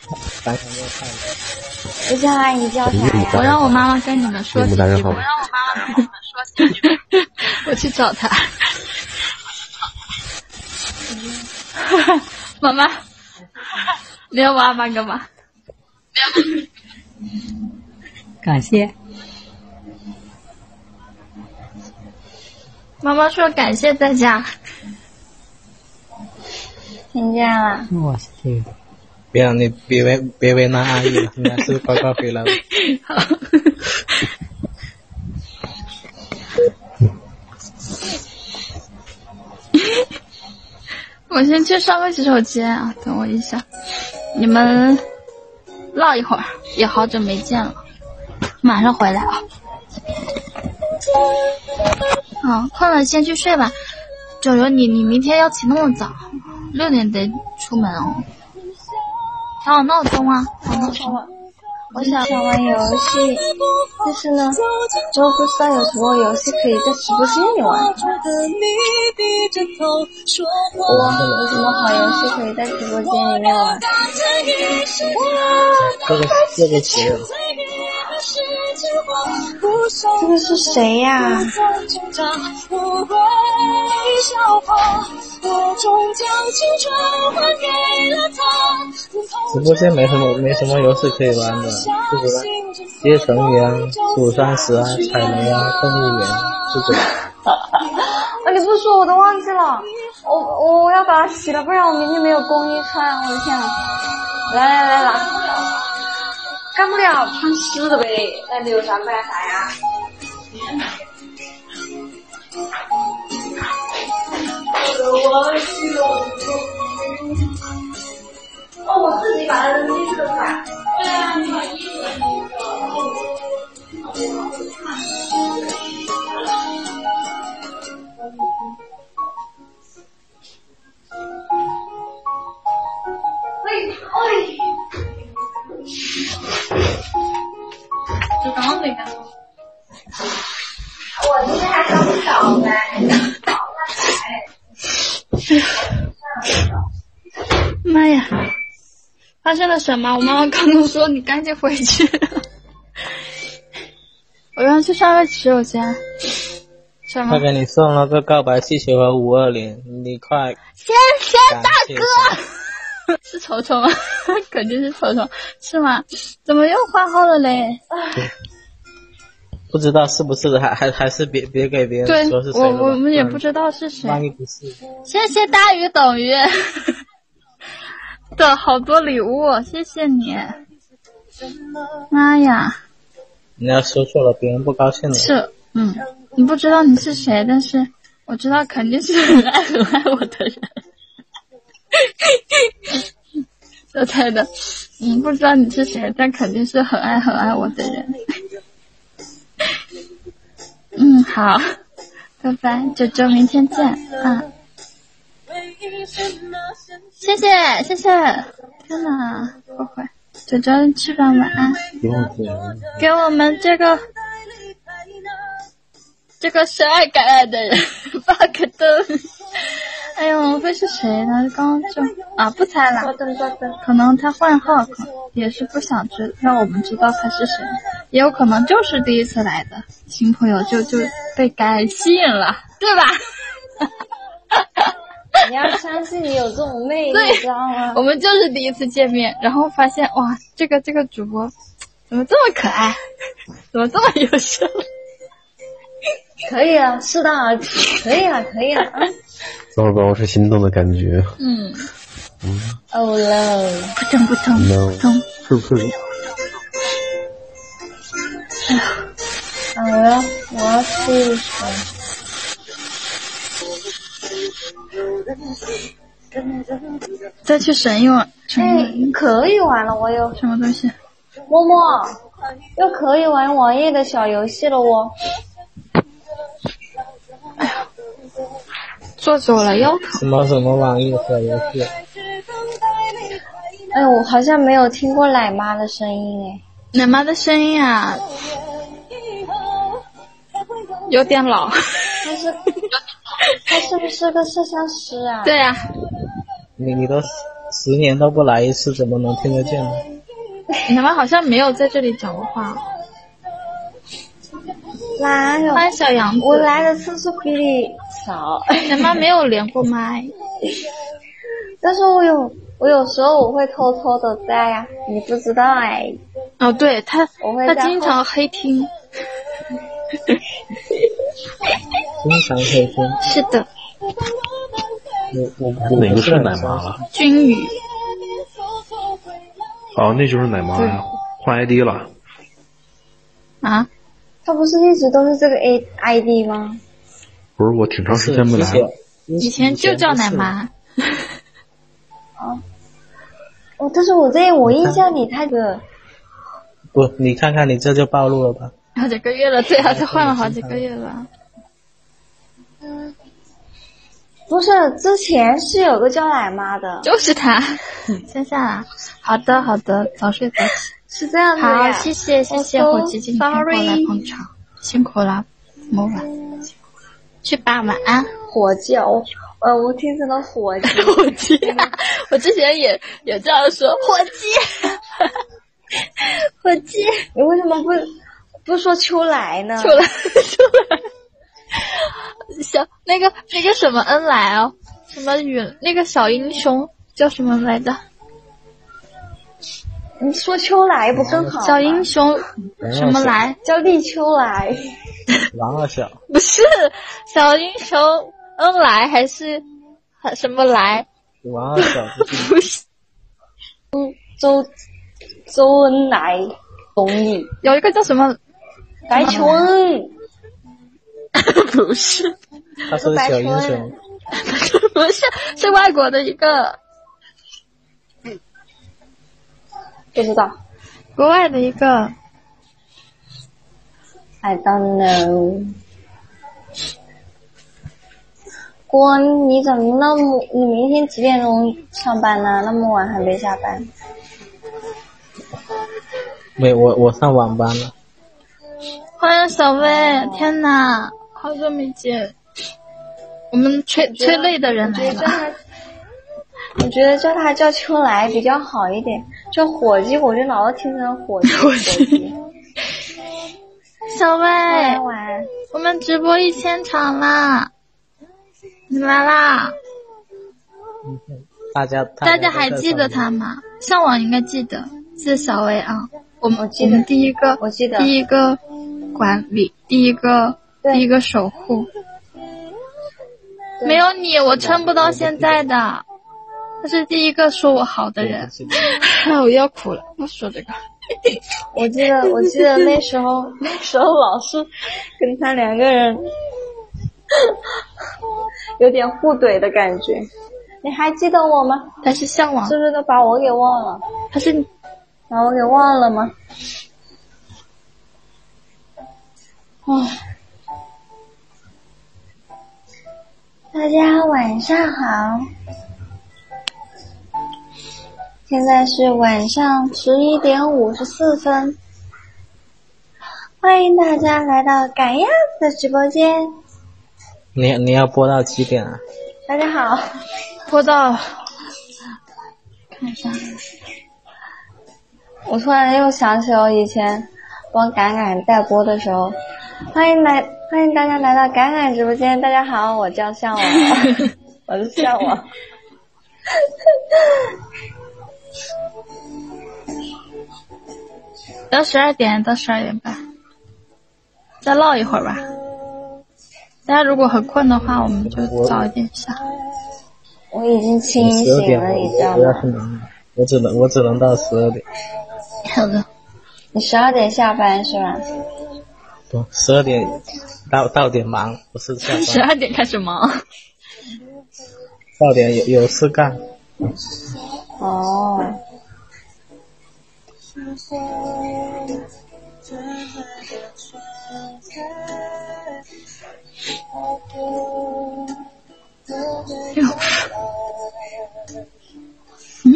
我叫阿姨叫啥呀？ 我让我妈妈跟你们说几句。我让我妈妈跟你们说几句。我去找她。妈妈，你要妈妈干嘛？ 感谢。 妈妈说感谢大家。 听见了。 我去。 别让你别为别为难阿姨了，你还是乖乖回来了。 好。我先去上个洗手间啊，等我一下。你们唠一会儿，也好久没见了，马上回来啊。好，困了先去睡吧。九九，你你明天要起那么早，六点得出门哦。调好闹钟啊，调闹钟。 我想玩游戏，但是呢，就不知道有什么游戏可以在直播间里玩。哇，有什么好游戏可以在直播间里面玩？ 这个这个谁啊？ 这个是谁呀？ 直播间没什么没什么游戏可以玩的，就是接成员、数三十啊、踩雷啊、动物园这种。 啊！你不说我都忘记了，我我要把它洗了，不然我明天没有工衣穿。我的天啊！来来来来，干不了穿湿的呗，那你有啥办法呀？哦，我自己把它扔进去的吧。对啊，你把衣服扔进去了。喂，喂。 就刚刚那个。 我今天还上不了呢，早上妈呀！发生了什么？我妈妈刚刚说你赶紧回去。我要去上个洗手间， 什么？ 他给你送了个告白气球和五二零，你快谢谢大哥。是丑丑吗？肯定是丑丑，是吗？怎么又换号了嘞？ 不知道是不是，还还还是别别给别人说是谁对，我我们也不知道是谁。 万一不是。 谢谢大鱼等于的好多礼物，谢谢你。妈呀！ 你要说错了，别人不高兴了。 是，嗯，你不知道你是谁，但是我知道肯定是很爱很爱我的人。小猜的，嗯，不知道你是谁，但肯定是很爱很爱我的人。嗯，好，拜拜，九九，明天见啊！谢谢谢谢，天哪，后悔，九九吃饭晚安。 不用谢， 给我们这个这个深爱敢爱的人发个灯。哎呦，会是谁呢？刚刚就啊不猜了，可能他换号，可也是不想知让我们知道他是谁，也有可能就是第一次来的新朋友就就被该吸引了，对吧？ 你要相信你有这种魅力，知道吗？ 我们就是第一次见面，然后发现哇，这个这个主播怎么这么可爱，怎么这么优秀？ 可以了，是的，可以了，可以了啊！ 等会儿办公室心动的感觉。 嗯。 嗯。 哦喽！ 扑腾扑腾扑腾， 是不是？ 哎呀，啊，我要我要去什么？ 再去神用， 哎，可以玩了，我有什么东西？ 默默又可以玩网页的小游戏了哦。 哎呀，坐久了腰疼。 什么什么网页小游戏？ 哎，我好像没有听过奶妈的声音哎。 奶妈的声音啊，有点老。 他是他是不是个摄像师啊？ 对呀、啊。 你你都十年都不来一次，怎么能听得见呢？ 奶妈好像没有在这里讲过话。 哪有？ 欢迎小杨子。 我来的次数比你少。 奶妈没有连过麦。 但是我有，我有时候我会偷偷的在呀，你不知道哎。 哦，对他， 我会他经常黑听。 经常黑听。 是的。 我我哪个是奶妈了？ 君宇。 哦，那就是奶妈呀，换 I D 了。 啊？ 他不是一直都是这个 A I D 吗？ 不是，我挺长时间没来了。 以前就叫奶妈。 哦，哦，但是我在我印象里他的不，你看看你这就暴露了吧？ 好几个月了，对啊，他换了好几个月了。 嗯，不是，之前是有个叫奶妈的， 就是他。先下了，好的好的，早睡早起。 是这样的好， 呀。 谢谢谢谢火鸡今天过来捧场，辛苦了，么晚，去吧，晚安。 火鸡哦，呃，我听成了火鸡， 火鸡、啊，我之前也也这样说，火鸡，火鸡， 你为什么不不说秋来呢？ 秋来，秋来，小那个那个什么恩来哦，什么雨那个小英雄叫什么来着？ 你说秋来不更好？ 小英雄什么来？ 叫立秋来。 王二小。 不是小英雄恩来还是什么来？ 王二小不是。 周周恩来，懂你。 有一个叫什么？ 白求恩。 不是。 他是小英雄。 不是，是外国的一个。 不知道， 国外的一个 ，I don't know。郭恩，你怎么那么？你明天几点钟上班呢？那么晚还没下班？ 没，我我上晚班了。 欢迎小薇，天哪，好久没见，我们催催泪的人来了。 我觉得叫他叫秋来比较好一点，叫火鸡我就老是听成火鸡。 火鸡。 小薇， 玩我们直播一千场啦，你来啦！ 大家大家还记得他吗？向往应该记得，记得小薇啊。我们我记得我们第一个， 我记得第一个管理，第一个第一个守护。没有你，我撑不到现在的。他是第一个说我好的人，我要哭了。不说这个。 我记得，我记得那时候，那时候老是跟他两个人有点互怼的感觉。你还记得我吗？ 他是向往， 是不是都把我给忘了？ 他是把我给忘了吗？唉，大家晚上好，现在是晚上十一点五十四分，欢迎大家来到赶鸭子的直播间。 你你要播到几点啊？ 大家好， 播到看一下， 我突然又想起我以前帮敢敢带播的时候，欢迎来欢迎大家来到敢敢直播间。大家好，我叫向往，我是向往。 到十二点到十二点半，再唠一会儿吧。大家如果很困的话，我们就早一点下。 我已经清醒了，你知道吗？ 我只能我只能到十二点。 好的。 你十二点下班是吧？ 不，十二点到到点忙，不是下班。 十二点开始忙。 到点有有事干。 哦。 嗯，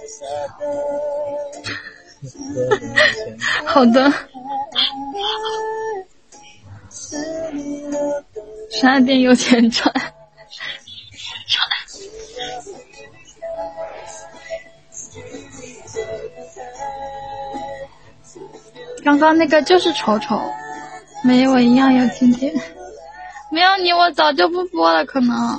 好的。十二点有钱赚。刚刚那个就是丑丑，没我一样有今天。没有你，我早就不播了，可能。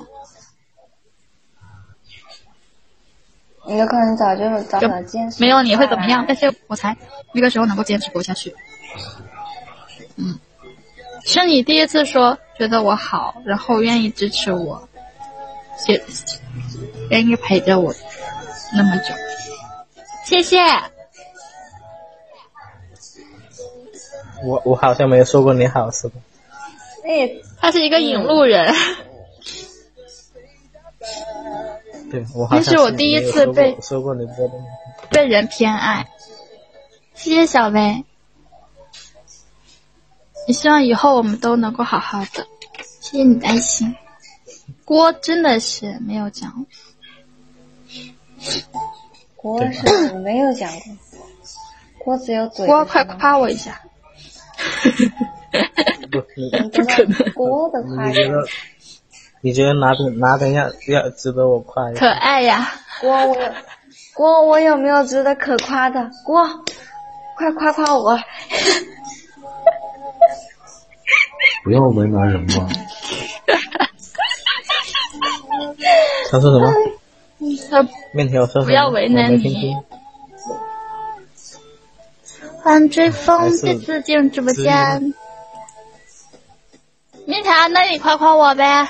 有可能早就早早坚持。 没有你会怎么样？但是我才那个时候能够坚持播下去。嗯，是你第一次说觉得我好，然后愿意支持我，也愿意陪着我那么久，谢谢。 我我好像没有说过你好似的。 哎， 他是一个引路人。 对，我好像那是我第一次被说过你播的被人偏爱。谢谢小薇，也希望以后我们都能够好好的。谢谢你的爱心。锅真的是没有讲， 锅是没有讲过，锅只有嘴。 锅快夸我一下。 不， 不可能。锅的夸奖。 你觉得哪点哪点要要值得我夸？ 可爱呀！ 锅我有，锅我有没有值得可夸的？锅，快夸夸我！ 不要为难人嘛。 他说什么？ 他面条说什么？ 不要为难你。欢追风这次进入直播间。面条，那你夸夸我呗。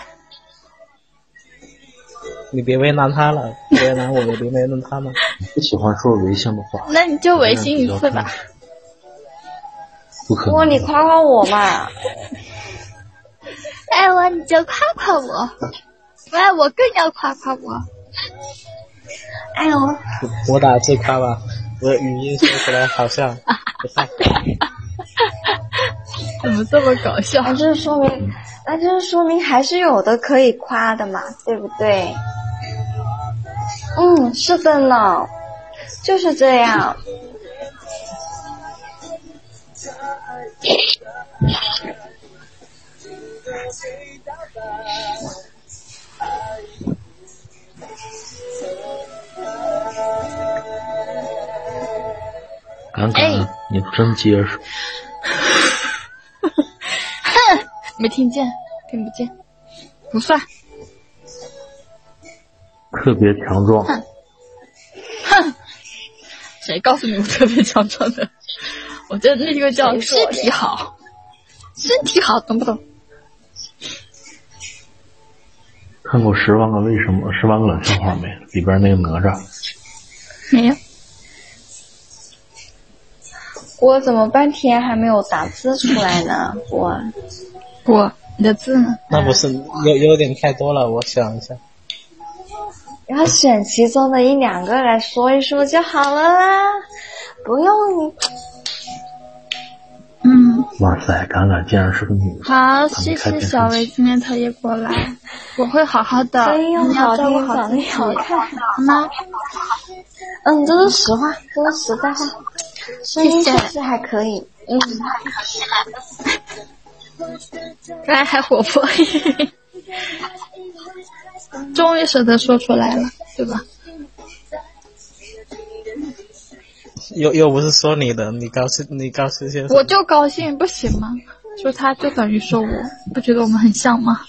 你别为难他了，为难我，别为难他嘛。 不喜欢说违心的话， 那你就违心一次吧。 不可能。 哇，你夸夸我嘛！ 爱我你就夸夸我，不爱我更要夸夸我。爱我， 我打自夸吧，我的语音说起来好像不太。 怎么这么搞笑？ 那就是说明，那就是说明还是有的可以夸的嘛，对不对？嗯，是的呢，就是这样。 敢敢，你不真结实。 没听见，听不见，不算。 特别强壮。 哼，哼，谁告诉你我特别强壮的？我觉得那个叫身体好，身体好，懂不懂？ 看过《十万个为什么》《十万个冷笑话》没？里边那个哪吒。 没有。 我怎么半天还没有打字出来呢？我， 我，你的字呢？ 那不是有有点太多了，我想一下。 要选其中的一两个来说一说就好了啦，不用你。 嗯。 哇塞，橄榄竟然是个女生。 好，谢谢小薇今天特意过来，我会好好的。 声音又好听，长得好看，好吗？嗯，这是实话，这是实在话。声音确实还可以，嗯， 可爱还活泼，终于舍得说出来了，对吧？ 又又不是说你的，你高兴你高兴些什么？ 我就高兴，不行吗？说他就等于说我，不觉得我们很像吗？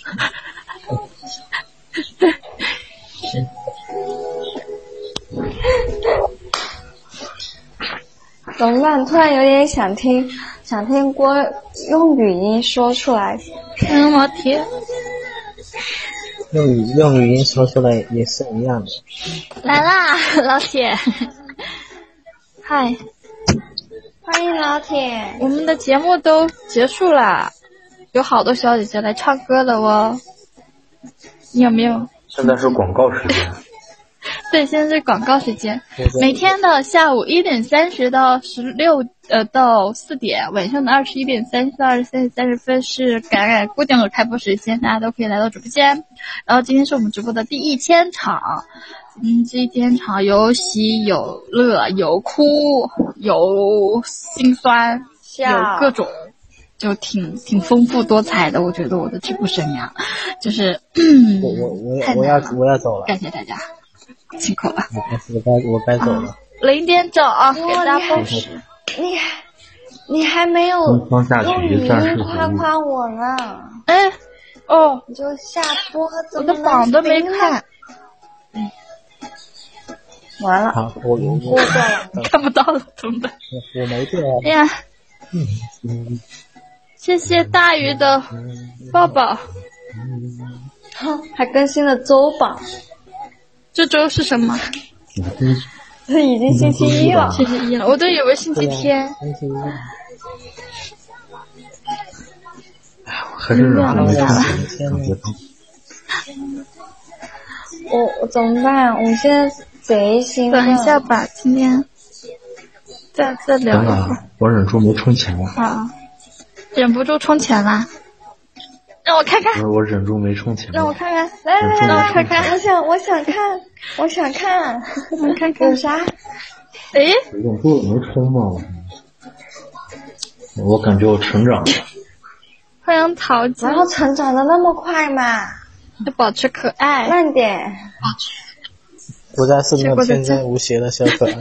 怎么办？突然有点想听，想听郭用语音说出来。 嗯，老铁， 用语用语音说出来也是一样的。 来啦，老铁，嗨， 欢迎老铁。 我们的节目都结束了，有好多小姐姐来唱歌了哦。你有没有？ 现在是广告时间。 对，现在是广告时间，每天的下午一点三十到十六呃到四点，晚上的二十一点三十到二十三点三十分是感染固定的开播时间，大家都可以来到直播间。然后今天是我们直播的第一千场，嗯，这一千场有喜有乐，有哭有心酸，有各种，就挺挺丰富多彩的。我觉得我的直播生涯就是，嗯、 我我我我要我要走了， 感谢大家。辛苦了， 我该我该走了。 零点整啊，给大家报时。 你还你还没有用语音夸夸我呢？ 哎，哦， 你就下播， 我的榜都没看。 嗯，完了， 好，我我过掉了， 看不到了，怎么办？ 我没掉。 哎呀， 嗯， 谢谢大鱼的抱抱。 哼，还更新了周榜。 这周是什么？ 这已经星期一了， 星期一了，我都以为星期天。 星期一。 哎，我还是忍着没看。 我我怎么办？我现在贼兴奋。 等一下吧，今天再再聊一会儿。 我忍住没充钱了。 好，忍不住充钱啦。让我看看， 我忍住没充钱。 让我看看，来来来，让我看看， 我想我想看，我想看， 我看看有啥？ 诶， 忍住没充吗？我感觉我成长了。 欢迎桃子。 然后成长的那么快嘛？ 要保持可爱， 慢点。 不再是那天真无邪的小可爱。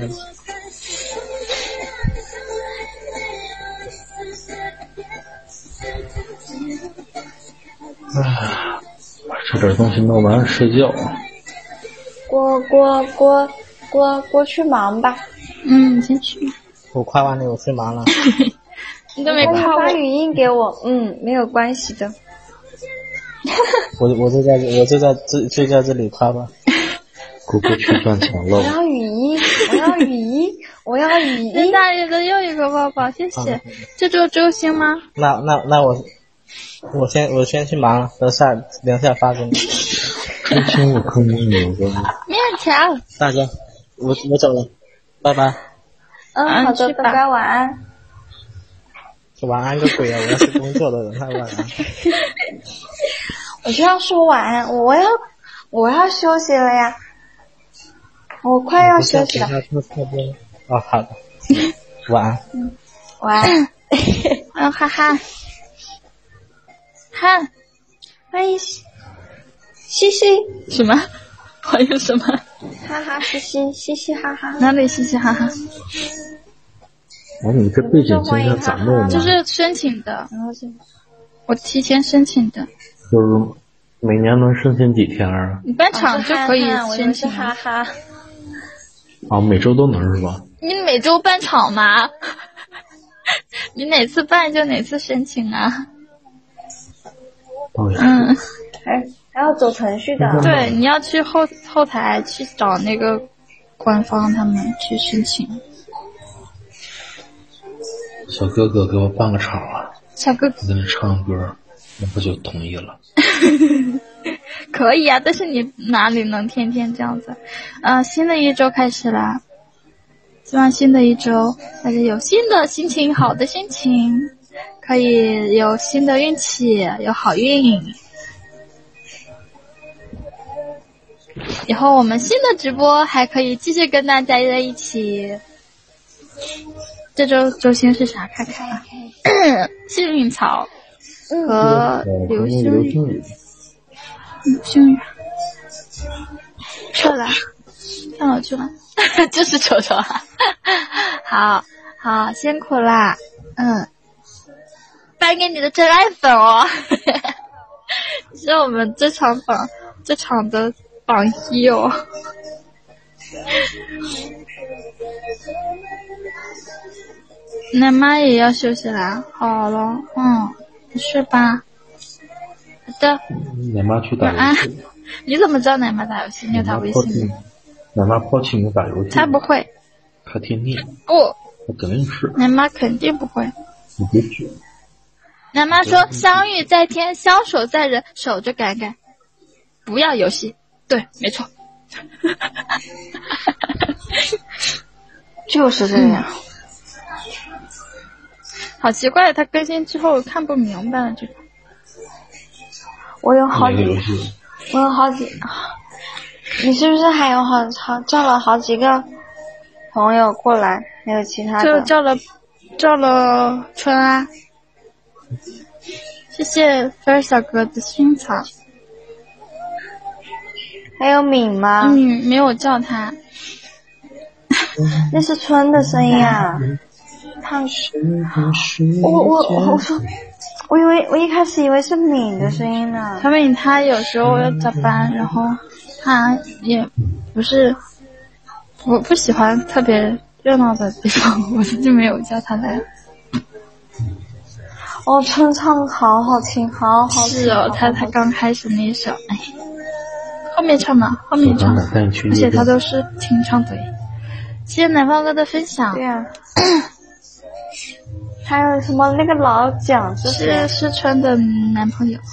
唉，吃点东西弄完睡觉。 郭郭郭郭郭去忙吧。 嗯，你先去。 我夸完你，我去忙了。 你都没夸我。 发语音给我，嗯，没有关系的。 我我就在我就在这就在这里夸吧。 姑姑去赚钱了。 我要语音，我要语音，我要语音。 大爷的又一个抱抱，谢谢。这周周星吗？ 那那那我。我先我先去忙了，等下等下发给你。 周星我看见有个面条。 大家，我我走了，拜拜。 嗯，好的，拜拜，晚安。 晚安个鬼啊！我要是工作的人，太晚安。 我就要说晚安，我要我要休息了呀，我快要休息了。 哦，好的，晚安。 嗯，晚安。 嗯，哈哈。哈， 欢迎西西什么？欢迎什么？ 哈哈西西嘻嘻哈哈。 哪里嘻嘻哈哈？ 哎，你这背景今天咋弄的？ 就是申请的。 然后是我提前申请的。 就是每年能申请几天啊？ 你办场就可以申请。 哈哈。 啊，每周都能是吧？ 你每周办场吗？你哪次办就哪次申请啊。嗯， 还还要走程序的。 对，你要去后后台去找那个官方他们去申请。 小哥哥给我办个场啊！ 小哥哥， 我给你唱歌，那不就同意了？ 可以啊，但是你哪里能天天这样子？呃，新的一周开始了，希望新的一周大家有新的心情，好的心情，可以有新的运气，有好运。以后我们新的直播还可以继续跟大家在一起。这周周星是啥？看看啊，幸运草和流星雨。流星雨，去了，看我去了，就是球球啊！好好辛苦啦，嗯，颁给你的真爱粉哦，是我们这场榜这场的榜一哦。奶妈也要休息啦，好了，嗯，你睡吧。好的。 奶妈去打游戏。 你怎么知道奶妈打游戏？你有她微信吗？ 奶妈抛弃你打游戏。 她不会。 她听腻。 不。 她肯定是。 奶妈肯定不会。 你别去。 奶妈说：“相遇在天，相守在人，守着杆杆，不要游戏。”对，没错。 就是这样。嗯， 好奇怪，它更新之后看不明白了这个。 我有好几，我有好几，你是不是还有好好叫了好几个朋友过来？还有其他的？ 就叫了叫了春啊，谢谢菲儿小哥的薰草。 还有敏吗？ 敏没有叫他。 那是春的声音啊。他我我我说，我以为我一开始以为是敏的声音呢。 小敏他有时候要加班，然后他也不是，我不喜欢特别热闹的地方，我就没有叫他来。 哦，春唱的好好听，好好听。 是哦，他他刚开始那一首，哎，后面唱嘛，后面唱，而且他都是清唱的。谢谢奶泡哥的分享。 对呀、啊。还有什么那个老蒋，这是是春的男朋友。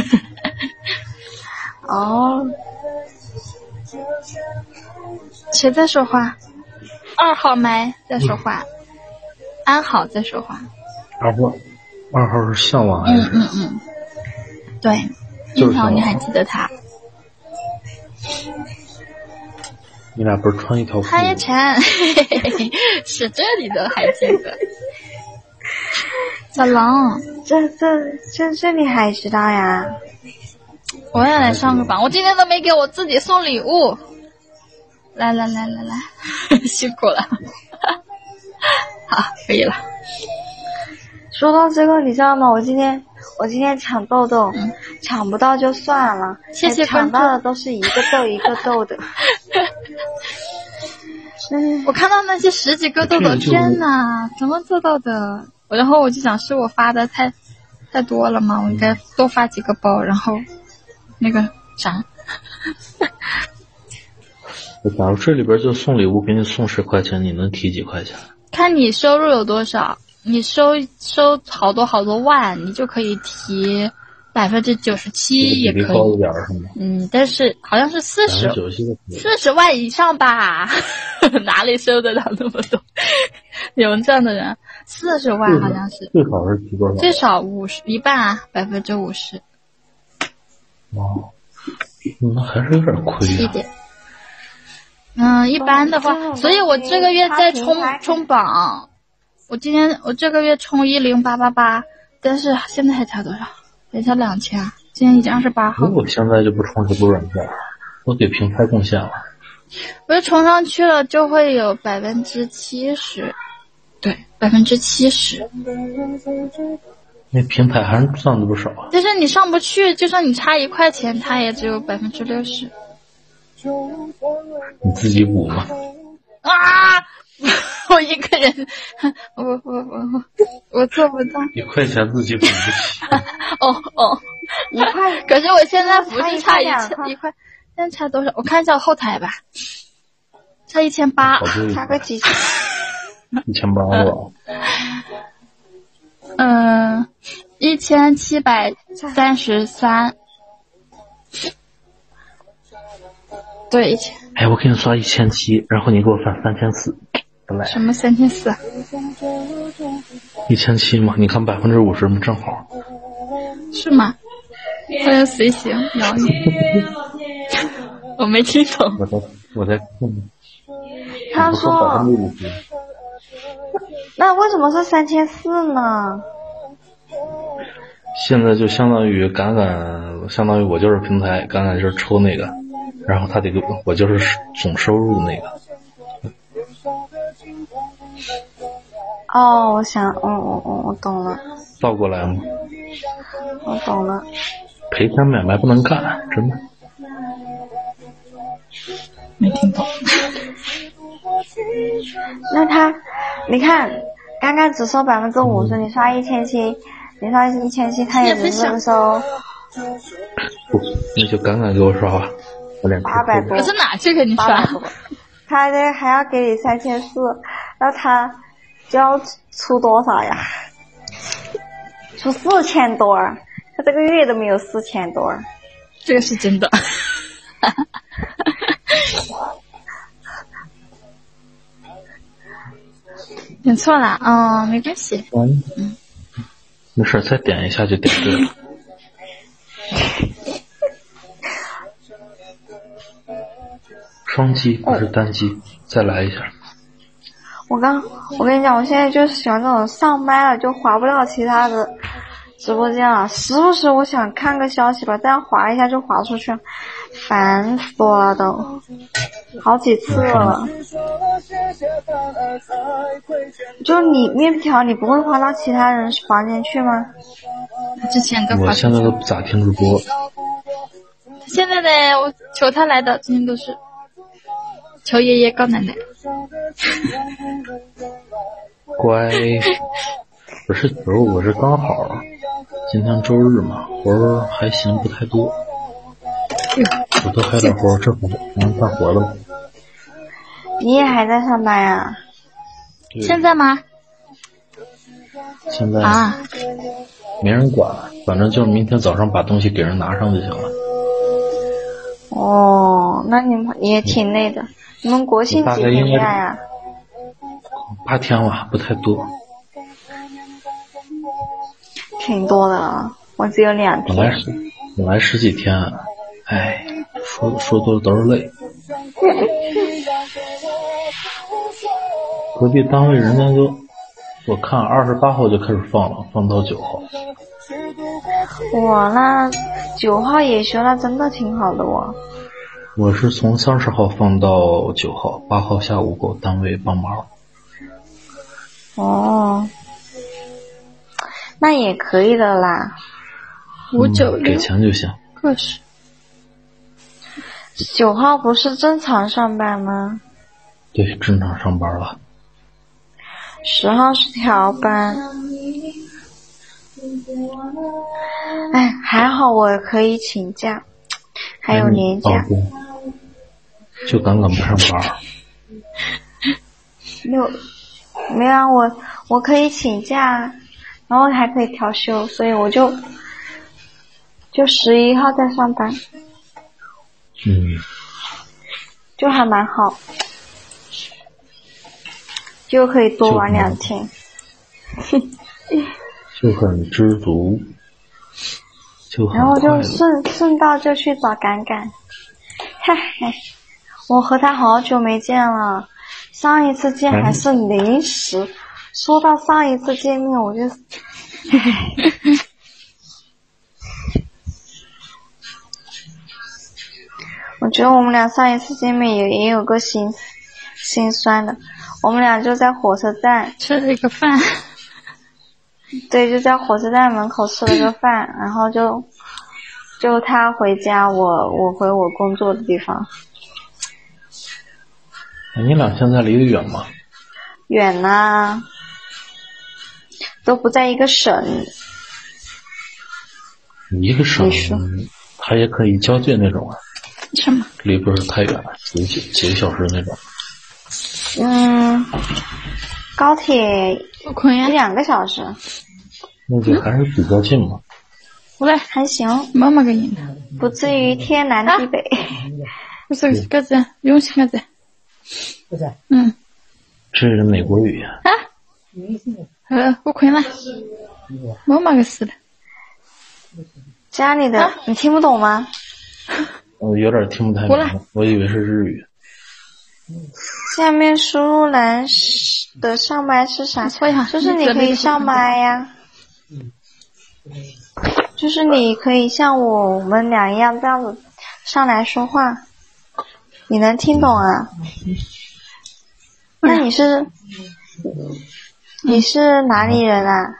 哦， 谁在说话？二号麦在说话，嗯、安好在说话。 二号，二号是向往还是？ 嗯嗯嗯，对，樱桃你还记得他？ 你俩不是穿一条裤子？ 嗨晨，是这里的还记得。小狼， 这这这这你还知道呀？ 我也来上个榜，我今天都没给我自己送礼物。来来来来来，辛苦了。好，可以了。 说到这个，你知道吗？我今天我今天抢豆豆，嗯、抢不到就算了， 谢谢抢到的都是一个豆一个豆的。 嗯，我看到那些十几个豆豆，天哪，怎么做到的？然后我就想，是我发的太太多了吗？我应该多发几个包，然后那个啥。 假如这里边就送礼物，给你送十块钱，你能提几块钱？ 看你收入有多少，你收收好多好多万，你就可以提百分之九十七，也可以。 高一点是吗？ 嗯，但是好像是四十，四十万以上吧？哪里收得了那么多？有这样的人，四十万好像是。 最少是提多少？ 最少五十，一半啊，百分之五十。 哦，那还是有点亏啊。 一点。嗯，一般的话，所以我这个月在冲冲榜，我今天我这个月冲一零八八八，但是现在还差多少？还差两千啊！今天已经二十八号。 如果现在就不冲这波软件，都给平台贡献了。 不是冲上去了就会有百分之七十，对，百分之七十。 那平台还是赚的不少啊。 就是你上不去，就算你差一块钱，它也只有百分之六十。 你自己补吗？ 啊！我一个人，我我我我做不到。 一块钱自己补不起。 哦哦， 一块。 可是我现在不是差一千一块，现在差多少？我看一下我后台吧，差一千八，差个几千。 一千八了。 嗯，一千七百三十三。对，一千。 哎，我给你刷一千七，然后你给我发三千四，来。 什么三千四？ 一千七嘛，你看百分之五十正好。 是吗？我要随行摇你。我没听懂。 我在我在看。 他说。那为什么是三千四呢？ 现在就相当于敢敢，相当于我就是平台，敢敢就是抽那个。然后他得给我就是总收入的那个。 哦，我想，哦哦哦，我懂了。 倒过来吗？ 我懂了。 赔钱买卖不能干，真的。 没听懂。 那他，你看，刚刚只收百分之五十，你刷一千七，你刷一千七，他也只是收。 不，那就敢敢给我刷吧。 八百多， 我是哪去给你刷？ 他这还要给你三千四，那他就要出多少呀？出四千多，他这个月都没有四千多。 这个是真的。点错了，哦，没关系。 嗯，嗯没事，再点一下就点对了。双击不是单击，哦、再来一下。 我刚，我跟你讲，我现在就是喜欢那种上麦了就滑不了其他的直播间了，时不时我想看个消息吧，这样滑一下就滑出去，烦死我了都，好几次了。就你面条，你不会滑到其他人房间去吗？ 之前都滑。 我现在都不咋听直播。 现在呢，我求他来的，今天都是。求爷爷告奶奶。 乖，不是球，我是刚好，今天周日嘛，活儿还行，不太多。我都还点活，这会能干活了吗？ 你也还在上班呀？ 现在吗？ 现在啊， 没人管，反正就是明天早上把东西给人拿上就行了。 哦，那你们也挺累的。你们国庆几天假呀？ 八天了，不太多。 挺多的了，我只有两天。 本来十，本来十几天，哎，说说多了都是泪。隔壁单位人家就，我看二十八号就开始放了，放到九号。 哇，那九号也休，那真的挺好的哦。 我是从三十号放到九号，八号下午给我单位帮忙。 哦，那也可以的啦。 五九六给钱就行。 个十。 九号不是正常上班吗？ 对，正常上班了。 十号是调班。哎，还好我可以请假，还有年假。 哦、就刚刚不上班。 没有，没有啊，我我可以请假，然后还可以调休，所以我就就十一号再上班。 嗯， 就还蛮好，就可以多玩两天。 就很知足，就很然后就顺顺道就去找敢敢，嗨，我和他好久没见了，上一次见还是临时。说到上一次见面，我就，我觉得我们俩上一次见面也也有个心心酸的，我们俩就在火车站吃了一个饭。 对，就在火车站门口吃了个饭，然后就就他回家，我我回我工作的地方。 你俩现在离得远吗？ 远啊，都不在一个省。 一个省，它也可以交界那种啊。 什么？ 离不是太远了，几几几个小时那种。 嗯，高铁一两个小时。 那就还是比较近嘛。 过来， 还行。 妈妈给你的， 不至于天南地北。 不是个子，用心个子。 不是。 嗯。 这是美国语啊。 啊。呃，我困了。妈妈个死的。 家里的、啊、你听不懂吗？ 我有点听不太明白，我以为是日语。 下面输入栏的上麦是啥？就是你可以上麦呀，就是你可以像我们俩一样这样子上来说话，你能听懂啊？那你是你是哪里人啊？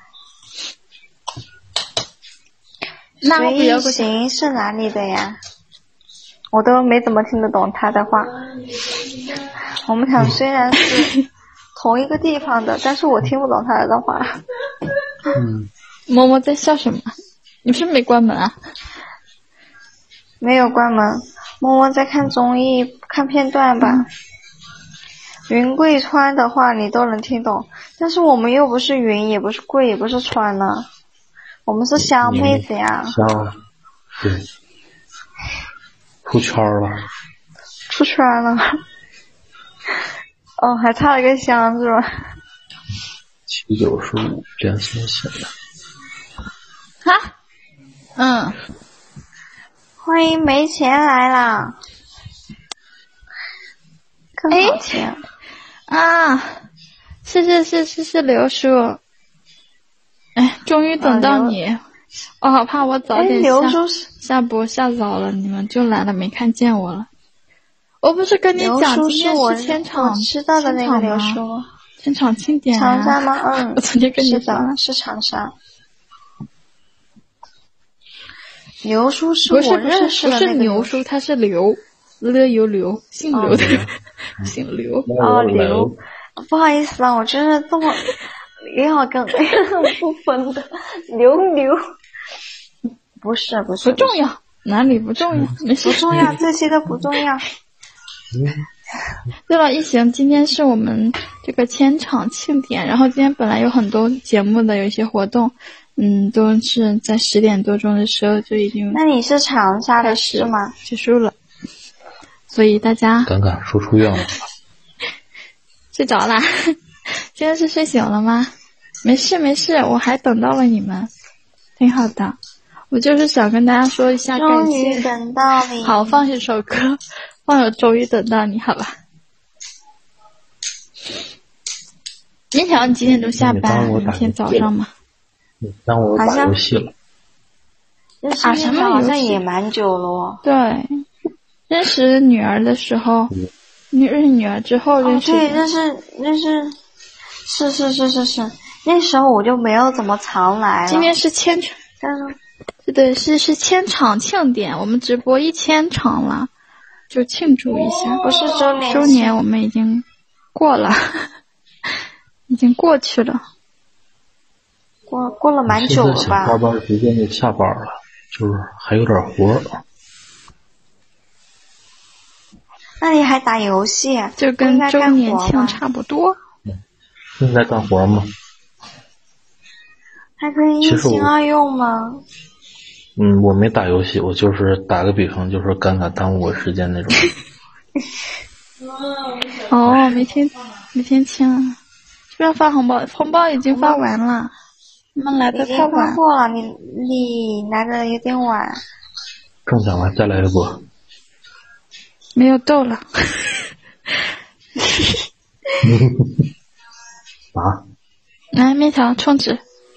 随行是哪里的呀？我都没怎么听得懂他的话。我们俩虽然是同一个地方的，但是我听不懂他的话。 嗯。 嬷嬷在笑什么？你是没关门啊？ 没有关门，嬷嬷在看综艺，看片段吧。嗯、云贵川的话你都能听懂，但是我们又不是云，也不是贵，也不是川呢。我们是湘妹子呀。 湘，对。出圈了。 出圈了。哦，还差了个湘是吧？ 七九十五变缩写了。 哈？嗯。 欢迎没钱来了。更好听。 啊！谢谢谢谢谢刘叔。哎，终于等到你！啊、我好怕我早点下下播下早了，你们就来了没看见我了。我不是跟你讲今天是千场知道的那个刘叔， 千场庆典、 啊。长沙吗？嗯， 我昨天跟你说的是长沙。刘叔是我认识的那个， 不是牛叔，他是刘，了有刘，姓刘的，哦、姓刘。 哦，刘，不好意思啊，我真是这么。要跟不分的刘刘，不是不是不重要，哪里不重要？没事， 不重要，这些都不重要。 对了，一行，今天是我们这个千场庆典，然后今天本来有很多节目的，有一些活动，嗯，都是在十点多钟的时候就已经。 那你是长沙的是吗？ 结束了，所以大家敢敢说出愿望。 睡着啦。现在是睡醒了吗？没事没事，我还等到了你们，挺好的。我就是想跟大家说一下感谢。 终于等到你。 好，放一首歌，放首终于等到你，好吧。面条，你几点钟下班？明天早上吗？ 你当我打游戏了。 啊，什么好像也蛮久了哦。 对，认识女儿的时候。嗯你认识女儿之后认识、 哦、对，认识认识，是是是是是，那时候我就没有怎么常来了。 今天是千场， 但是， 对对是是千场庆典，我们直播一千场了，就庆祝一下。 不是周年， 周年我们已经过了，已经过去了， 过过了蛮久了吧？ 现在想下班直接就下班了，就是还有点活儿。 那你还打游戏、啊？ 就跟周年庆差不多。 现在干活吗？ 还可以一心二用吗？ 嗯，我没打游戏，我就是打个比方，就是敢敢耽误我时间那种。 哦，没听没听清，是不是要发红包？红包已经发完了，你们来的太晚。 已经发过了，你你来的有点晚。 中奖了，再来一波。 没有豆了。 啊！ 来面条充值。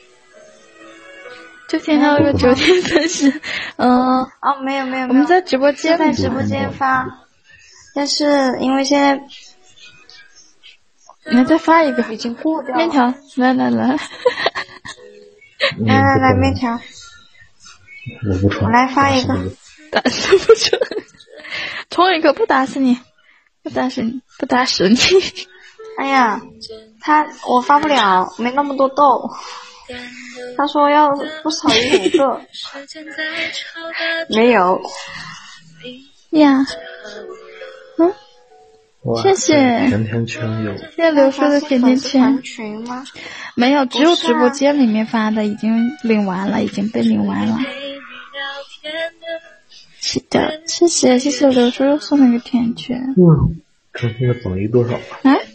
就听到了个九天三十，嗯、呃， 哦，没有没有， 我们在直播间在直播间发，但是因为现在， 你再发一个， 已经过掉了。 面条，来来来， 来来来，面条， 我不穿。 我来发一个， 打死不穿，冲一个不打死你，不打死你，不打死你。 哎呀，他我发不了，没那么多豆。他说要不少于五个，没有呀。嗯，谢谢甜甜圈有， 谢谢刘叔的甜甜圈。 群吗？ 没有，只有直播间里面发的，已经领完了，已经被领完了。是的，谢谢谢谢刘叔又送了一个甜圈。 嗯，这这个等于多少啊？ 啊？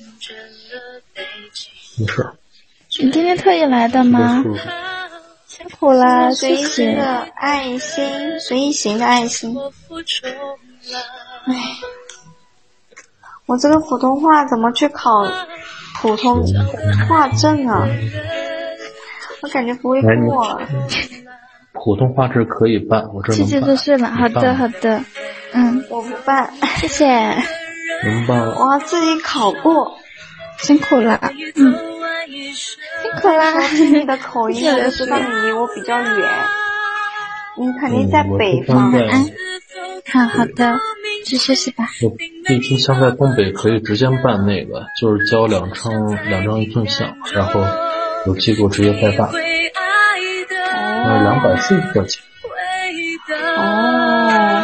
没事。 你今天特意来的吗？辛苦啦， 随谢谢。 的爱心，随意型的爱心。唉，我这个普通话怎么去考普通话证啊？我感觉不会过啊。 普通话这可以办，我这能办。 谢谢就是了，好的好的，嗯， 我不办， 谢谢。 能办了。 我要自己考过， 辛苦了，嗯，辛苦啦。 说听你的口音，我就知道你离我比较远，你肯定在北方。 晚安。好好的，去休息吧。 我毕竟像在东北可以直接办那个，就是交两张两张证项，然后有机构直接代办。呃，两百四十块钱。 哦。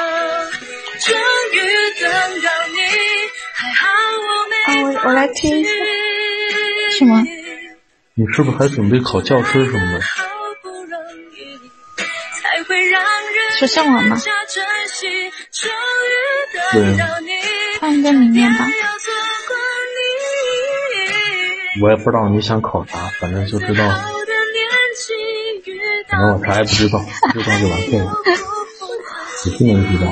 啊，我我来听一下。 什么？ 你是不是还准备考教师什么的？ 说像我吗？ 对。 放一个明年吧。 我也不知道你想考啥，反正就知道。反正我啥也不知道，不知道就完事了。你不能知道。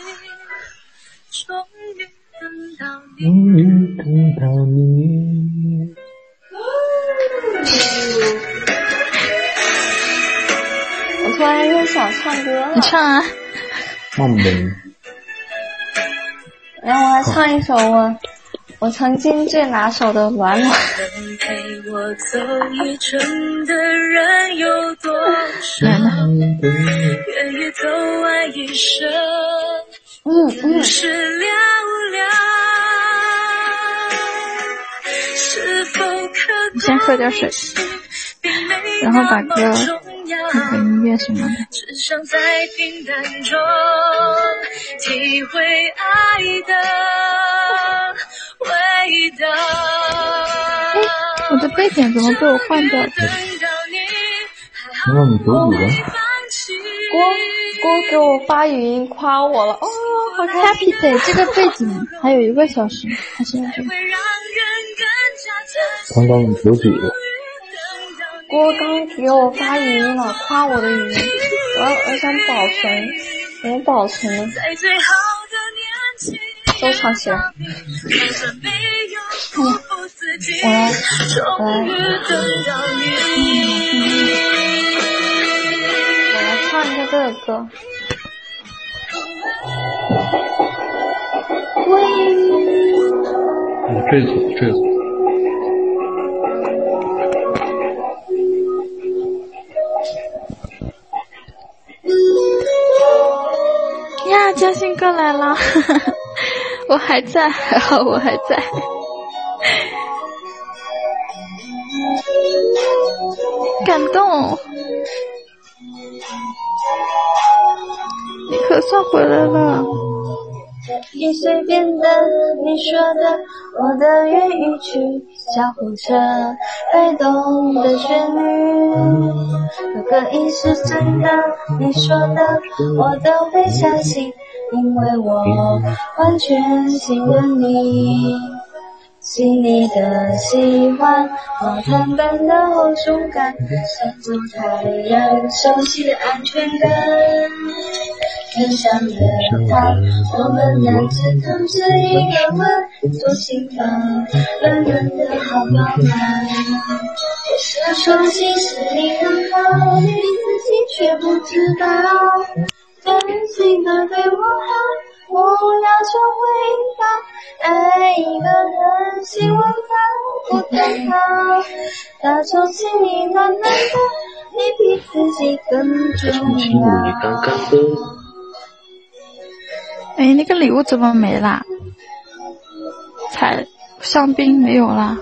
终于等到你。 我突然又想唱歌了。 你唱啊。 唱呗。 然后我还唱一首我我曾经最拿手的暖暖。能陪我走一程的人有多少？愿意投爱一生。嗯嗯。是寥寥。是否可你先喝点水，然后把歌那个音乐什么的。 只想在平淡中体会爱的味道。 哎，我的背景怎么被我换掉了？ 让你读语了。 郭郭给我发语音夸我了，哦，好开心。 Happy Day 这个背景还有一个小时，还是这个。 刚刚你读几个？ 郭刚给我发语音了，夸我的语音，我要我想保存，怎么保存呢？收藏起来。嗯，我来，我来，我来唱一下这个歌。 我这组这组。 呀，嘉欣哥来了，我还在，还好我还在。感动，你可算回来了。 你随便的，你说的，我的粤语曲，小火车摆动的旋律。如果已是真的，你说的，我都会相信，因为我完全信任你。心里的喜欢，毛毯般的厚重感，像种太人熟悉的安全感。天上的他，我们两只同时一个吻，做心房，软软的好饱满。这双心是你很好，你自己却不知道。真心的对我好，我要求回报，爱一个人新闻发不等号，打从心里暖暖的， 你比自己更重要。 哎，那个礼物怎么没啦？彩香槟没有啦？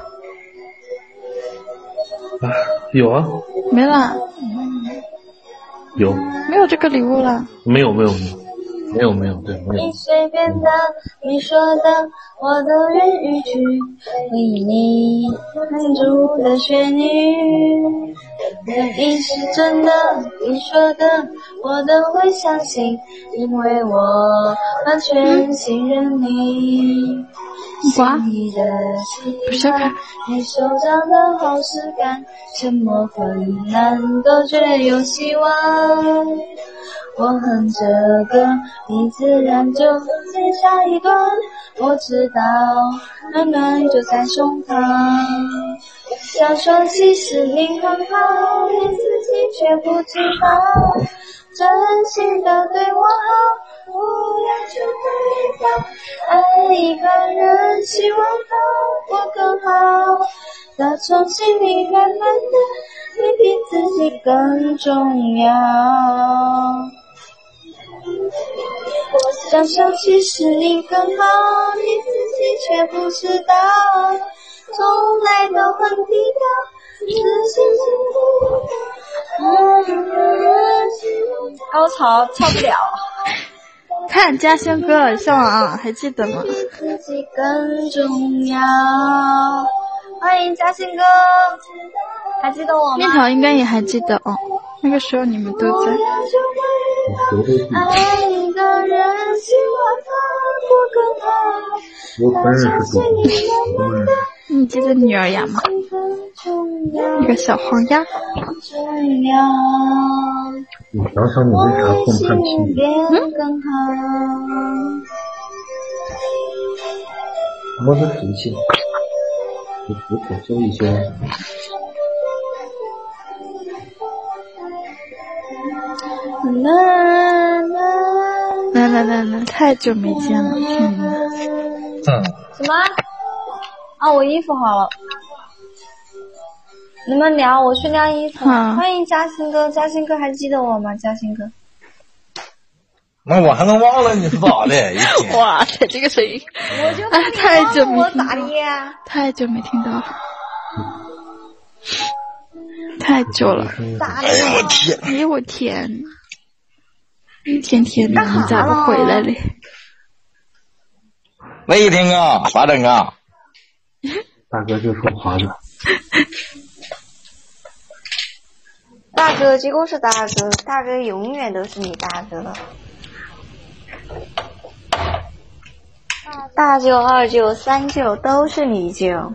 啊，有啊， 没啦， 有， 没有这个礼物了。 没有没有没有没有没有，对，没有。 你随便的，你说的，我都愿意去为你弹出的旋律。你是真的，你说的，我都会相信，因为我完全信任你。 哇， 不是看你手掌的好实感，什么困难都觉得有希望。我哼着歌，你自然就接下一段。我知道，暖暖就在胸膛。想说其实你很好，你自己却不知道。真心的对我好，不要去对方。爱一个人，希望他过更好。打从心里慢慢的，你比自己更重要。想想其实你更好，你自己却不知道。从来都很低调，自信心低调。高潮跳不了。 看嘉兴哥上啊，还记得吗？ 自己更重要。欢迎嘉兴哥，还记得我吗？ 面条应该也还记得哦，那个时候你们都在。 爱一个人，希望他过更好。 我本人是你记得女儿呀吗？那个小黄鸭。 你想想你为啥这么看屁？ 嗯？ 我的脾气，我随口说一些。 来来来来，太久没见了，天哪！ 嗯。 什么？啊，我衣服好了。你们聊，我去晾衣服。 嗯、 欢迎嘉兴哥，嘉兴哥还记得我吗？嘉兴哥。 那我还能忘了你是咋的？ 哇塞，这个声音， 我就哎，太久没听到， 咋的呀？ 太久没听到了，太久了。 哎呀我天！ 哎呀我天！一天天的，你咋不回来嘞？ 喂，听啊，咋整啊？ 大哥就说话了。 大哥，结果是大哥，大哥永远都是你大哥。大舅、二舅、三舅都是你舅。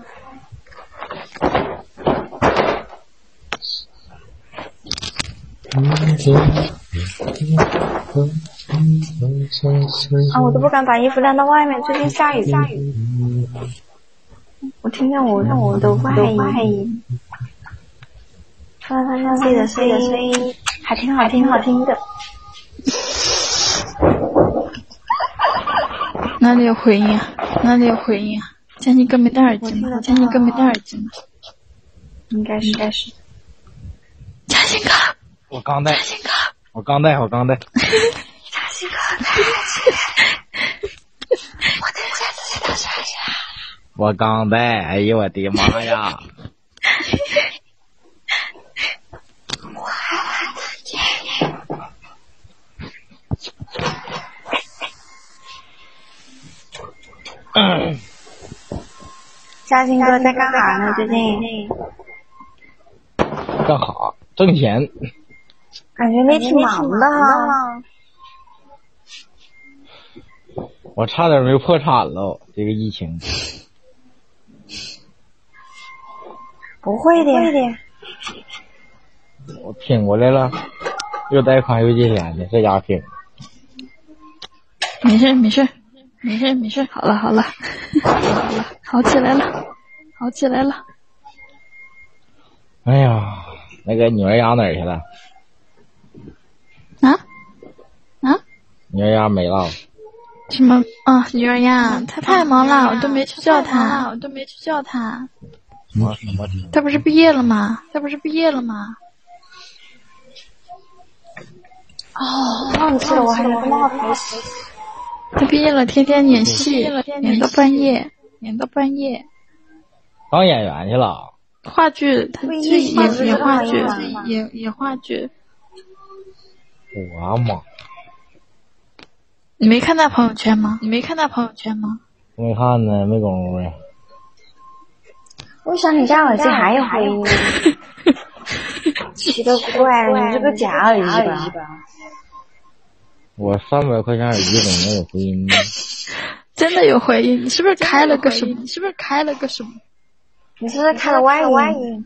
啊，我都不敢把衣服晾到外面，最近下雨下雨。我听见我让我的外音，发发发自己的声音，还挺好听好听的。 哪里有回音啊？哪里有回音啊？嘉兴哥没戴耳机吗？嘉兴哥没戴耳机吗？ 应该是，应该是。 嘉兴哥， 我刚戴。 嘉兴哥， 我刚戴，我刚戴。 嘉兴哥，戴耳机。我等下自己到啥呀？ 我刚戴，哎呦我的妈呀！ 我还玩的天。 嗯， 嘉兴哥在干啥呢？最近干哈？挣钱。 感觉你挺忙的哈。 我差点没破产了，这个疫情。 不会的， 我挺过来了，又贷款又借钱的，这家挺。 没事没事没事没事，好了好了，好了好了，好起来了，好起来了。 哎呀，那个女儿家哪儿去了？ 啊啊！ 女儿家没了。 什么啊？女儿呀，她太忙了，我都没去叫她，我都没去叫她。 什么什么？ 她不是毕业了吗？她不是毕业了吗？ 哦，忘记了，我还有个帽子。 他毕业了，天天演戏，演到半夜，演到半夜。 当演员去了。 话剧，他去演演话剧，演演话剧。 我妈！ 你没看他朋友圈吗？你没看他朋友圈吗？ 我没看呢，没功夫呀。 为啥你家耳机还有回音？奇了怪了，你这个假耳机吧？ 我三百块钱耳机怎么能有回音呢？ 真的有回音，你是不是开了个什么？你是不是开了个什么？ 你是不是开了外音？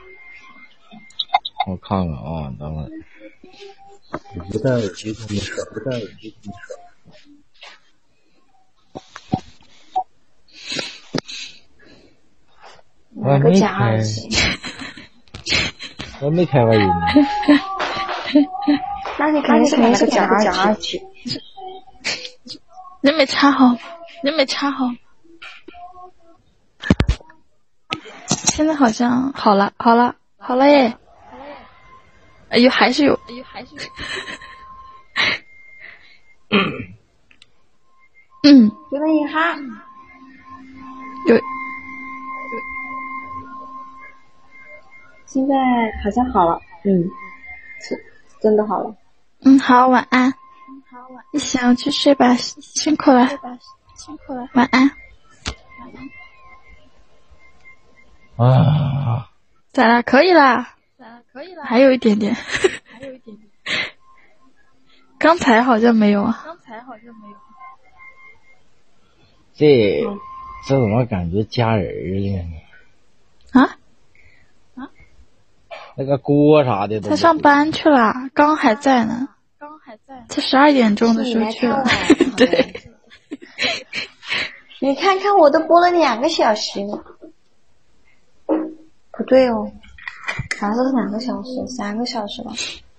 我看看啊，等会儿。我不戴耳机都没事，不戴耳机都没事。我没开，我没开外音呢。 那你肯定是开了个假耳机。 你没插好，你没插好。现在好像好了，好了，好了耶！哎呦，还是有，哎呦，还是有。嗯， 有点遗憾。 有。 现在好像好了，嗯，是真的好了。 嗯，好，晚安。嗯，好，晚安。你想去睡吧，辛苦了，辛苦了，晚安。 啊！ 咋了？可以啦，咋了？可以啦，还有一点点，还有一点点。刚才好像没有啊。刚才好像没有。 这这怎么感觉家人了呢？ 啊？ 那个锅啥的都。 他上班去了，刚还在呢。刚还在。他十二点钟的时候去了。对。 你看看，我都播了两个小时。不对哦，好像是两个小时，三个小时吧。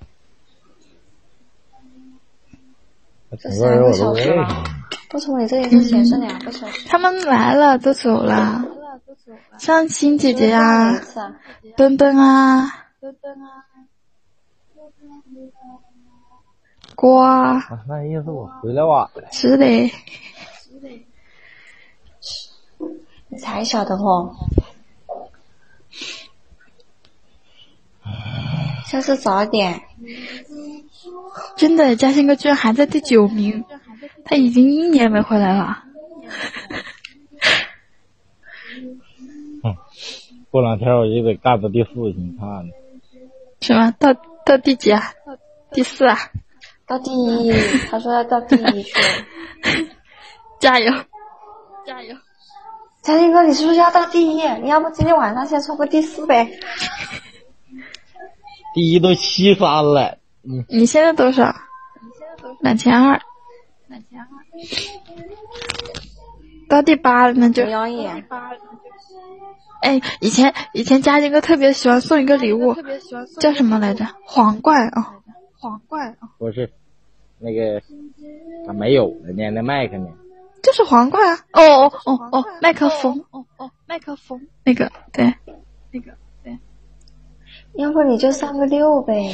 这三个小时吧？为什么你这里是显示两个小时？ 他们来了，都走了。像欣姐姐呀，墩墩啊。墩墩啊，锅啊， 啊那意思我回来晚了。 是的， 你才晓得哦。下次早点。 真的，嘉兴哥居然还在第九名，他已经一年没回来了。 嗯，过两天我就得干到第四去，你看呢。 什么？到到第几啊？第四啊？ 到第一，他说要到第一去了。 加油，加油！ 嘉兴哥，你是不是要到第一？你要不今天晚上先冲个第四呗？ 第一都七三了。嗯。 你现在多少？两千二。两千二。到第八了，那就。 不要演。 哎，以前以前嘉兴哥特别喜欢送一个礼物，叫什么来着？皇冠啊、哦，皇冠啊、哦。 不是，那个咋没有了呢？那麦克呢？ 就是皇冠啊！哦哦哦哦，麦克风，哦哦，麦克风，那个对，那个对。 要不你就上个六呗。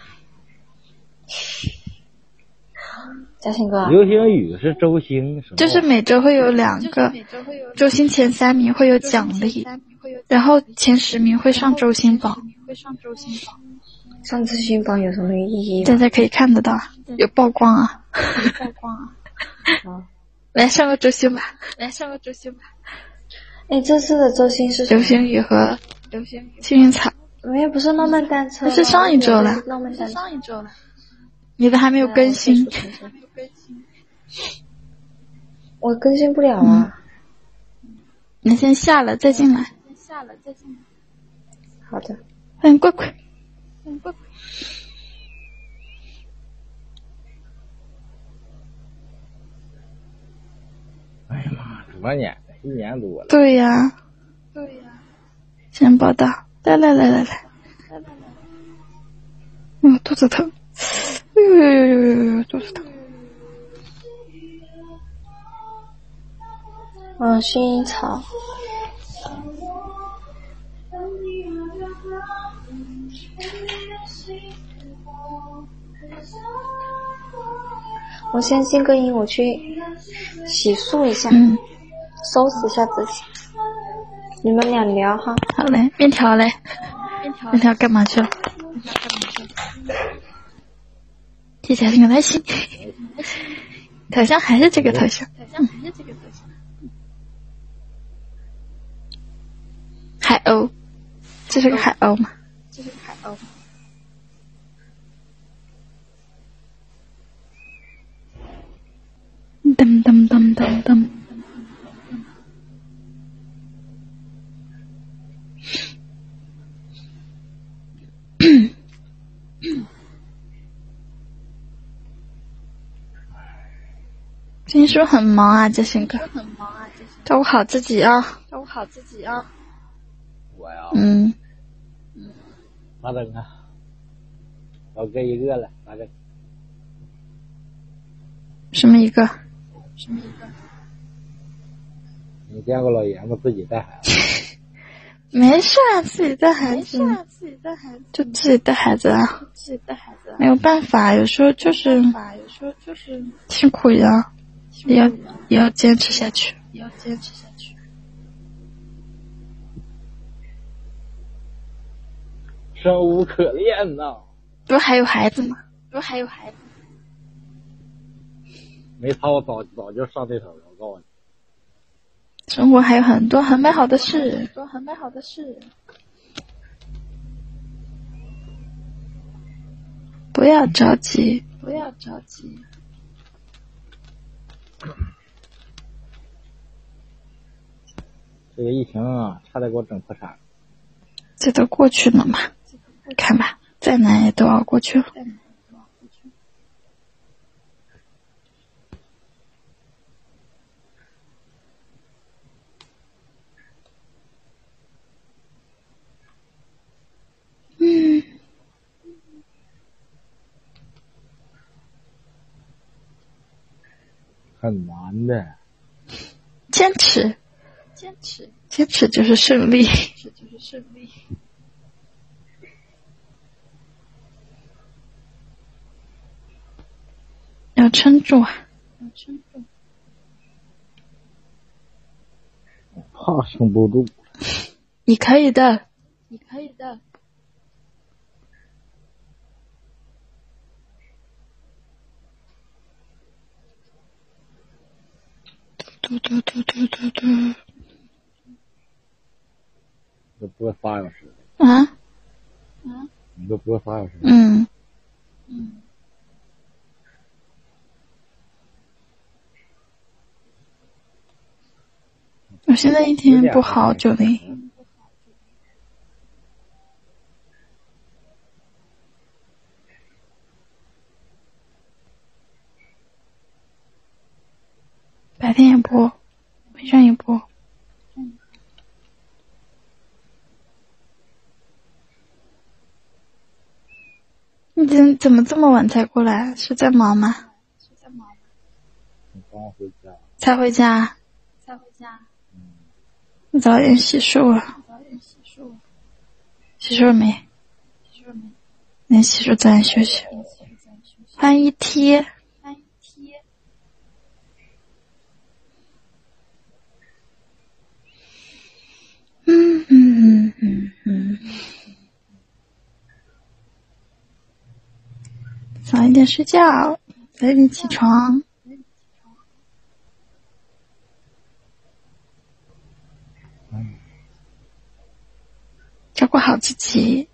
嘉兴哥， 流星雨是周星， 就是每周会有两个，周星前三名会有奖励，然后前十名会上周星榜。 上周星榜有什么意义？ 大家可以看得到，有曝光啊，有曝光啊。好，来上个周星吧，来上个周星吧。 哎，这次的周星是流星雨和流星雨幸运草。 没有，不是浪漫单车， 是上一周了， 浪漫单车上一周了。你的还没有更新。 我更新不了啊。 嗯、你先下了再进来。下了再进来。 好的。 嗯，乖乖。嗯，乖乖。 哎呀妈，多少年了？一年多了。 对呀。对呀。先报道，来来来来来。来来来。嗯，肚子疼。哎呦呦呦呦呦呦，肚子疼。 嗯，薰衣草。 我先静个音，我去洗漱一下， 嗯， 收拾一下自己。你们俩聊哈。 好嘞，面条嘞，面条干嘛去了？记起来挺开心。头像还是这个头像，头像还是这个头像。海鸥，这是个海鸥吗？这是个海鸥。噔噔噔噔噔。最近是不是很忙啊，嘉欣哥？照顾好自己啊！照顾好自己啊！ 我呀， 嗯， 哪等啊？老哥一个了，哪等？ 什么一个？什么一个？ 你见过老爷子自己带孩子？ 没事啊，自己带孩子，没事啊，自己带孩子，就自己带孩子啊，自己带孩子啊，没有办法，有时候就是，有时候就是辛苦呀，也要也要坚持下去，也要坚持下去。 生无可恋呐！ 不是还有孩子吗？不是还有孩子？ 没他我早早就上这头了，我告诉你。 生活还有很多很美好的事，很多很美好的事。不要着急，不要着急。 这个疫情啊，差点给我整破产。 这都过去了嘛，看吧，再难也都熬过去了。嗯， 很难的， 坚持，坚持，坚持就是胜利，坚持就是胜利。要撑住啊！要撑住。 怕撑不住。 你可以的，你可以的。嘟嘟嘟嘟嘟嘟。 都播仨小时。 啊？啊？ 你都播仨小时。 嗯。嗯。我现在一天不好九零。白天也播，晚上也播。你怎怎么这么晚才过来？是在忙吗？是在忙吗？ 你刚回家。才回家。才回家。你早点洗漱啊！早点洗漱。洗漱了没？洗漱了没？那洗漱早点休息。欢迎一 T。欢迎一 T。嗯嗯嗯嗯。早一点睡觉，早一点起床。照顾好自己。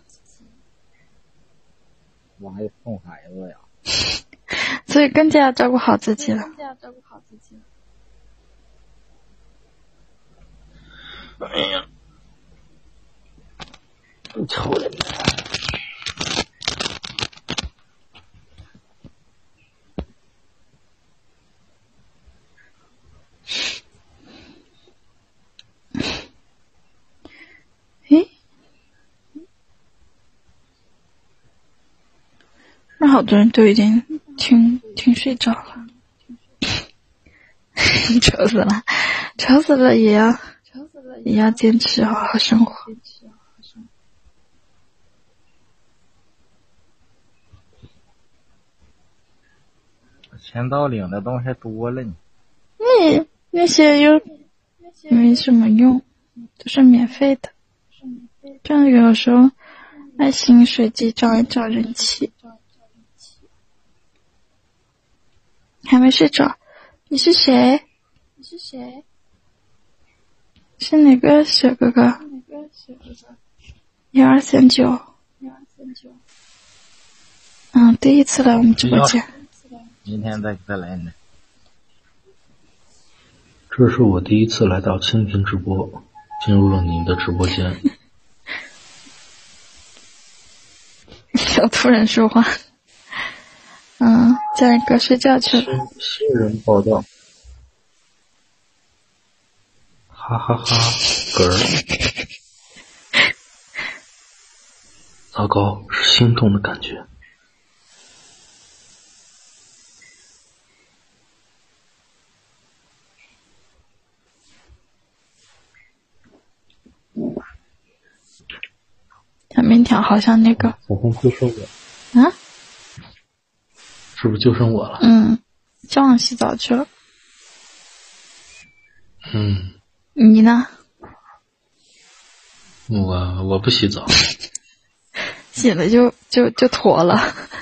我还送孩子呀。 所以更加要照顾好自己了。更加要照顾好自己了。 哎呀，你瞅着呢。 那好多人都已经听听睡着了，愁死了，愁死了也要也要坚持好好生活。 钱到领的东西多了呢。 那那些又没什么用，都是免费的。这样有时候爱心随机找一找人气。还没睡着？你是谁？你是谁？是哪个小哥哥？一二三九。嗯，第一次来我们直播间。 明天再再来呢。 这是我第一次来到蜻蜓直播，进入了你的直播间。 要突然说话。嗯，叫人哥睡觉去了。 新人报道。哈哈哈，嗝儿。糟糕，是心动的感觉。 小面条好像那个， 好像就剩我啊？ 是不是就剩我了？ 嗯，叫我洗澡去了。 嗯， 你呢？ 我我不洗澡， 洗了就就就脱了。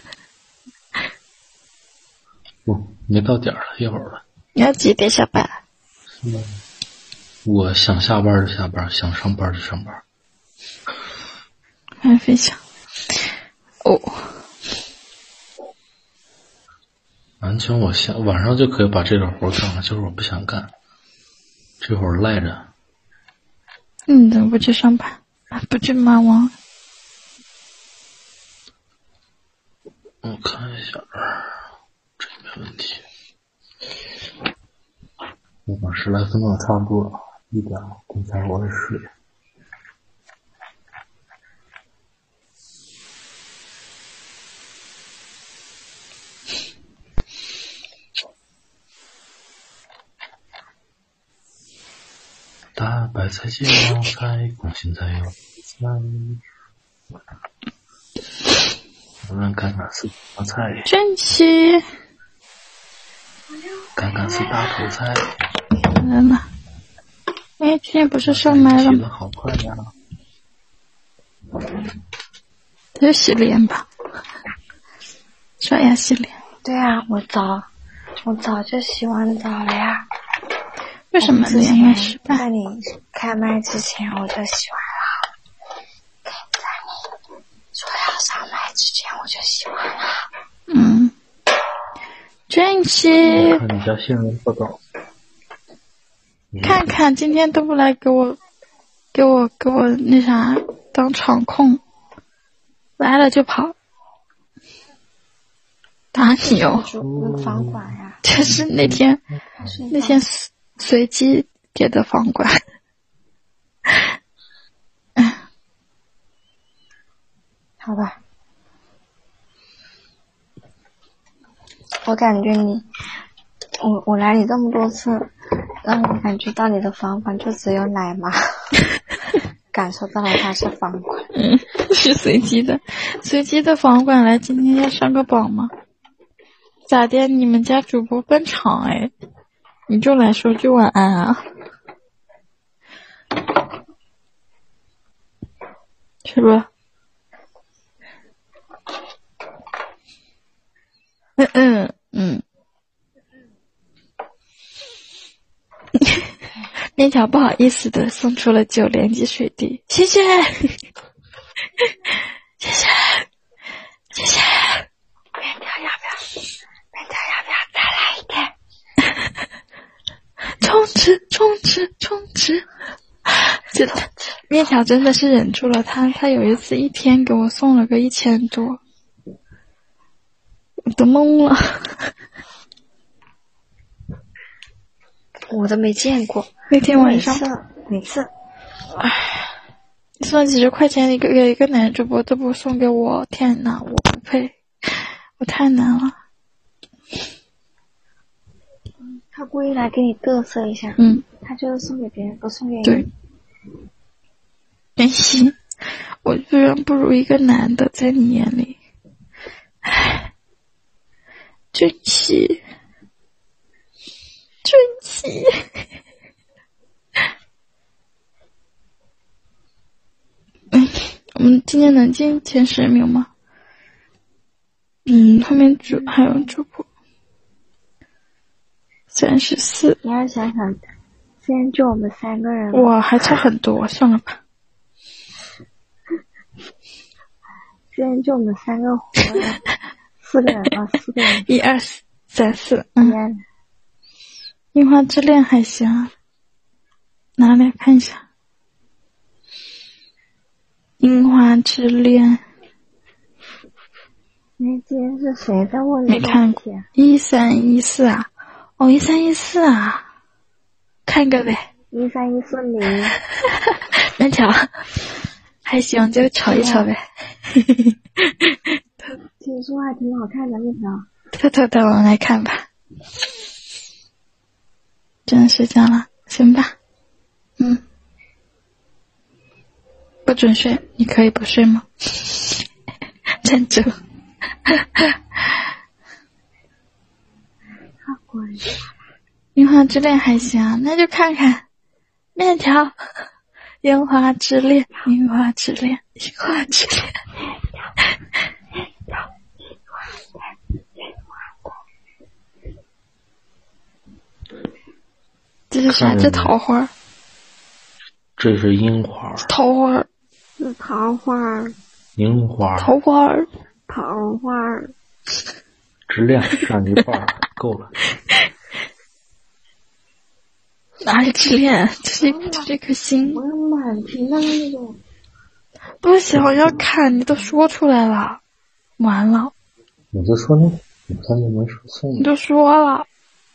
不，没到点儿了，一会儿了。 你要几点下班？ 是吗？我想下班就下班，想上班就上班。 还分享哦， 完全我下晚上就可以把这个活干了，就是我不想干，这会儿赖着。 你怎么不去上班？不去骂王？ 我看一下，这没问题。我把十来分钟差不多了，一点等下我得睡。大白菜芥末菜，空心菜有菜。我们看看是什么菜？ 珍惜。 看看是大头菜。 来了。哎，今天不是上麦了吗？ 洗得好快呀！ 他就洗脸吧，刷牙洗脸。 对啊，我早我早就洗完澡了呀。 为什么连麦失败？ 在你开麦之前我就洗完了，在你说要上麦之前我就洗完了。 嗯，珍惜。 看你家新闻报道。 看看今天都不来给我，给我给我那啥当场控，来了就跑，打你哦！ 房管呀， 这是那天那天随机给的房管。 好吧，我感觉你，我我来你这么多次，让我感觉到你的房管就只有奶妈，感受到了他是房管。 嗯，是随机的，随机的房管来今天要上个榜吗？咋的？你们家主播奔场哎？你就来说句晚安啊？是不？嗯嗯嗯。面条不好意思的送出了九连击水滴，谢谢，谢谢，谢谢。 面条要不要？面条要不要再来一点？ 充值，充值，充值！这面条真的是忍住了，他他有一次一天给我送了个一千多，我都懵了。 我都没见过。 那天晚上， 每次， 唉，送几十块钱一个给一个男主播都不送给我，天哪，我不配，我太难了。 他故意来给你嘚瑟一下， 嗯， 他就是送给别人，不送给你。 对，珍惜，我居然不如一个男的，在你眼里，唉， 俊奇，俊奇。嗯，我们今天能进前十名吗？嗯，后面主还有主播。三十四。 你要想想，现在就我们三个人。 哇，还差很多，算了吧。 现在就我们三个活了，四个人了，四个人。 一二三四，嗯。樱花之恋还行，拿来看一下。樱花之恋。 那今天是谁在问你？ 没看过。一三一四啊。哦，一三一四啊，看个呗。 一三一四零， 面条还行，就瞅一瞅呗。 听说还挺好看的面条。 偷偷的，我们来看吧。真的睡觉了，行吧。嗯，不准睡，你可以不睡吗？站住。樱花之恋还行，那就看看面条。樱花之恋，樱花之恋，樱花之恋。这是啥？这桃花？ 这是樱花。 桃花。 是桃花。 樱花。 桃花。 桃花。 质量上一半够了。 哪里之恋？这是这是一颗心。 我有满屏的那种。 不行，我要看，你都说出来了，完了。 你就说那，你看你没说送你都说了。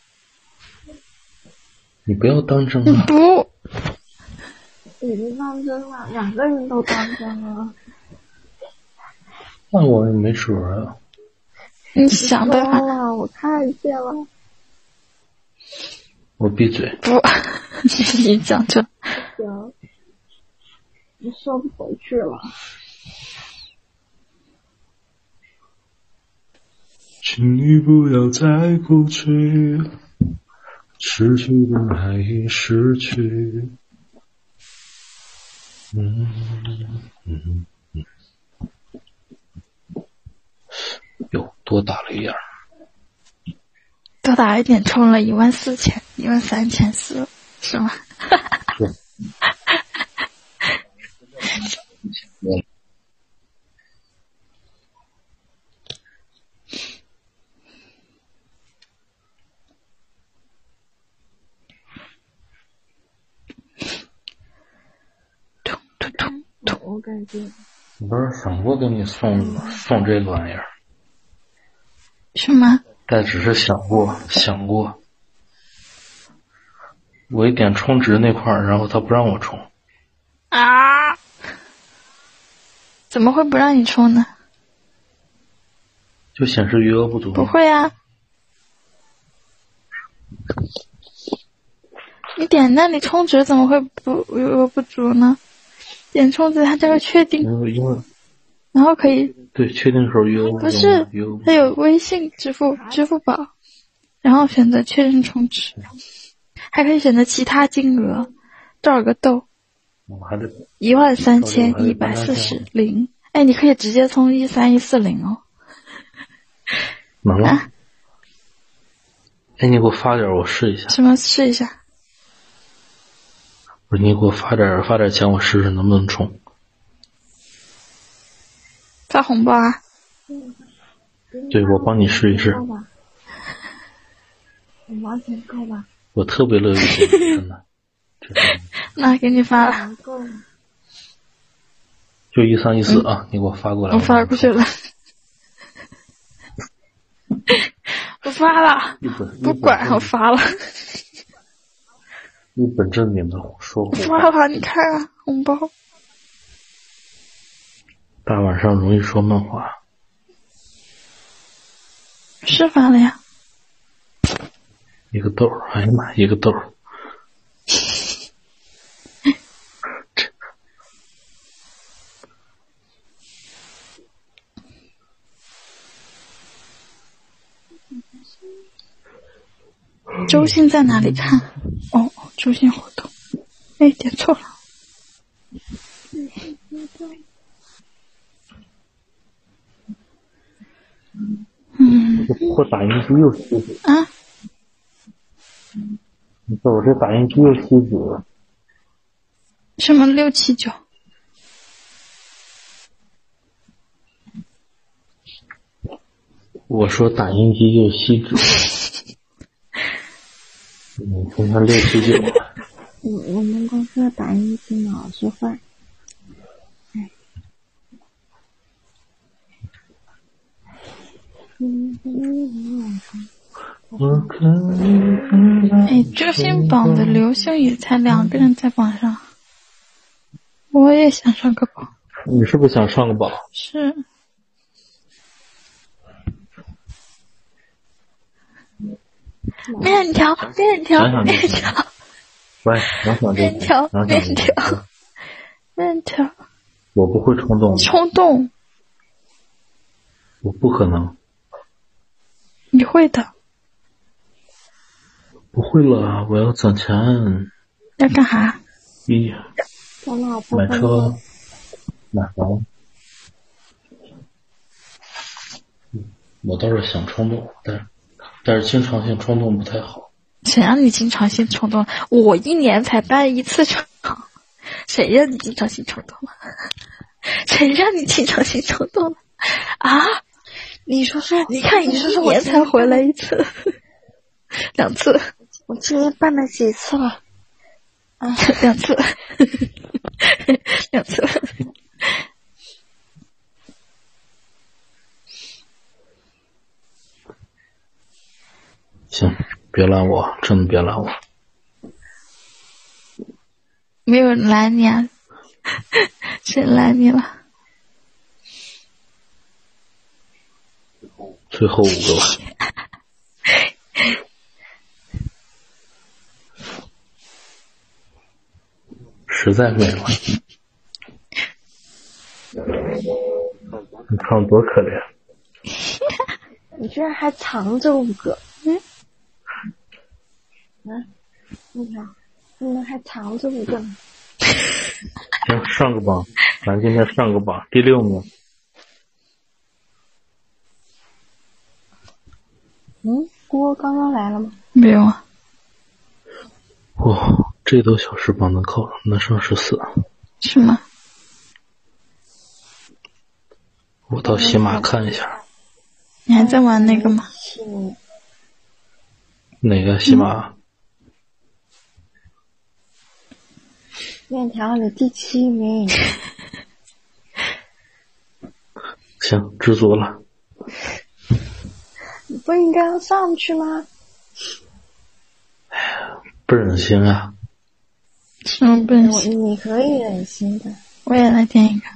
你不要当真了。 不。 已经当真了，两个人都当真了。 那我也没辙啊。 你想办法。 了，我看见了。 我闭嘴。 不，你讲这。 行，你说不回去了。 请你不要再哭泣，失去的爱已失去。嗯嗯嗯。哟，多打了一点。 多打一点，充了一万四千，一万三千四，是吗？ 是。 突突突突！ 我感觉。 你不是想过给你送送这个玩意儿？ 是吗？ 但只是想过想过，我一点充值那块儿，然后他不让我充。 啊？怎么会不让你充呢？ 就显示余额不足。 不会啊，你点那里充值怎么会不余额不足呢？点充值它就会确定， 因为然后可以对确定时候余额不足。 不是，它有微信、支付、支付宝，然后选择确认充值，还可以选择其他金额，多少个豆？一万三千一百四十零。哎，你可以直接充一三一四零哦。 能吗？ 啊、 哎，你给我发点，我试一下。 什么试一下？ 不是，你给我发点发点钱，我试试能不能充。 发红包啊？ 对，我帮你试一试。 五毛钱够吧？ 我特别乐意给你，真的。 那给你发了。 就一三一四啊，你给我发过来。 我发过去了。我发了，不管我发了。 一本正经的说话。 发了，你看啊，红包。 大晚上容易说梦话。 是发了呀。 一个豆儿，哎呀妈，一个豆儿。 周星在哪里看？哦，周星活动，哎，点错了。嗯， 我打印机又熄止啊！ 你说我这打印机又熄止了。 什么六七九？ 我说打印机又熄止了。你听他六七九。 我我们公司的打印机老是坏。哎。 哎，周星榜的刘星宇才两个人在榜上，我也想上个榜。 你是不是想上个榜？ 是。面条，面条，面条。 喂，想想面条，面条，面条。 我不会冲动。 冲动。 我不可能。 你会的。 不会了，我要攒钱。 要干啥？ 一，买车，买房。我倒是想冲动，但是但是经常性冲动不太好。 谁让你经常性冲动？我一年才办一次场，谁让你经常性冲动了？谁让你经常性冲动了？啊！ 你说说， 你看你一年才回来一次，两次。 我今年办了几次了？ 啊，两次，两次。 行，别拦我，真的别拦我。 没有人拦你啊？谁拦你了？ 最后五个吧。实在没了。你看我多可怜。 你居然还藏着五个。嗯。嗯。你看，你们还藏着五个呢。 行，上个榜，咱今天上个榜，第六名。 嗯，锅刚刚来了吗？ 没有啊。 哇，这都小时榜能考能上十四。 是吗？ 我到喜马看一下。 你还在玩那个吗？ 哪个喜马？ 面条，你第七名。 行，知足了。 你不应该要上去吗？ 不忍心啊！ 什么不忍心？ 你可以忍心的。 我也来点一个。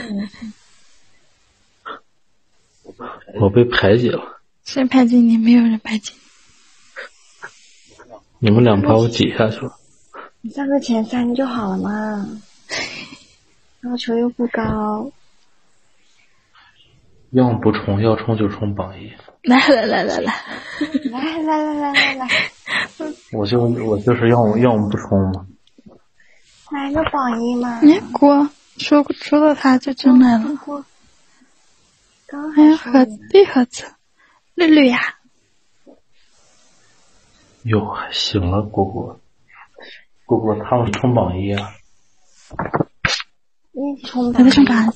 我被排挤了。 谁排挤你？没有人排挤你。 你们俩把我挤下去了。 你上个前三就好了嘛，要求又不高。 要不冲，要冲就冲榜一。 来来来来来， 来来来来来来， 我就我就是要要不冲嘛。 来个榜一嘛。 哎，锅说说到他就真来了。哎，盒子绿盒子，绿绿呀。 哟，还行了，果果，果果他们冲榜一啊。 你冲他在冲榜。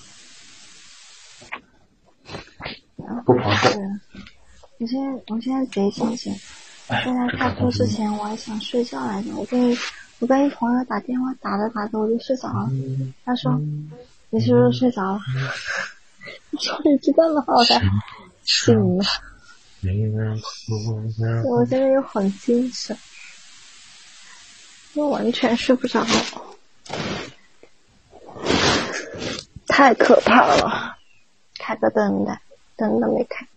不防守。 我现在我现在贼清醒，在他开播之前我还想睡觉来着。我跟我跟一朋友打电话，打着打着我就睡着了。他说：“你是不是睡着了？”我说：“你知道吗？”我才醒了。我现在又很精神，我完全睡不着，太可怕了！开个灯的，灯都没开。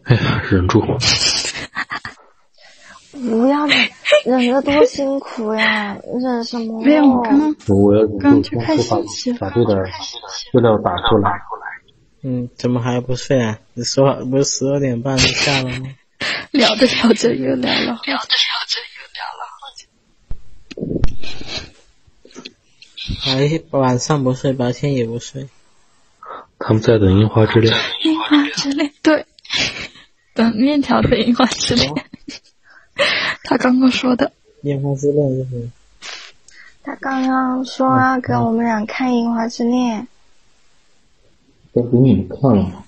哎呀，忍住！ 不要忍，忍着多辛苦呀！忍什么？ 没有，我刚刚我要刚就开心起把这点资料打出来。 嗯，怎么还不睡啊？你说不是十二点半就下了吗？ 聊着聊着又聊了，聊着聊着又聊了。 哎，晚上不睡，白天也不睡。 他们在等樱花之恋。 樱花之恋，对，等面条的樱花之恋。他刚刚说的。 樱花之恋是什么？ 他刚刚说要给我们俩看樱花之恋。 都给你们看了吗？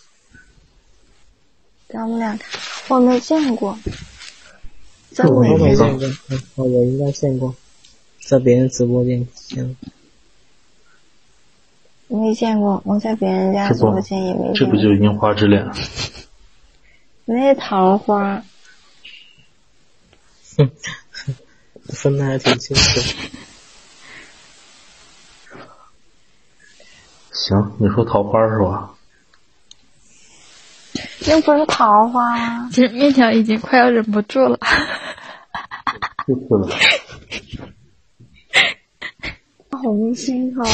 给我们俩看，我没见过，真没没见过。哦，我应该见过，在别人直播间见过。 没见过，我在别人家直播间也没见过。 这不就是樱花之恋？ 那是桃花。 哼，分的还挺清楚。 行，你说桃花是吧？ 那不是桃花啊！ 其实面条已经快要忍不住了。 就是了。 红心好啊！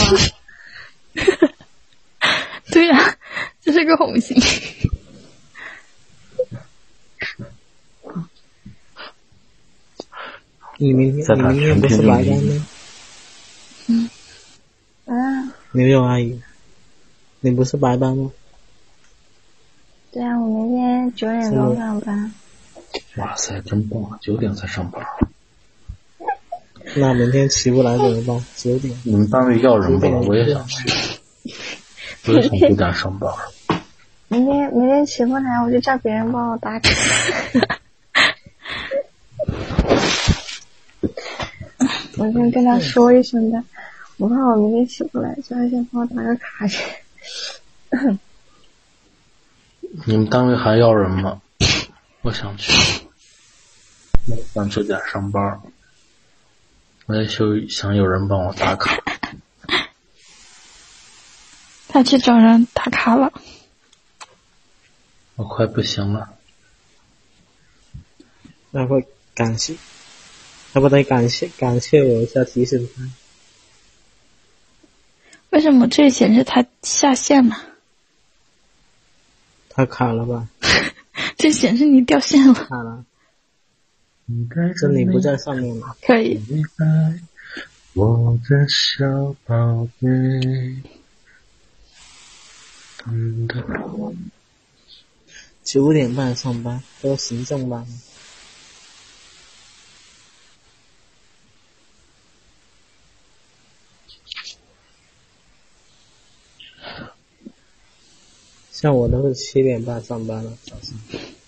对呀、啊，这是个红心。 你明天你明天不是白班吗？ 嗯。 嗯。 没有阿姨，你不是白班吗？ 对啊，我明天九点钟上班。 哇塞，真棒！九点才上班。 那明天起不来怎么办？九点。 你们单位要人不？我也想去。我也想九点上班。 明天明天起不来，我就叫别人帮我打卡。我先跟他说一声的，我怕我明天起不来，叫他先帮我打个卡去。 你们单位还要人吗？我想去。我想九点上班，我也就想有人帮我打卡。 他去找人打卡了。 我快不行了。 那会感谢，要不得感谢感谢我一下，提醒他。 为什么这显示他下线了？ 他卡了吧？ 这显示你掉线了。 卡了。这里不在上面了。 可以。 我的小宝贝。嗯的。 九点半上班，都行政班。像我都是七点半上班了，早上。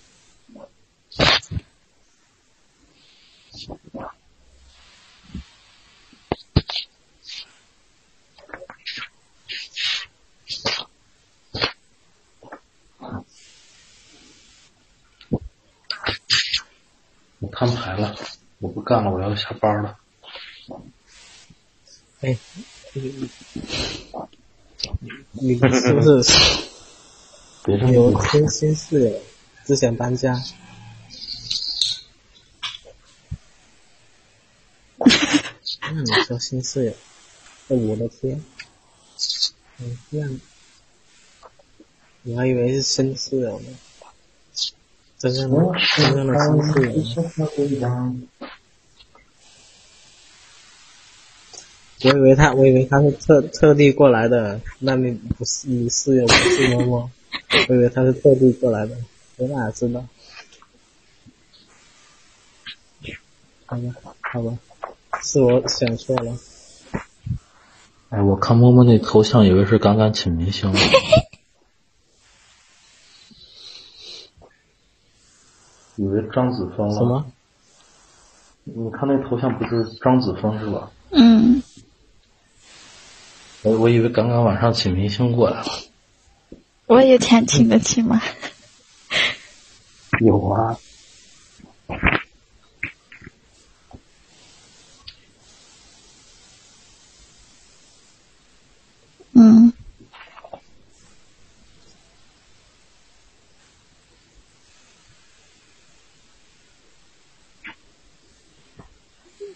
我摊牌了，我不干了，我要下班了。 哎，你你是不是有新新室友之前搬家？那你说新室友？哎，我的天！嗯，这样，我还以为是新室友呢。真正的真正的新室友。我以为他，我以为他是特特地过来的。那你不是你室友不是默默？我以为他是特地过来的，我哪知道？好吧，好吧，是我想错了。 哎，我看默默那头像，以为是刚刚请明星了。以为张子枫了。 什么？ 你看那头像不是张子枫是吧？ 嗯。 我我以为刚刚晚上请明星过来了。 我有钱请得起吗？ 有啊。 嗯。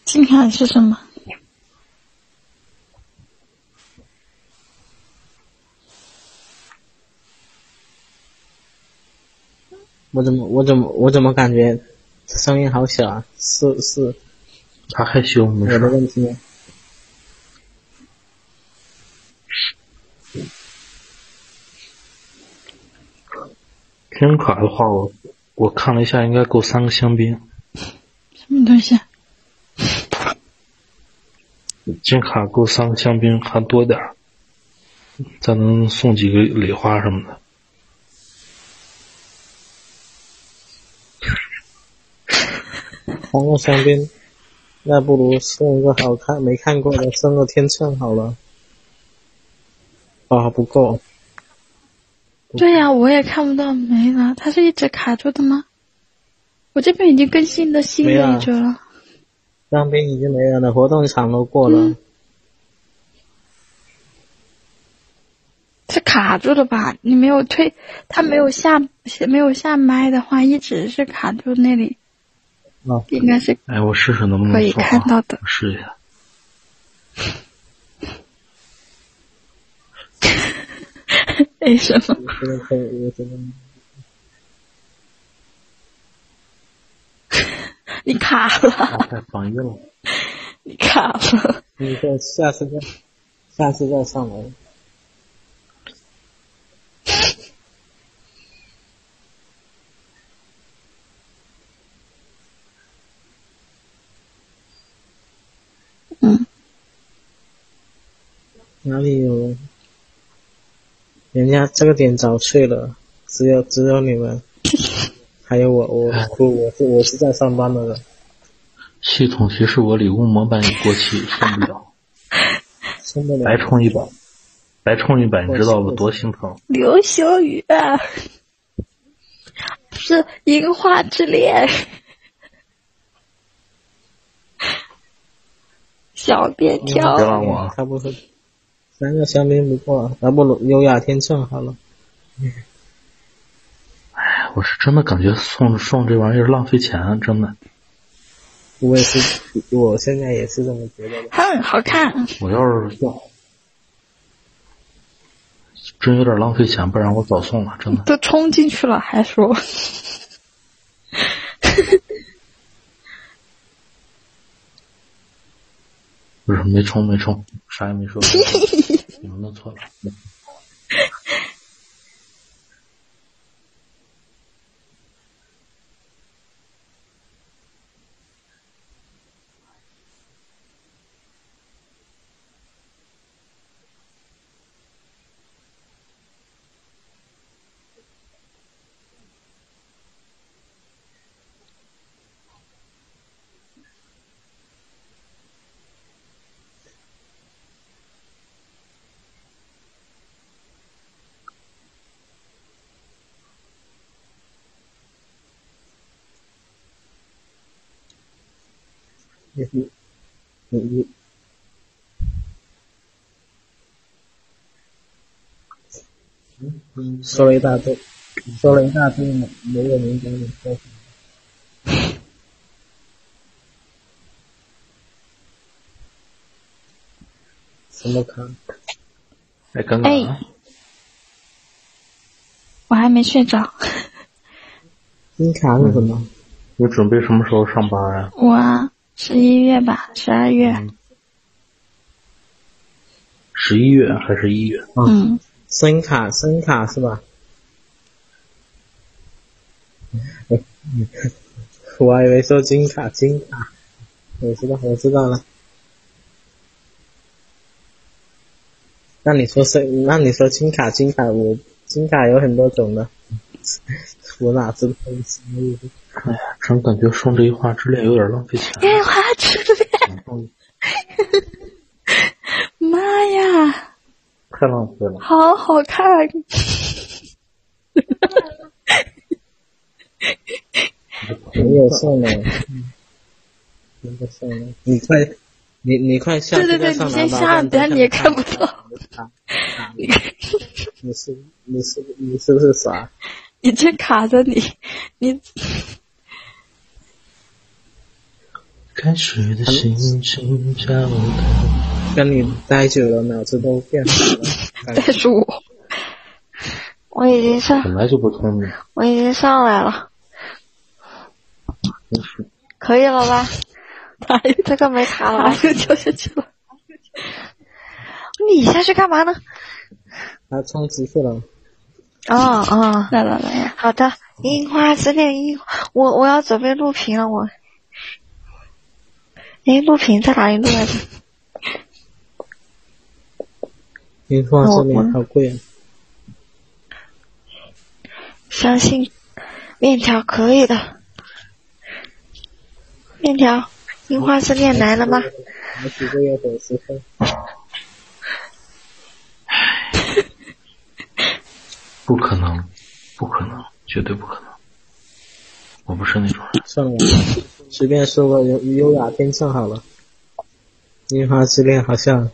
金卡是什么？ 我怎么我怎么我怎么感觉声音好小啊？是是， 他害羞没事。 我的问题吗？ 金卡的话，我我看了一下，应该够三个香槟。 什么东西？ 金卡够三个香槟，还多点儿，再能送几个礼花什么的。 三个香槟，那不如送一个好看没看过的，送个天秤好了。啊，不够。 对呀、啊，我也看不到没了，它是一直卡住的吗？我这边已经更新的新的一折了。 香槟已经没了，活动场都过了。嗯、 是卡住的吧？你没有推，它没有下没有下麦的话，一直是卡住那里。 哦， 应该是。 哎，我试试能不能可以看到的。 我试一下。 为什么？你卡了。 太防御了。 你卡了。 你再下次再，下次再上来。 嗯。 哪里有人？人家这个点早睡了，只有只有你们，还有我，我不，我是我是在上班的人。 系统提示我礼物模板已过期，送不了。 送不了。 白充一百，白充一百，你知道我多心疼？ 流星雨啊，是樱花之恋。小便条。 别让我。 他不是。三个香槟不够，要不优雅天秤好了。 哎，我是真的感觉送送这玩意儿浪费钱，真的。 我也是，我现在也是这么觉得的。 很好看。 我要是要，真有点浪费钱，不然我早送了，真的。 都冲进去了，还说。 不是没冲没冲，啥也没说。你们弄错了。 你你你说了一大堆，说了一大堆，没有人跟你说什么。什么卡？ 哎，刚刚、啊。 哎，我还没睡着。 金卡是什么？ 嗯、你准备什么时候上班啊？ 我啊，十一月吧，十二月。 十、嗯、一月还是一月？ 嗯。 声卡，声卡是吧？我还以为说金卡，金卡。我知道，我知道了。那你说是？那你说金卡，金卡，我金卡有很多种的，我哪知道什么意思？ 哎呀，真感觉送这一画之恋有点浪费钱。 樱花之恋，妈呀！ 太浪费了。 好好看。 没有送了，没有送了，你快。你你快下， 对对对，你先下，等下你也看不到。 你是你是你是不是傻？ 你这卡着你，你开始的心情交谈。 跟你待久了，脑子都变好了。 再说我， 我已经上， 本来就不聪明。 我已经上来了，可以了吧？这个没卡了吧？ 又掉下去了。 你下去干嘛呢？ 他冲出去了。 哦哦， 来了来了。 好的，樱花之恋，樱我我要准备录屏了，我。诶，录屏在哪里录来着？ 樱花之恋好贵啊！ 相信面条可以的。面条，樱花之恋来了吗？ 好几个月粉丝费。 不可能，不可能，绝对不可能！我不是那种人。 算了，随便说个优优雅天秤好了。樱花之恋好像。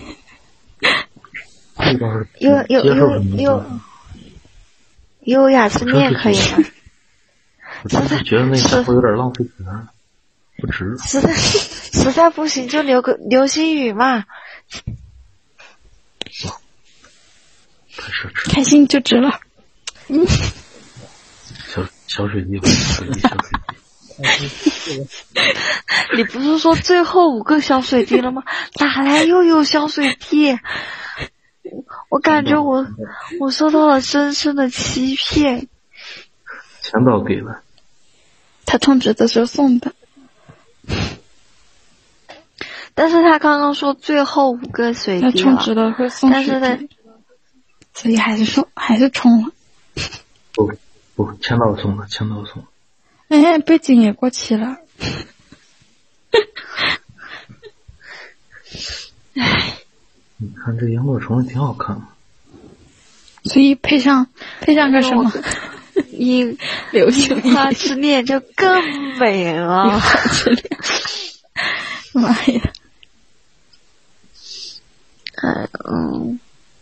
优优优优优雅之恋可以吗？ 我真是觉得那个会有点浪费钱，不值。 实在实在不行就留个流星雨嘛。 开心就值了。嗯。 小小水滴，小水滴，小水滴。 你不是说最后五个小水滴了吗？哪来又有小水滴？我感觉我我受到了深深的欺骗。 钱倒给了。 他充值的时候送的。 但是他刚刚说最后五个水滴了。 他充值了会送水滴。但是所以还是送，还是充了。 不不，签到送的，签到送的。 哎，背景也过期了。 哎，你看这萤火虫挺好看的。 所以配上配上个什么？ 樱流星花之恋就更美了。 樱花之恋。妈呀！ 哎嗯。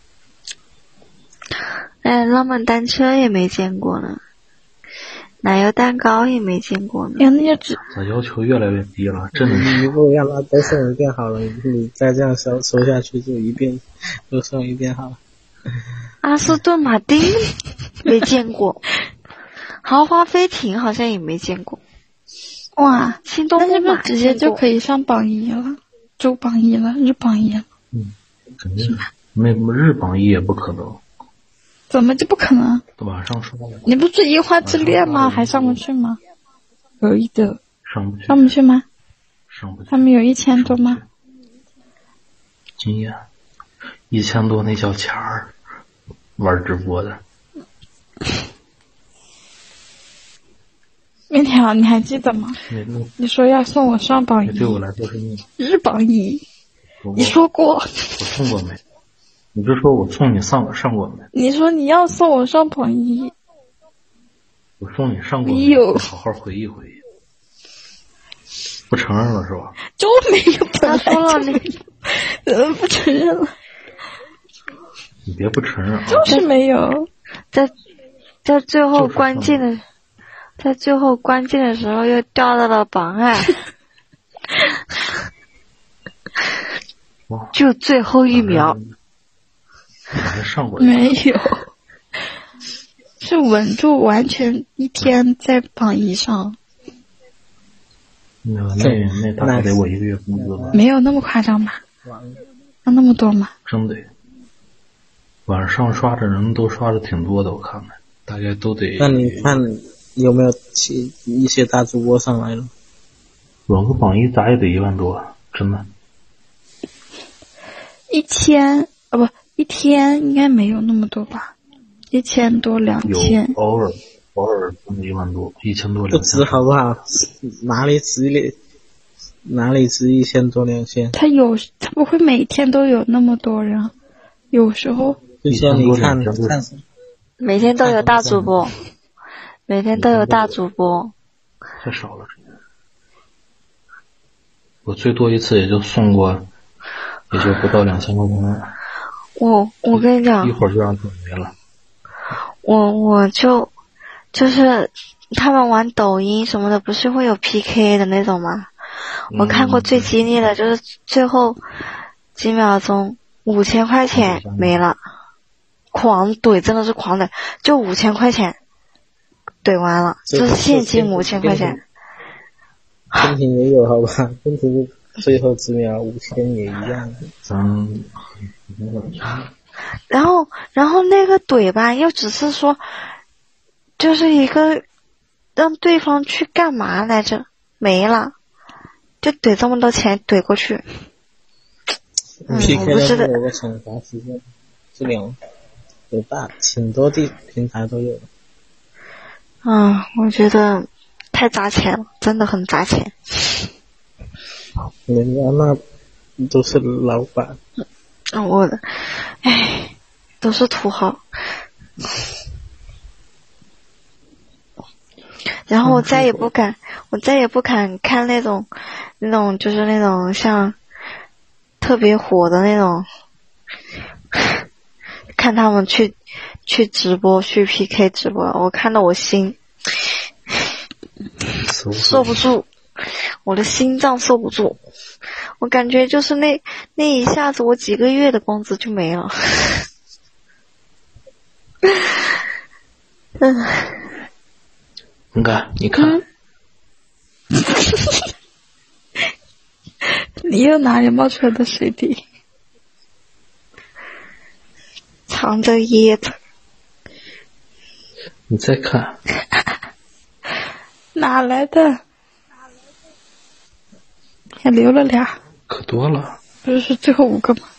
哎，浪漫单车也没见过呢，奶油蛋糕也没见过呢。 那就只咋要求越来越低了？真的。 你如果让他再送一遍好了，你再这样说说下去就一遍都送一遍好了。 阿斯顿马丁没见过，豪华飞艇好像也没见过。 哇， 心动木马直接就可以上榜一了，周榜一了，日榜一了。 嗯，肯定没日榜一也不可能。 怎么就不可能？ 晚上说了。 你不是樱花之恋吗？还上不去吗？可以的。 上不去。 上不去吗？ 上不去。 他们有一千多吗？ 经验，一千多那叫钱儿，玩直播的。 面条，你还记得吗？你说要送我上榜一。 对我来说是那日榜一。你说过。 我送过没？你就说我送你上上过没？ 你说你要送我上榜一。 我送你上过没？ 有。 好好回忆回忆。不承认了是吧？ 就没有。 他说了你怎么不承认了？ 你别不承认啊！ 就是没有。 在在最后关键的，在最后关键的时候又掉到了榜二。就最后一秒。 还上过没有，是稳住，完全一天在榜一上。 那那那大概得我一个月工资吧？ 没有那么夸张吧？要那么多吗？ 真的，晚上刷的人都刷的挺多的，我看看，大概都得。 那你看有没有其一些大主播上来了？ 稳个榜一咋也得一万多，真的。 一千啊不。一天应该没有那么多吧，一千多两千。 有偶尔偶尔这么一万多，一千多两千。 不值好不好？哪里值了？哪里值一千多两千？ 他有，他不会每天都有那么多人，有时候。 就像你看看， 每天都有大主播，每天都有大主播。 太少了，我最多一次也就送过，也就不到两千块钱。 我我跟你讲， 一会儿就让他没了。 我我就就是他们玩抖音什么的，不是会有 P K 的那种吗？ 我看过最激烈的就是最后几秒钟五千块钱没了，狂怼，真的是狂怼，就五千块钱怼完了，就是现金五千块钱。 天庭也有好吧，天庭最后几秒五千也一样。 嗯， 然后然后那个怼吧又只是说就是一个让对方去干嘛来着，没了，就怼这么多钱怼过去。嗯， P K 的我不知道有个惩罚时间，这两有大挺多地平台都有。 嗯，我觉得太砸钱了，真的很砸钱。 人家那都是老板。 嗯，我的，唉，都是土豪。然后我再也不敢，我再也不敢看那种，那种就是那种像特别火的那种，看他们去去直播去 P K 直播，我看到我心受不住，我的心脏受不住，我感觉就是那那一下子我几个月的工资就没了。嗯。 你看，你看， 嗯、你又哪里冒出来的水滴？ 藏着掖着。 你再看， 哪来的？还留了俩， 可多了。 不是最后五个吗？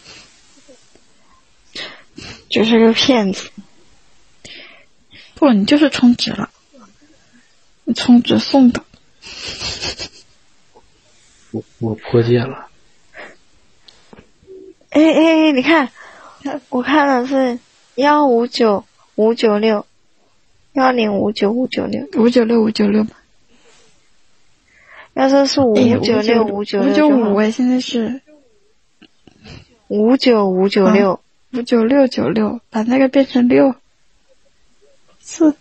就是个骗子。 不，你就是充值了。充值送的， 我我破戒了。 哎哎哎，你看，我看的是幺五九五九六，幺零五九五九六， 五九六五九六嘛。 要是是五九六五九六， 五九五哎，现在是五九五九六， 五九六九六，把那个变成六四。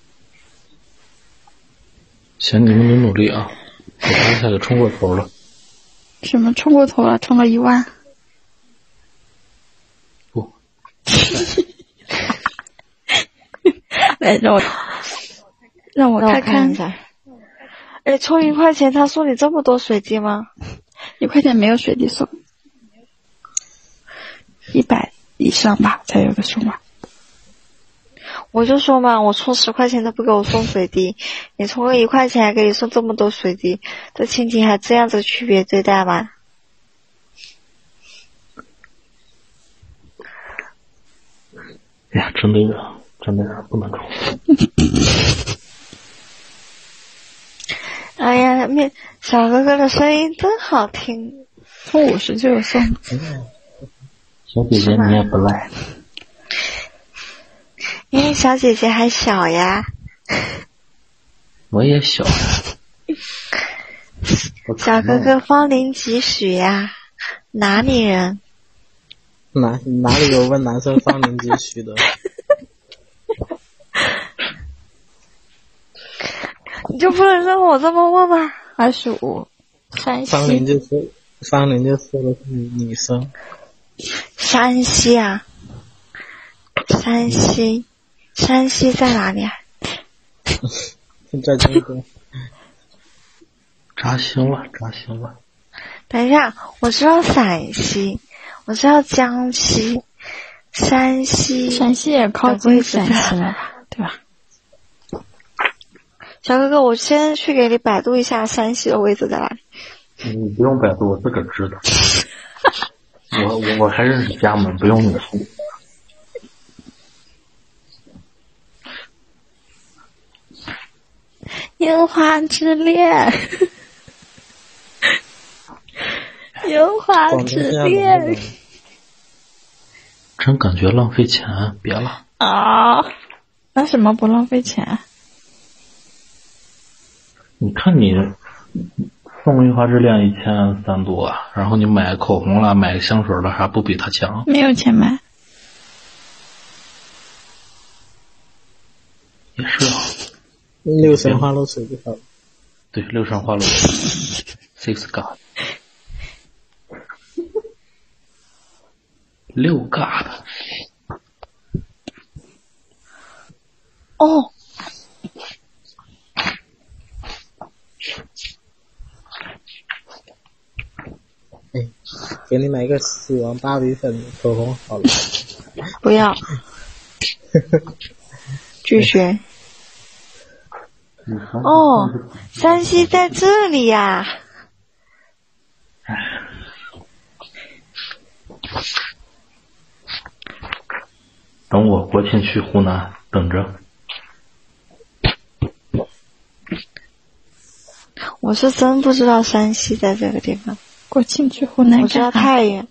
行，你们努努力啊！我刚才给冲过头了。 什么冲过头了？冲了一万？ 不。 来，让我让我看看一下。哎，充一块钱，他送你这么多水滴吗？ 一块钱没有水滴送，一百以上吧才有的送吧。 我就说嘛，我充十块钱都不给我送水滴，你充个一块钱还给你送这么多水滴，这亲情还这样子区别对待吗？ 哎呀，真的真的不能充。 哎呀，面小哥哥的声音真好听， 充五十就有送。 小姐姐你也不赖。 因为小姐姐还小呀。 我也小呀。 小哥哥芳龄几许呀？哪里人？ 哪哪里有问男生芳龄几许的？ 你就不能让我这么问吗？ 二十五，山西。 芳龄就是芳龄就说的是女生。 山西啊，山西。山西在哪里啊？ 在中国。 扎心了，扎心了。 等一下，我知道陕西，我知道江西，山西。 山西也靠近陕西了吧？对吧？ 小哥哥，我先去给你百度一下山西的位置在哪里。 你不用百度，我自个儿知道。我我我还认识家门，不用你说。 樱花之恋，樱花之恋， 真感觉浪费钱，别了啊！那什么不浪费钱？ 你看你送樱花之恋一千三多，然后你买口红了，买香水了，还不比他强？ 没有钱买。 也是啊。 六神花露水就好了。 对，六神花露水。 ，six god， 六 god。 哦。 哎，给你买个死亡芭比粉口红好了。 不要。拒绝。哦，山西在这里呀、 啊！等我国庆去湖南，等着。 我是真不知道山西在这个地方。 国庆去湖南， 我知道太原。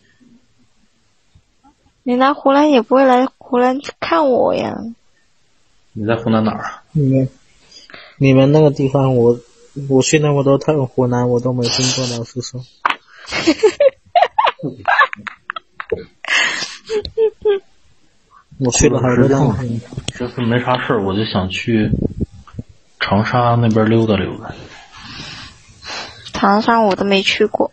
你来湖南也不会来湖南看我呀。 你在湖南哪儿啊？ 你们你们那个地方我，我我去那么多趟湖南，我都没听过。老实说，我去了好多趟。 这次没啥事儿，我就想去长沙那边溜达溜达。 长沙我都没去过。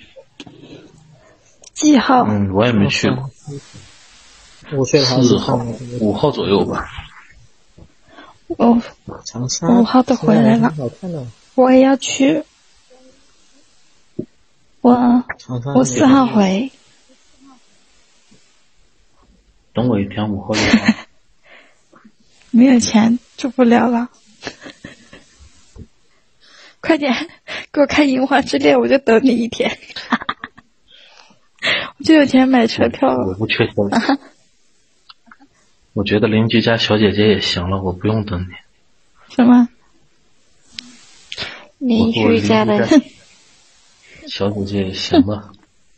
几号？ 嗯，我也没去过。 我去了好四号， 五号左右吧。 哦， 长沙五号都回来了，我也要去。我我四号回。 等我一天，五号六号。 没有钱住不了了。快点给我开樱花之恋，我就等你一天。我就有钱买车票了。 我不缺钱。我觉得邻居家小姐姐也行了，我不用等你。 什么？ 邻居家的小姐姐也行了。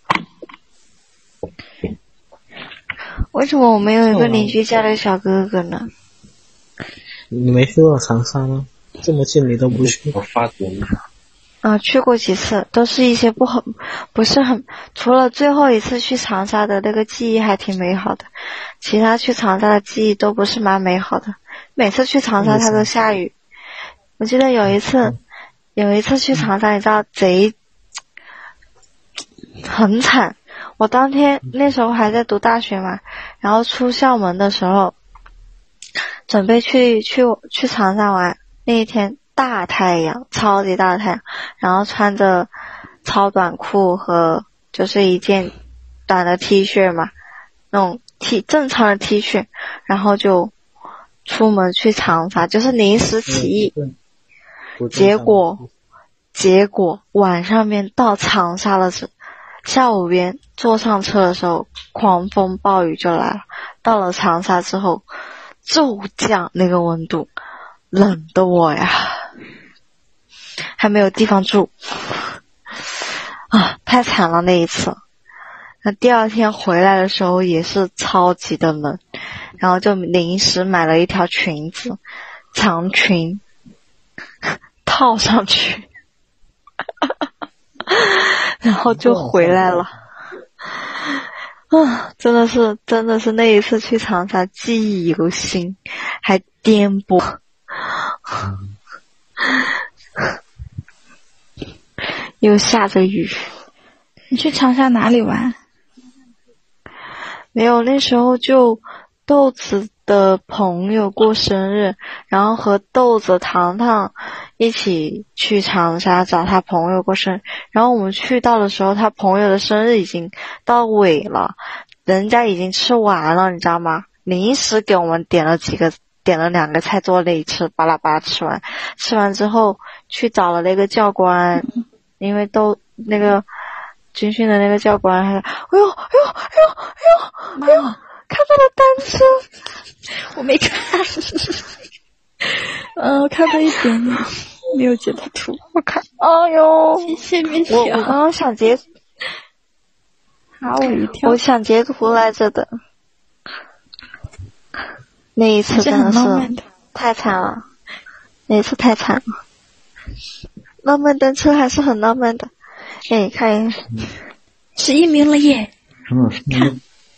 为什么我没有一个邻居家的小哥哥呢？ 你没去过长沙吗？这么近你都不去？ 我发给你。 啊，去过几次，都是一些不很不是很，除了最后一次去长沙的那个记忆还挺美好的，其他去长沙的记忆都不是蛮美好的。每次去长沙它都下雨。我记得有一次，有一次去长沙，你知道贼很惨。我当天那时候还在读大学嘛，然后出校门的时候，准备去去去长沙玩，那一天大太阳，超级大的太阳，然后穿着超短裤和就是一件短的 T 恤嘛，那种 T 正常的 T 恤，然后就出门去长沙，就是临时起意，结果结果晚上面到长沙的时候，下午边坐上车的时候，狂风暴雨就来了。到了长沙之后，骤降那个温度，冷的我呀，还没有地方住啊，太惨了那一次。那第二天回来的时候也是超级的冷，然后就临时买了一条裙子，长裙套上去。然后就回来了，啊，真的是真的是那一次去长沙记忆犹新，还颠簸，又下着雨。 你去长沙哪里玩？ 没有，那时候就豆子的朋友过生日，然后和豆子、糖糖一起去长沙找他朋友过生日，然后我们去到的时候，他朋友的生日已经到尾了，人家已经吃完了，你知道吗？临时给我们点了几个，点了两个菜坐那里吃，巴拉巴拉吃完，吃完之后去找了那个教官，因为都那个军训的那个教官还，哎呦哎呦哎呦哎呦哎呦，看到了单车， 我没看。嗯，我看到一点点，没有截他图。 我看，哎呦， 谢谢米我我刚刚想截， 吓我一跳。 我想截图来着的，那一次真的是太惨了，那一次太惨了。浪漫单车还是很浪漫的，哎，看一下， 十一名了耶！ 真的是看，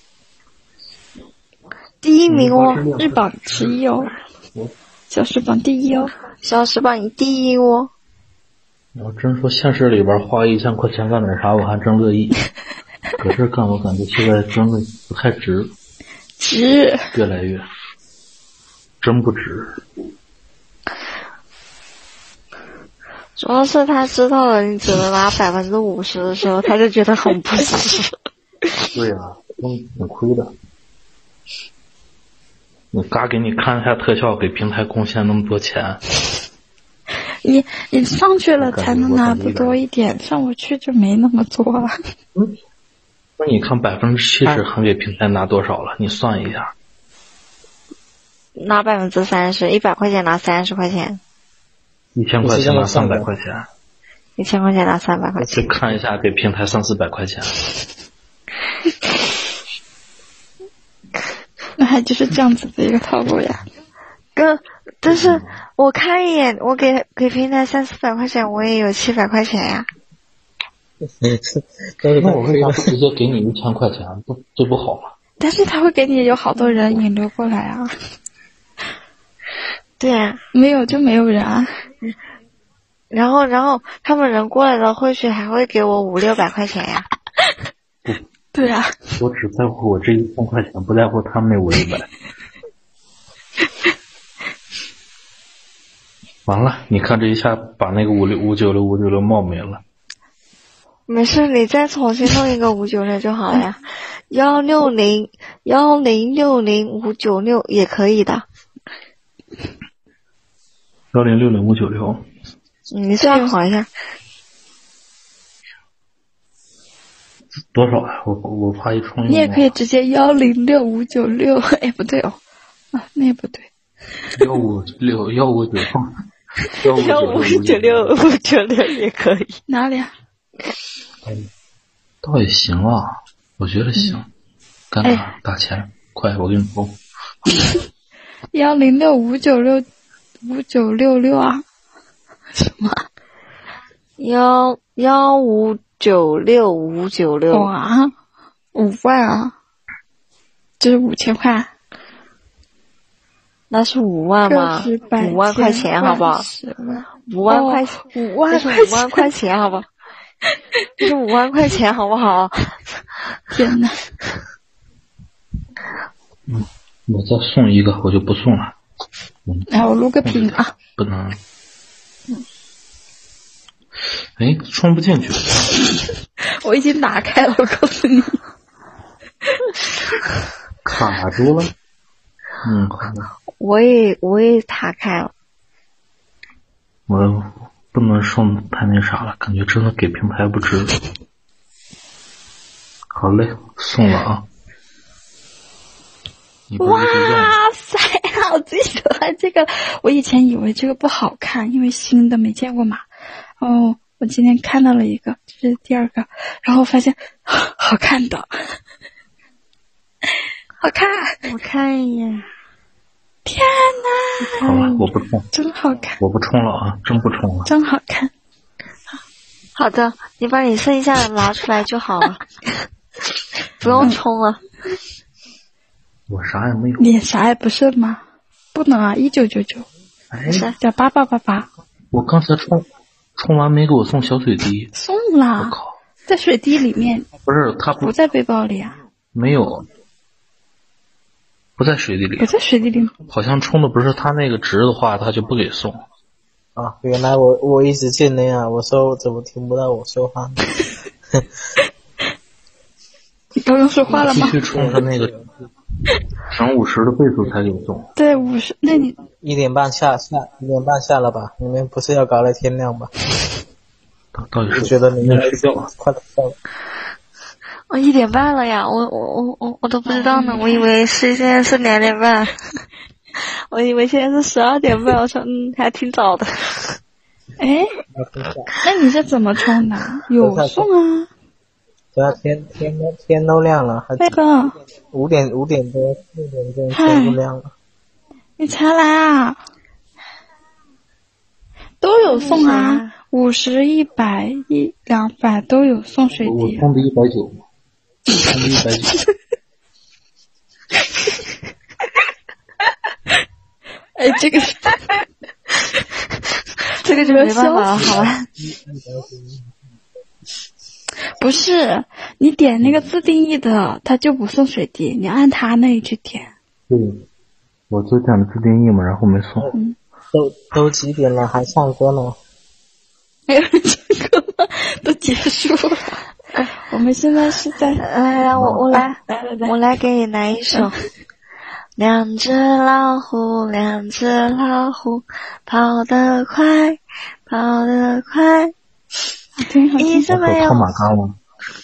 第一名哦， 日榜十一哦。小时榜第一哦， 小时榜第一哦。 你要真说现实里边花一千块钱干点啥，我还真乐意。可是干我感觉现在真的不太值， 值， 越来越真不值。 主要是他知道了你只能拿百分之五十的时候，他就觉得很不值。 对呀、啊，挺亏的。你嘎给你看一下特效，给平台贡献那么多钱。 你你上去了才能拿的多一点，上不去就没那么多了。 嗯，那你看百分之七十还给平台拿多少了？你算一下。 拿百分之三十，一百块钱拿三十块钱。 一千块钱拿三百块钱。 一千块钱拿三百块钱。 去看一下，给平台三四百块钱。 那还就是这样子的一个套路呀。 哥，但是我看一眼，我给给平台三四百块钱，我也有七百块钱呀。 那我为啥不直接给你一千块钱？不，这不好吗？ 但是他会给你有好多人引流过来啊。 对啊， 没有就没有人啊。 然后，然后他们人过来了，或许还会给我五六百块钱呀。 对啊， 我只在乎我这一千块钱，不在乎他们那五六百。完了，你看这一下把那个五六五九六五九六冒没了。 没事，你再重新弄一个五九六就好了呀。幺六零幺零六零五九六也可以的。 幺零六零五九六。 你算好一下。 多少啊？我我怕一冲。 你也可以直接幺零六五九六，哎，不对哦，啊，那也不对。 幺五六幺五九六幺五九六五九六也可以。 哪里啊？ 嗯，倒也行啊，我觉得行。嗯、干啥、哎？打钱，快，我给你充。 幺零六五九六五九六六啊？什么？ 幺幺五。九六五九六， 哇，五万啊！这是五千块， 那是五万吗？五万块钱，好不好？五万块， 五万， 这是五万块钱，好不好？这是五万块钱，好不好？ 天哪！ 嗯，我再送一个，我就不送了。 嗯，来，我录个屏啊！ 不能。嗯。哎，充不进去。 我已经打开了，我告诉你。 卡住了。嗯，好的。 我也我也打开了。 我不能送太那啥了，感觉真的给平台不值。好嘞，送了啊。 哇塞，我最喜欢这个。我以前以为这个不好看，因为新的没见过嘛。哦，我今天看到了一个，这是第二个，然后发现好看的，好看， 我看一眼。 天哪！ 好了，我不冲， 真好看， 我不冲了啊，真不冲了， 真好看。 好的，你把你剩下的拿出来就好了，不用冲了。 我啥也没有。 你啥也不剩吗？不能啊，一九九九， 哎， 叫八八八八。 我刚才冲。冲完没给我送小水滴？ 送了， 我靠， 在水滴里面。 不是他不不在背包里啊？ 没有，不在水滴里。 不在水滴里。 好像冲的不是他那个值的话，他就不给送。 啊，原来我我一直进那样，我说我怎么听不到我说话？ 你刚刚说话了吗？ 必须冲着那个省五十的倍数才给送。 对，五十，那你一点半下下一点半下了吧？你们不是要搞到天亮吧？ 到底是觉得你们睡觉了？ 快到了。 我一点半了呀，我我我我我都不知道呢，我以为是现在是两点半，我以为现在是十二点半，我说嗯还挺早的。 哎，那你是怎么冲的？有送啊。 对啊，天天都天都亮了，还那个五点五点多六点钟天都亮了。 你才来啊？都有送啊，五十、一百、一两百都有送水滴。 我充的一百九，充的一百九。 哎，这个，这个就没办法了，好吧。 不是，你点那个自定义的，它就不送水滴，你按它那里去点。 对，我就点的自定义嘛，然后没送。 嗯， 都都几点了还唱歌呢？ 还有人唱歌吗？都结束了。我们现在是在， 来来，我我来， 来来来， 我来给你来一首。两只老虎，两只老虎，跑得快，跑得快。一直没有。 套马杆吗？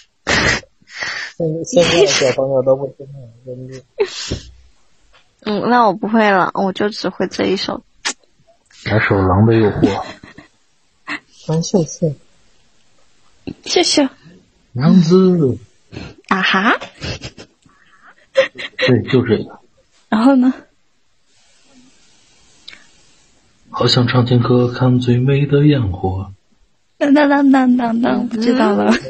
现在小朋友都不听了，真的。 嗯，那我不会了，我就只会这一首。 来首《狼的诱惑》。 嗯，谢谢。 谢谢。 娘子。 啊哈。 对，就这个。 然后呢？ 好想唱情歌，看最美的烟火。 当当当当当当，不知道了。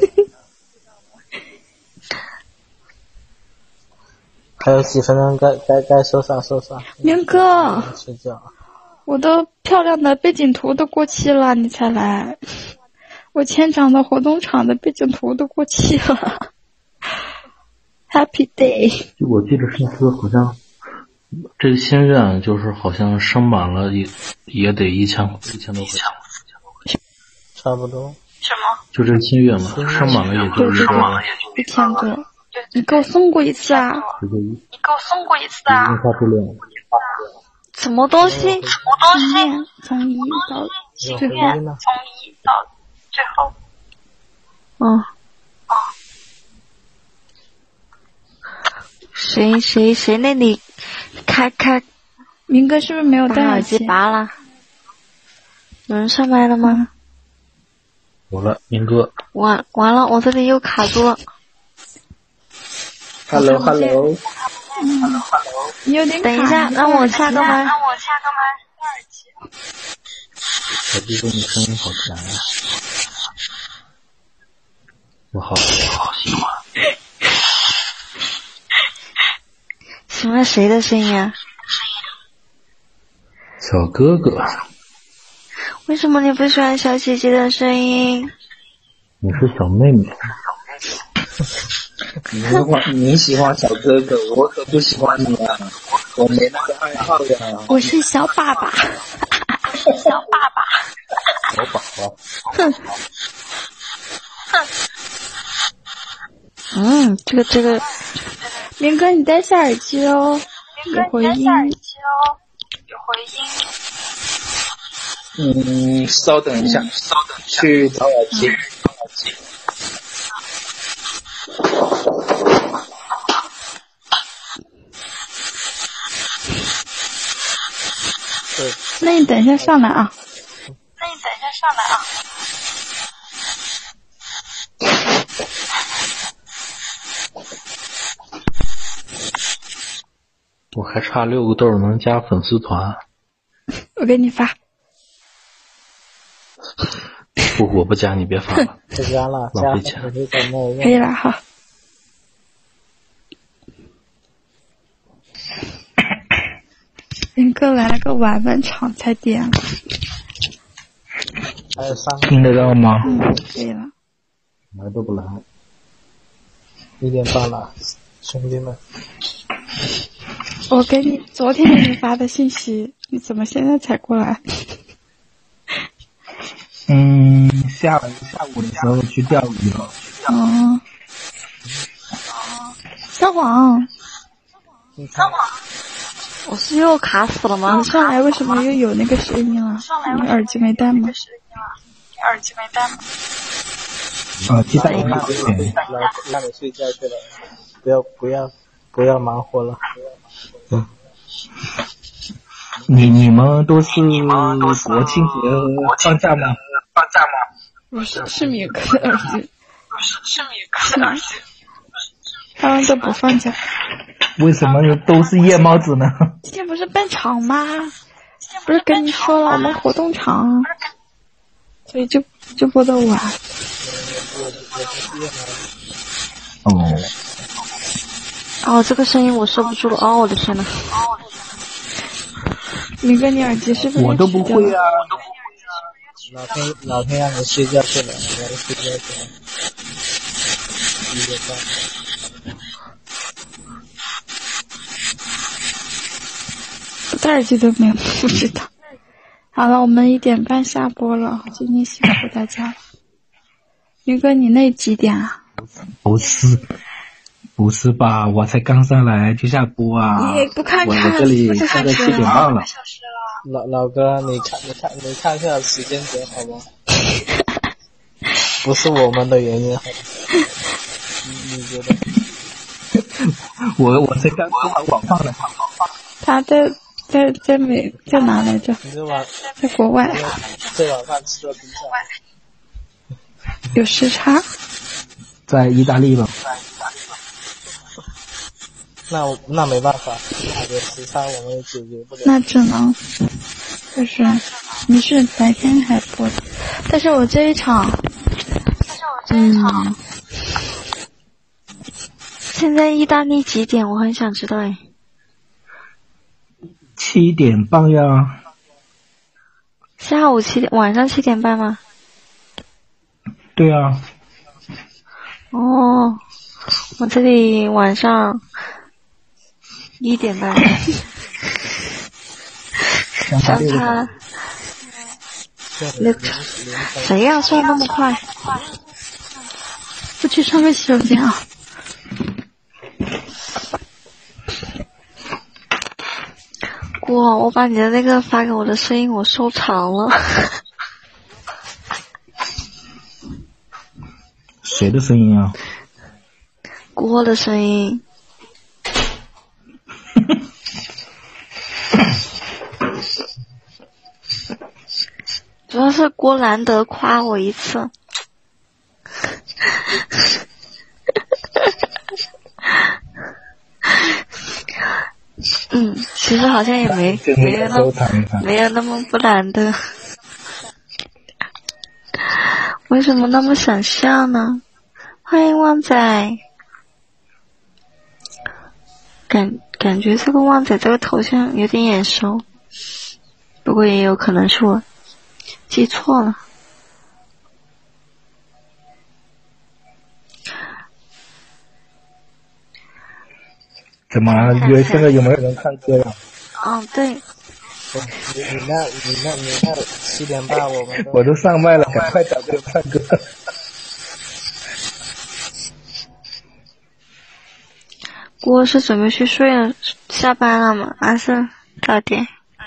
还有几分钟，该该该收上收上。 明哥， 睡觉。 我的漂亮的背景图都过期了，你才来。我签章的活动场的背景图都过期了。Happy day。 就我记得上次好像这个心愿就是好像升满了也也得一千一千多块钱。 差不多。 什么？ 就这个心愿嘛，升满了也就升满了也就一千多。你给我送过一次啊！ 你给我送过一次啊！什么东西？什么东西？ 从一到最后，从一到最后。嗯。哦。谁谁谁那里开开？ 明哥是不是没有戴耳机拔了？有人上麦了吗？ 有了，明哥。 完完了，我这里又卡住了。 Hello Hello， 嗯 Hello， 你有点卡。 等一下，让我下个麦。 让我下个麦。 小弟弟，你声音好甜呀！我好，我好喜欢。 喜欢谁的声音啊？ 小哥哥。 为什么你不喜欢小姐姐的声音？ 你是小妹妹。 你喜欢你喜欢小哥哥，我可不喜欢你啊！我没那个爱好呀。 我是小爸爸。小爸爸。 小宝宝。 哼。 哼。嗯，这个这个， 明哥你戴下耳机哦，有回音。 有回音。 嗯，稍等一下，稍等一下，去找耳机。找耳机。 那你等一下上来啊。 那你等一下上来啊。 我还差六个豆能加粉丝团。 我给你发。 不，我不加，你别发了。 不加了， 浪费钱。 可以了，好。明哥来了个晚晚场才点了。 还有三个。 听得到吗？ 嗯，可以了。 来都不来。 一点半了，兄弟们。 我给你昨天给你发的信息，你怎么现在才过来？ 嗯，下午下午的时候去钓鱼了。 哦。撒谎。 撒谎。我是又卡死了吗？ 你上来为什么又有那个声音了？你耳机没戴吗？ 你耳机没戴吗？ 耳机戴一下。 让让你睡觉去了，不要不要不要忙活了。 嗯。你你们都是国庆节放假吗？ 放假吗？ 不是，是米克的耳机。 不是，是米克的耳机。 他们都不放假。 为什么都是夜猫子呢？ 今天不是办场吗？不是跟你说了我们活动场，所以就就播到晚。 哦。 哦，这个声音我受不住了！哦，我的天呐！ 明哥，你耳机是不是？ 我都不会啊。 老天老天让你睡觉去了，你要睡觉去了。一个半。 我戴耳机都没有，不知道。好了，我们一点半下播了，今天辛苦大家了。明哥，你那几点啊？ 不是，不是吧？我才刚上来就下播啊！ 你也不看看， 我这里现在七点半了。 老老哥，你看，你看，你看一下时间点好吗？不是我们的原因，好吗？你你觉得？ 我我才刚刚把网放了， 他在在在美在哪来着？在国外。 这晚饭吃了披萨。 有时差。 在意大利吧。 那我那没办法，那个时差我们也解决不了。 那只能就是你是白天还播的，但是我这一场，但是我这一场，嗯、 现在意大利几点？我很想知道哎。 七点半呀。 下午七点，晚上七点半吗？ 对啊。 哦，我这里晚上一点半。相差六场，谁呀、啊？算那么快？ 不去上个洗手间啊！ 郭，我把你的那个发给我的声音我收藏了。 谁的声音啊？ 郭的声音。主要是郭难得夸我一次。嗯，其实好像也没没有那么没有那么不难的。为什么那么想笑呢？欢迎旺仔。感感觉这个旺仔这个头像有点眼熟，不过也有可能是我记错了。 怎么了？因为现在有没有人看歌呀？ 哦，对。 你你那你那你那七点半我们我都上麦了，赶快找个人唱歌。 郭是准备去睡了，下班了吗？还是早点？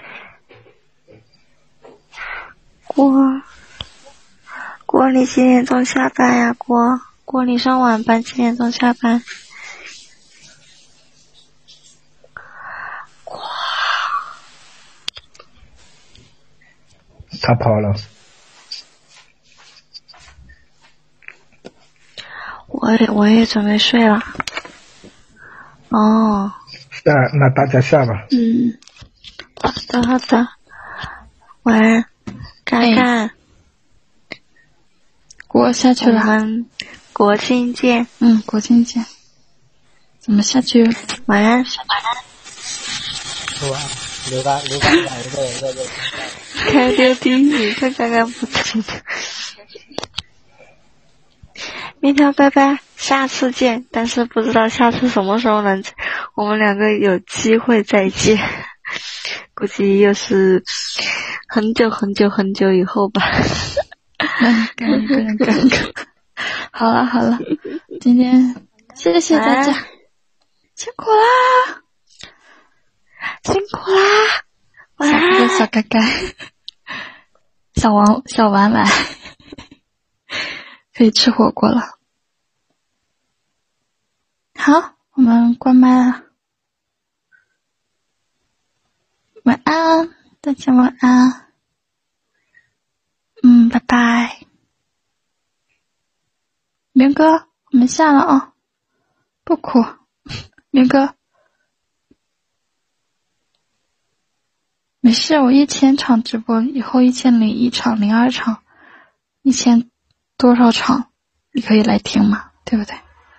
郭，郭你几点钟下班呀？郭，郭你上晚班几点钟下班？郭， 他跑了。 我也我也准备睡了。哦， 下，那大家下吧。 嗯，好的好的，晚安，干干。 国下去了。 我们国庆见。 嗯，国庆见。怎么下去？ 晚安。 晚安。哇，刘刚刘刚两个人在这。 开丢地狱，他刚刚不听。明天拜拜，下次见，但是不知道下次什么时候能我们两个有机会再见，估计又是很久很久很久以后吧。 干一个人干个。好了好了，今天谢谢大家，辛苦啦，辛苦啦，晚安，小盖盖，小王小婉婉，可以吃火锅了。好，我们关麦了。晚安，大家晚安。嗯，拜拜。明哥，我们下了啊，不哭。明哥，没事，我一千场直播，以后一千零一场、零二场、一千多少场，你可以来听嘛，对不对？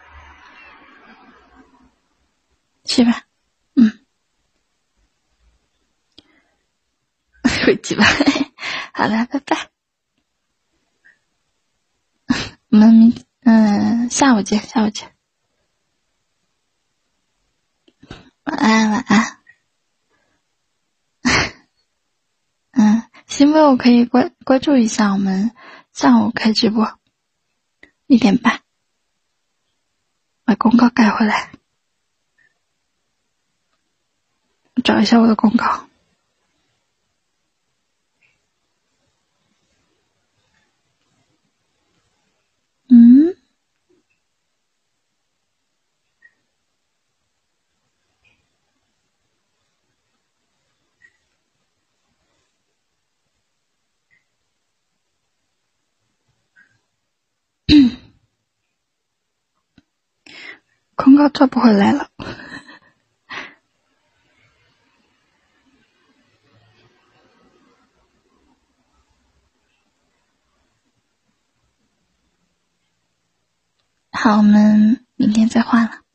去吧，嗯，回去吧，好了，拜拜。 我们明嗯下午见，下午见。晚安，晚安。嗯，新朋友可以关关注一下，我们上午开直播，一点半。把公告改回来，我找一下我的公告。嗯。公告找不回来了。好，我们明天再换了。